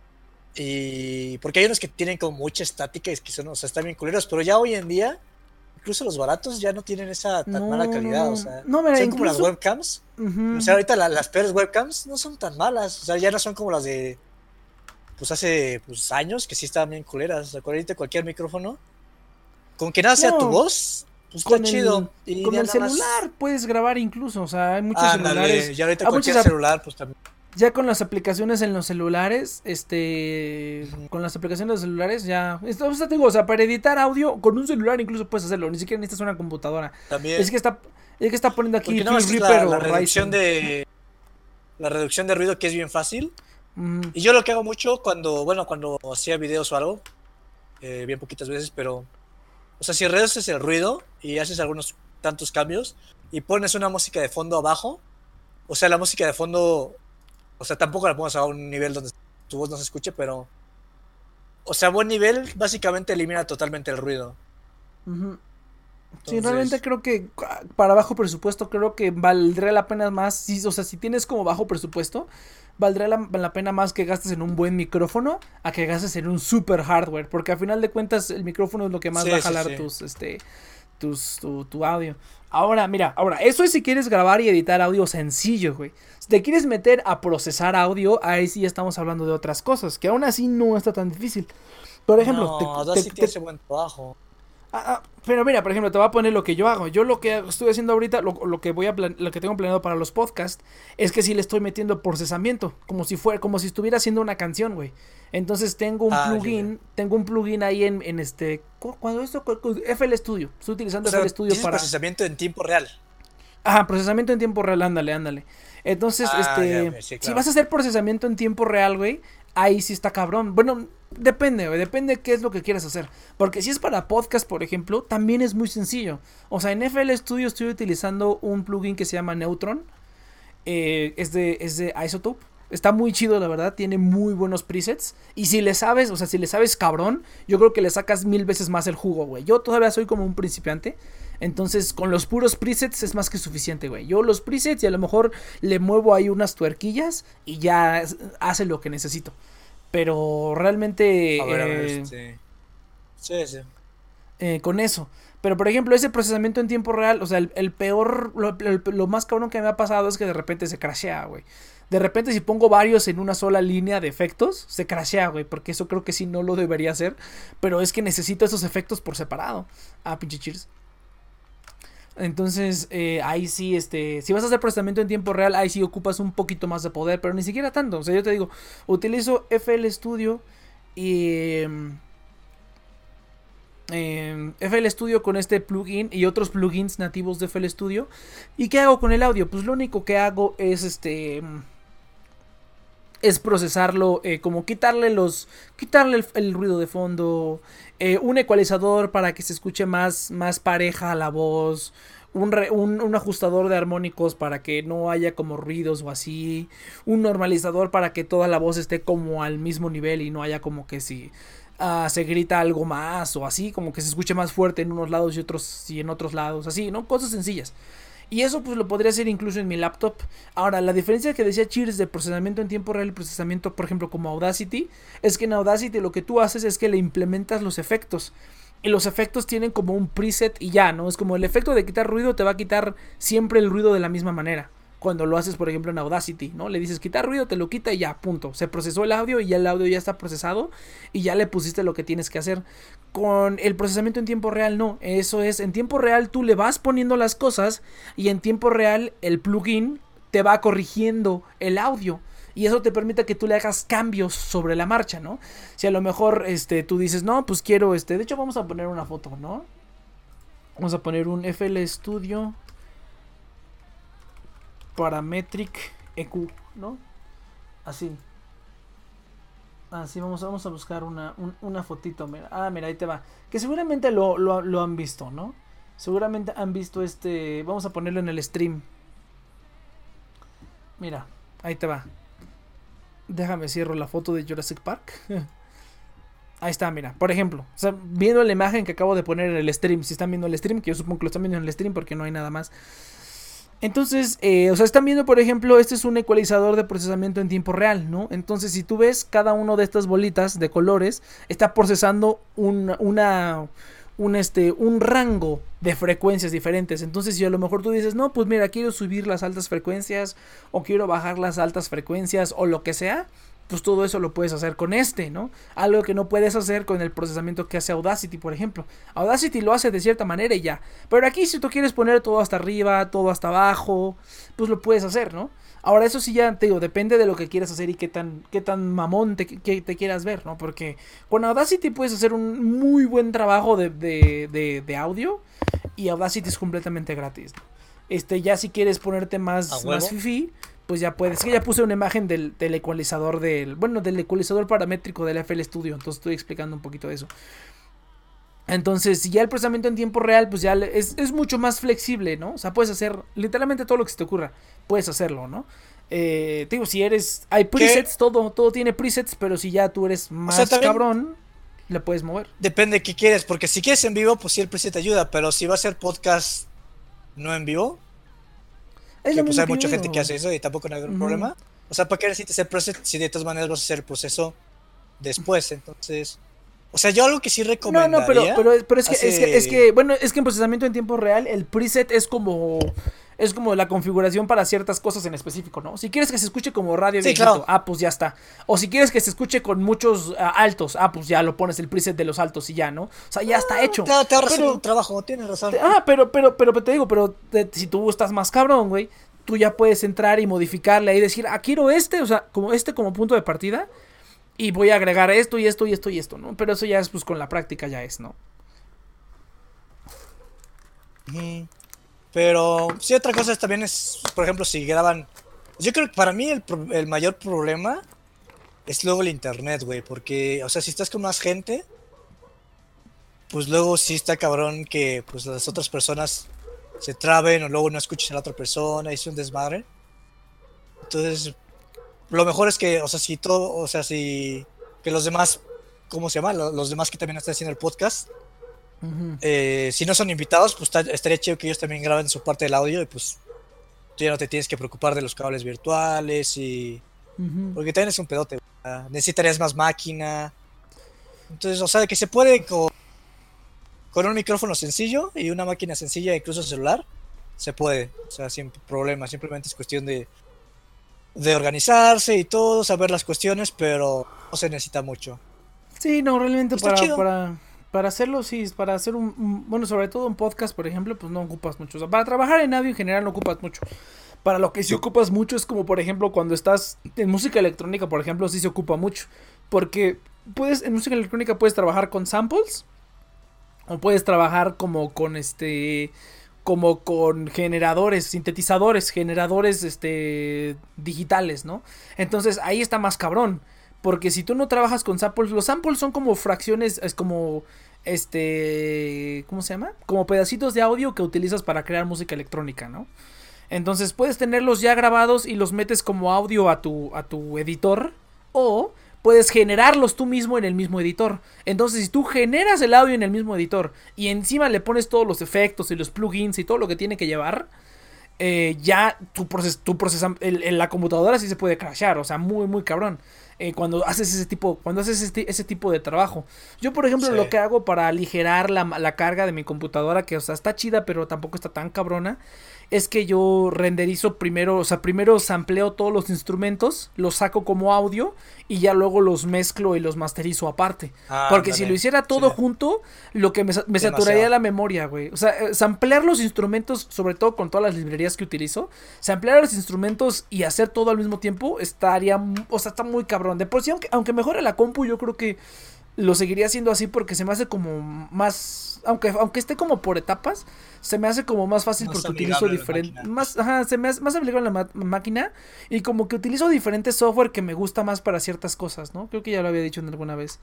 Y porque hay unos que tienen como mucha estática y que son, o sea, están bien culeros, pero ya hoy en día, incluso los baratos ya no tienen esa tan mala calidad, o sea, mira, son incluso... como las webcams. O sea, ahorita las peores webcams no son tan malas, o sea, ya no son como las de pues hace años que sí estaban bien culeras. O sea, ahorita cualquier micrófono, con que nada sea tu voz, pues está chido. Y con el celular puedes grabar incluso, o sea, hay muchos celulares. Ya ahorita cualquier celular, pues también. Ya con las aplicaciones en los celulares, con las aplicaciones de celulares ya, o sea, te digo, o sea, para editar audio con un celular incluso puedes hacerlo, ni siquiera necesitas una computadora. También. Es que está poniendo aquí no, la reducción de ruido, que es bien fácil. Y yo lo que hago mucho cuando hacía videos o algo, bien poquitas veces, pero, o sea, si reduces el ruido y haces algunos tantos cambios y pones una música de fondo abajo, o sea, la música de fondo, o sea, tampoco la pongas a un nivel donde tu voz no se escuche, pero, o sea, a buen nivel básicamente elimina totalmente el ruido. Entonces... Sí, realmente creo que para bajo presupuesto creo que valdría la pena más, o sea, si tienes como bajo presupuesto, valdría la pena más que gastes en un buen micrófono a que gastes en un super hardware, porque al final de cuentas el micrófono es lo que más va a jalar tu audio. Ahora, mira, eso es si quieres grabar y editar audio sencillo, güey. Si te quieres meter a procesar audio, ahí sí estamos hablando de otras cosas, que aún así no está tan difícil. Por ejemplo, Audacity hace buen trabajo. Pero mira, por ejemplo, te voy a poner lo que yo hago. Yo lo que estoy haciendo ahorita, lo que lo que tengo planeado para los podcasts, es que sí le estoy metiendo procesamiento, como si estuviera haciendo una canción, güey. Entonces tengo un plugin ahí en este, cuando esto, FL Studio. Estoy utilizando FL Studio para procesamiento en tiempo real. Ajá, procesamiento en tiempo real, ándale. Entonces, sí, claro. Si vas a hacer procesamiento en tiempo real, güey, ahí sí está cabrón. Bueno, depende, güey, depende de qué es lo que quieras hacer. Porque si es para podcast, por ejemplo, también es muy sencillo. O sea, en FL Studio estoy utilizando un plugin que se llama Neutron. Es de Isotope. Está muy chido, la verdad, tiene muy buenos presets. Y si le sabes, o sea, si le sabes cabrón, yo creo que le sacas 1000 veces más el jugo, güey. Yo todavía soy como un principiante. Entonces, con los puros presets es más que suficiente, güey. Yo los presets y a lo mejor le muevo ahí unas tuerquillas y ya hace lo que necesito. Pero realmente... A ver, sí. Con eso. Pero por ejemplo, ese procesamiento en tiempo real, o sea, el peor, lo más cabrón que me ha pasado es que de repente se crashea, güey. De repente si pongo varios en una sola línea de efectos, se crashea, güey, porque eso creo que sí no lo debería hacer. Pero es que necesito esos efectos por separado. Pinche cheers. Entonces, ahí sí, si vas a hacer procesamiento en tiempo real, ahí sí ocupas un poquito más de poder, pero ni siquiera tanto. O sea, yo te digo, utilizo FL Studio y... FL Studio con este plugin y otros plugins nativos de FL Studio. ¿Y qué hago con el audio? Pues lo único que hago es es procesarlo, como quitarle el ruido de fondo, un ecualizador para que se escuche más pareja la voz, un ajustador de armónicos para que no haya como ruidos o así, un normalizador para que toda la voz esté como al mismo nivel y no haya como que si se grita algo más o así, como que se escuche más fuerte en unos lados y en otros lados, así, ¿no? Cosas sencillas. Y eso pues lo podría hacer incluso en mi laptop. Ahora, la diferencia que decía Cheers de procesamiento en tiempo real y procesamiento, por ejemplo, como Audacity, es que en Audacity lo que tú haces es que le implementas los efectos. Y los efectos tienen como un preset y ya, ¿no? Es como el efecto de quitar ruido te va a quitar siempre el ruido de la misma manera. Cuando lo haces, por ejemplo, en Audacity, ¿no? Le dices quitar ruido, te lo quita y ya, punto. Se procesó el audio y ya el audio ya está procesado y ya le pusiste lo que tienes que hacer. Con el procesamiento en tiempo real, no. Eso es, en tiempo real tú le vas poniendo las cosas y en tiempo real el plugin te va corrigiendo el audio. Y eso te permite que tú le hagas cambios sobre la marcha, ¿no? Si a lo mejor tú dices, no, pues quiero de hecho vamos a poner una foto, ¿no? Vamos a poner un FL Studio Parametric EQ, ¿no? Así vamos a buscar una fotito. Mira, mira, ahí te va. Que seguramente lo han visto, ¿no? Seguramente han visto vamos a ponerlo en el stream. Mira, ahí te va. Déjame cierro la foto de Jurassic Park. Ahí está, mira, por ejemplo, o sea, viendo la imagen que acabo de poner en el stream. Si están viendo el stream, que yo supongo que lo están viendo en el stream porque no hay nada más. Entonces, o sea, están viendo, por ejemplo, este es un ecualizador de procesamiento en tiempo real, ¿no? Entonces, si tú ves cada uno de estas bolitas de colores, está procesando un rango de frecuencias diferentes. Entonces, si a lo mejor tú dices, no, pues mira, quiero subir las altas frecuencias o quiero bajar las altas frecuencias o lo que sea, pues todo eso lo puedes hacer con ¿no? Algo que no puedes hacer con el procesamiento que hace Audacity, por ejemplo. Audacity lo hace de cierta manera y ya. Pero aquí si tú quieres poner todo hasta arriba, todo hasta abajo, pues lo puedes hacer, ¿no? Ahora eso sí ya te digo, depende de lo que quieras hacer y qué tan mamón te quieras ver, ¿no? Porque con Audacity puedes hacer un muy buen trabajo de audio y Audacity es completamente gratis, ¿no? Ya si quieres ponerte más fifí, pues ya puedes. Es que ya puse una imagen del ecualizador del ecualizador paramétrico del FL Studio, entonces estoy explicando un poquito de eso. Entonces, si ya el procesamiento en tiempo real, pues ya es mucho más flexible, ¿no? O sea, puedes hacer literalmente todo lo que se te ocurra. Puedes hacerlo, ¿no? Te digo, si eres... Hay presets, todo tiene presets, pero si ya tú eres más cabrón, le puedes mover. Depende de qué quieres, porque si quieres en vivo, pues sí el preset te ayuda, pero si va a ser podcast no en vivo, que pues hay mucha gente que hace eso y tampoco no hay problema. O sea, ¿para qué necesitas el preset si de todas maneras vas a hacer el proceso después? Entonces... O sea, yo algo que sí recomendaría... No, pero es que, bueno, es que en procesamiento en tiempo real el preset es como es como la configuración para ciertas cosas en específico, ¿no? Si quieres que se escuche como radio Sí, viejito, claro. pues ya está. O si quieres que se escuche con muchos altos, pues ya lo pones el preset de los altos y ya, ¿no? O sea, ya está hecho. Te ahorras Pero- un trabajo, tienes razón. pero te digo, si tú estás más cabrón, güey, tú ya puedes entrar y modificarle y decir, quiero o sea, como punto de partida, y voy a agregar esto y esto y esto y esto, ¿no? Pero eso ya es, pues, con la práctica ya es, ¿no? Ujú. Pero sí, otra cosa también es, por ejemplo, si graban. Yo creo que para mí el mayor problema es luego el internet, güey. Porque, o sea, si estás con más gente, pues luego sí está cabrón que pues las otras personas se traben o luego no escuchen a la otra persona y es un desmadre. Entonces, lo mejor es que, o sea, si que los demás, ¿cómo se llama? Los demás que también están haciendo el podcast, Ujú. si no son invitados, pues estaría chido que ellos también graben su parte del audio y pues tú ya no te tienes que preocupar de los cables virtuales y... Ujú. Porque también es un pedote, güey. Necesitarías más máquina. Entonces, o sea, de que se puede con un micrófono sencillo y una máquina sencilla, incluso celular, se puede. O sea, sin problema. Simplemente es cuestión de organizarse y todo, saber las cuestiones, pero no se necesita mucho. Sí, no, realmente Está chido. para hacerlo, sí, para hacer bueno, sobre todo un podcast, por ejemplo, pues no ocupas mucho. O sea, para trabajar en audio en general no ocupas mucho. Para lo que sí ocupas mucho es como, por ejemplo, cuando estás en música electrónica, por ejemplo, sí se ocupa mucho. Porque en música electrónica puedes trabajar con samples o puedes trabajar como con generadores, sintetizadores, generadores digitales, ¿no? Entonces ahí está más cabrón. Porque si tú no trabajas con samples, los samples son como fracciones, es como ¿cómo se llama? Como pedacitos de audio que utilizas para crear música electrónica, ¿no? Entonces puedes tenerlos ya grabados y los metes como audio a tu editor, o puedes generarlos tú mismo en el mismo editor. Entonces, si tú generas el audio en el mismo editor y encima le pones todos los efectos y los plugins y todo lo que tiene que llevar, ya la computadora sí se puede crashear, o sea, muy, muy cabrón. Cuando haces ese tipo de trabajo. Yo, por ejemplo, Sí. lo que hago para aligerar la carga de mi computadora, que, o sea, está chida, pero tampoco está tan cabrona, es que yo renderizo primero, o sea, primero sampleo todos los instrumentos, los saco como audio y ya luego los mezclo y los masterizo aparte. Porque si Ándale. lo hiciera todo Sí. junto, lo que me saturaría Demasiado. la memoria, güey. O sea, samplear los instrumentos, sobre todo con todas las librerías que utilizo, samplear los instrumentos y hacer todo al mismo tiempo o sea, está muy cabrón. De por sí, aunque mejore la compu, yo creo que lo seguiría haciendo así porque se me hace como más, aunque esté como por etapas, se me hace como más fácil Más porque utilizo amigable la diferente, máquina. se me hace más amigable la máquina y como que utilizo diferente software que me gusta más para ciertas cosas, ¿no? Creo que ya lo había dicho en alguna vez.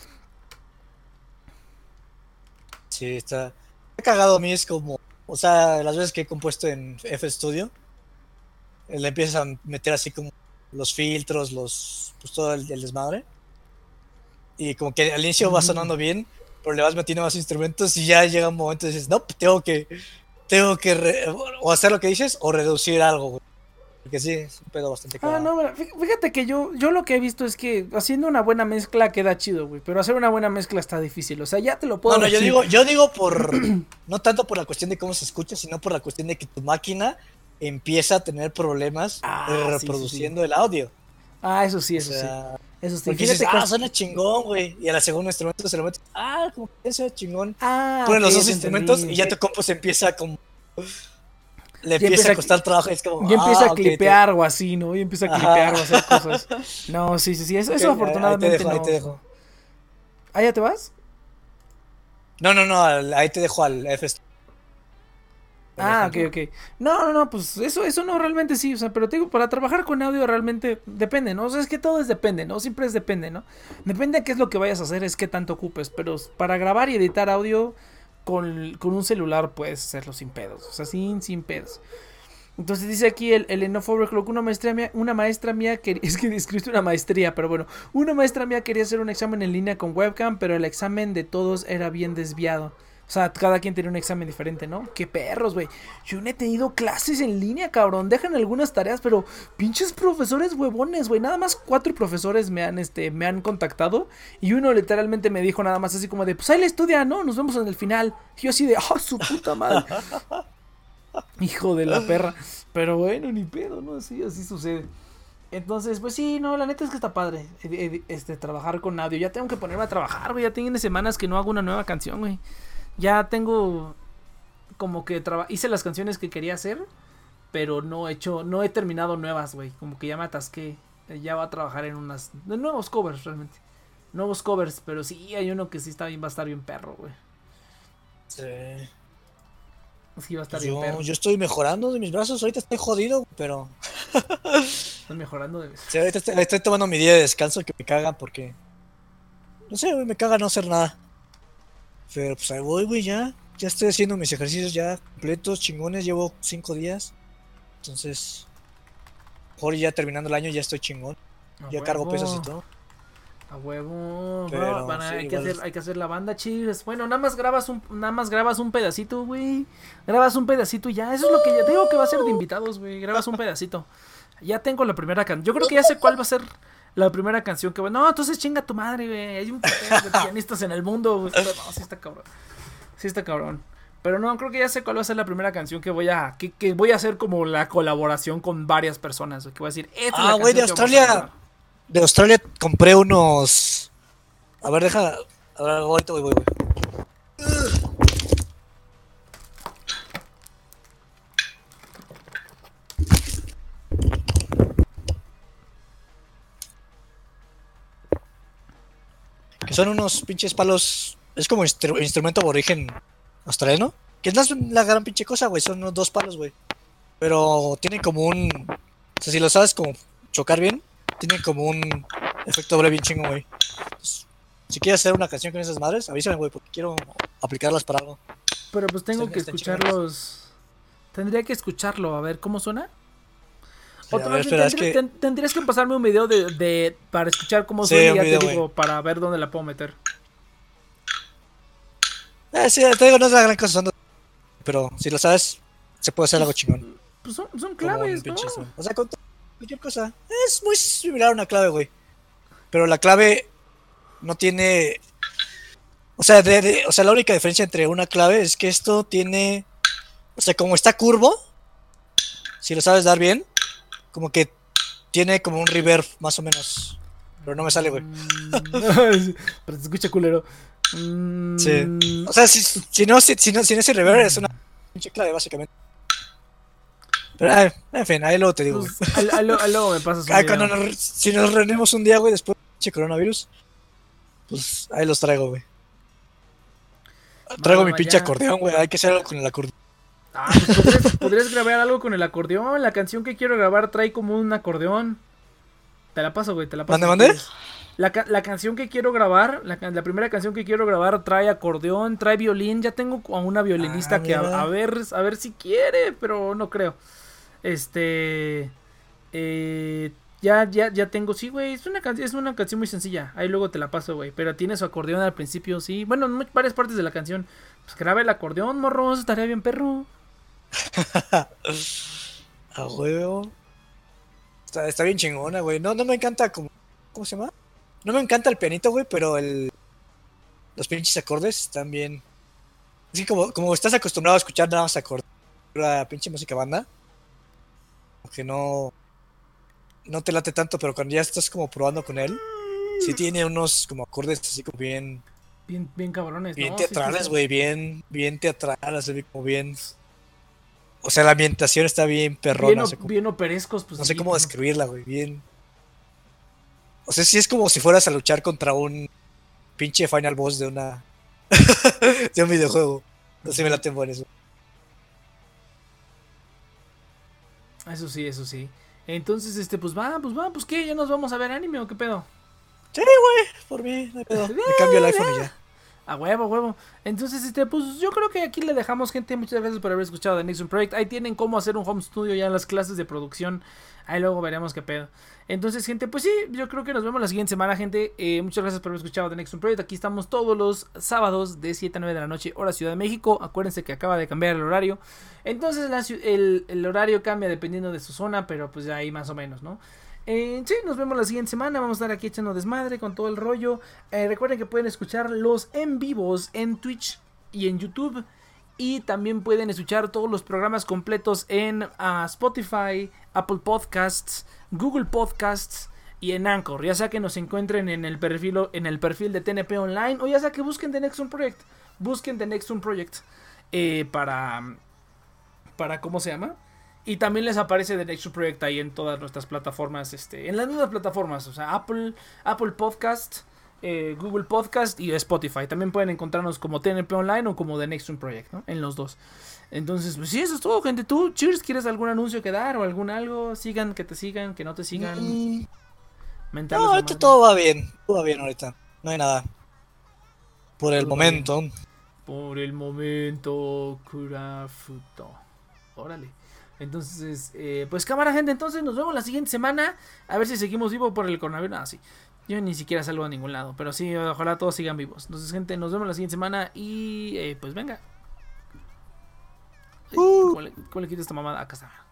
Sí, está cagado a mí, es como, o sea, las veces que he compuesto en FL Studio, le empiezas a meter así como los filtros, pues todo el desmadre, y como que al inicio va sonando bien, pero le vas metiendo más instrumentos y ya llega un momento y dices, no, pues tengo que o hacer lo que dices o reducir algo, güey. Porque sí, es un pedo bastante cagado. No, mira, fíjate que yo lo que he visto es que haciendo una buena mezcla queda chido, güey, pero hacer una buena mezcla está difícil, o sea, ya te lo puedo No, decir. yo digo no tanto por la cuestión de cómo se escucha, sino por la cuestión de que tu máquina empieza a tener problemas Sí, reproduciendo el audio. Eso sí, O eso sí. sea, Eso sí. porque Fíjate dices, que suena chingón, güey. Y a la segunda instrumento se lo metes, como que suena chingón. Pones ok, los ya dos te instrumentos entendí. y ya tu compu se empieza como. Le Ya empieza empieza a costar trabajo. Es como, Y empieza a ok, clipear o así, ¿no? Y empieza a Ajá. clipear o hacer cosas. No, sí. Eso ok, afortunadamente ahí no. te dejo. ¿Ah, ya te vas? No, ahí te dejo al F. Ok. No, pues eso no, realmente sí, o sea, pero te digo, para trabajar con audio realmente depende, ¿no? O sea, es que todo depende, ¿no? Siempre es depende, ¿no? Depende de qué es lo que vayas a hacer, es qué tanto ocupes, pero para grabar y editar audio con un celular puedes hacerlo sin pedos, o sea, sin pedos. Entonces dice aquí el Enough Overclock, una maestra mía es que escribiste una maestría, pero bueno, una maestra mía quería hacer un examen en línea con webcam, pero el examen de todos era bien desviado. O sea, cada quien tenía un examen diferente, ¿no? Qué perros, güey. Yo no he tenido clases en línea, cabrón. Dejan algunas tareas, pero pinches profesores huevones, güey. Nada más 4 profesores me han contactado. Y uno literalmente me dijo nada más así como de, pues ahí le estudia, ¿no? Nos vemos en el final. Y yo así de, su puta madre. Hijo de la perra. Pero bueno, ni pedo, ¿no? Así sucede. Entonces, pues sí, no, la neta es que está padre trabajar con audio. Ya tengo que ponerme a trabajar, güey. Ya tiene semanas que no hago una nueva canción, güey. Ya tengo como que hice las canciones que quería hacer, pero no he terminado nuevas, güey. Como que ya me atasqué. Ya va a trabajar en de nuevos covers, realmente. Nuevos covers, pero sí hay uno que sí va a estar bien perro, güey. Sí. Sí va a estar Pues bien perro. yo estoy mejorando de mis brazos, ahorita estoy jodido, pero... Estoy mejorando de... Sí, ahorita estoy tomando mi día de descanso que me cagan porque... No sé, güey, me caga no hacer nada. Pero pues ahí voy, güey, ya. Ya estoy haciendo mis ejercicios ya completos, chingones, llevo 5 días. Entonces... Mejor ya terminando el año ya estoy chingón. Ya cargo pesas y todo. A huevo, pero, sí, hay que hacer la banda, chicos. Bueno, nada más grabas un pedacito, güey. Grabas un pedacito y ya. Eso es lo que ya digo que va a ser de invitados, güey. Grabas un pedacito. Ya tengo la primera canción. Yo creo que ya sé cuál va a ser la primera canción que no, entonces chinga tu madre, güey. Hay un putero de pianistas en el mundo, güey. No, sí está cabrón. Sí está cabrón. Pero no, creo que ya sé cuál va a ser la primera canción que voy a hacer como la colaboración con varias personas, que voy a decir, esta es la güey, de Australia. De Australia compré unos. A ver, deja. A ver, ahorita voy. Que son unos pinches palos. Es como instrumento aborigen australiano. Que no es la gran pinche cosa, güey. Son unos 2 palos, güey. Pero tienen como un. O sea, si lo sabes como chocar bien, tienen como un efecto doble bien chingo, güey. Entonces, si quieres hacer una canción con esas madres, avísame, güey, porque quiero aplicarlas para algo. Pero pues tengo que escucharlos. Tendría que escucharlo, a ver cómo suena. Sí, otra vez tendrías que pasarme un video para escuchar cómo suena y ya te digo, para ver dónde la puedo meter. Sí, te digo, no es la gran cosa, pero si lo sabes, se puede hacer algo chingón. Pues son claves, ¿no? O sea, con cualquier cosa. Es muy similar a una clave, güey. Pero la clave no tiene... O sea, la única diferencia entre una clave es que esto tiene... O sea, como está curvo, si lo sabes dar bien, como que tiene como un reverb, más o menos. Pero no me sale, güey. Pero se escucha culero. Sí. O sea, si no ese reverb es una pinche clave, básicamente. Pero, en fin, ahí luego te digo, güey. Luego me pasas un video. Si nos reunimos un día, güey, después de coronavirus, pues ahí los traigo, güey. Traigo mi pinche acordeón, güey. Hay que hacer algo con el acordeón. Pues podrías grabar algo con el acordeón. La canción que quiero grabar trae como un acordeón. Te la paso, güey, te la paso. ¿Mande? La canción que quiero grabar, la primera canción que quiero grabar trae acordeón, trae violín. Ya tengo a una violinista que a ver si quiere, pero no creo. Ya tengo, sí, güey, es una canción muy sencilla. Ahí luego te la paso, güey, pero tiene su acordeón al principio, sí. Bueno, en varias partes de la canción. Pues graba el acordeón, morro, estaría bien perro. A huevo. Está bien chingona, güey. No me encanta como... ¿Cómo se llama? No me encanta el pianito, güey, pero los pinches acordes están bien... Así como estás acostumbrado a escuchar nada más acordes, la pinche música banda, que no te late tanto, pero cuando ya estás como probando con él, sí tiene unos como acordes así como bien cabrones, bien ¿no? teatrales, güey, sí, bien teatral, así como bien... O sea, la ambientación está bien perrona. Bien operescos, pues. No sé cómo describirla, güey, bien... O sea, sí es como si fueras a luchar contra un pinche final boss de una... de un videojuego. No sé, me late en eso. Eso sí. Entonces, pues ¿qué? ¿Ya nos vamos a ver anime o qué pedo? Sí, güey, por mí, no hay pedo. Me cambio el iPhone y ya. A huevo. Entonces, pues yo creo que aquí le dejamos, gente. Muchas gracias por haber escuchado The Nexon Project. Ahí tienen cómo hacer un home studio ya en las clases de producción. Ahí luego veremos qué pedo. Entonces, gente, pues sí, yo creo que nos vemos la siguiente semana, gente. Muchas gracias por haber escuchado The Nexon Project. Aquí estamos todos los sábados de 7 a 9 de la noche, hora Ciudad de México. Acuérdense que acaba de cambiar el horario. Entonces, el horario cambia dependiendo de su zona, pero pues ahí más o menos, ¿no? Sí, nos vemos la siguiente semana. Vamos a estar aquí echando desmadre con todo el rollo. Recuerden que pueden escuchar los en vivos en Twitch y en YouTube. Y también pueden escuchar todos los programas completos en Spotify, Apple Podcasts, Google Podcasts y en Anchor. Ya sea que nos encuentren en el perfil de TNP Online, o ya sea que busquen The Next One Project. Busquen The Next One Project para ¿cómo se llama? Y también les aparece The Next One Project ahí en todas nuestras plataformas, en las mismas plataformas, o sea, Apple Podcast, Google Podcast y Spotify. También pueden encontrarnos como TNP Online o como The Next One Project, ¿no? En los dos. Entonces, pues sí, eso es todo, gente. ¿Tú, Cheers, quieres algún anuncio que dar o algún algo? Sigan, que te sigan, que no te sigan. No, ahorita todo va bien ahorita. No hay nada. Por el Todo momento. Por el momento, Kurafuto. Órale. Entonces, pues cámara, gente. Entonces nos vemos la siguiente semana. A ver si seguimos vivos por el coronavirus. Ah, sí. Yo ni siquiera salgo a ningún lado. Pero sí, ojalá todos sigan vivos. Entonces, gente, nos vemos la siguiente semana. Y pues venga. ¿Cómo le quito esta mamada? Acá está.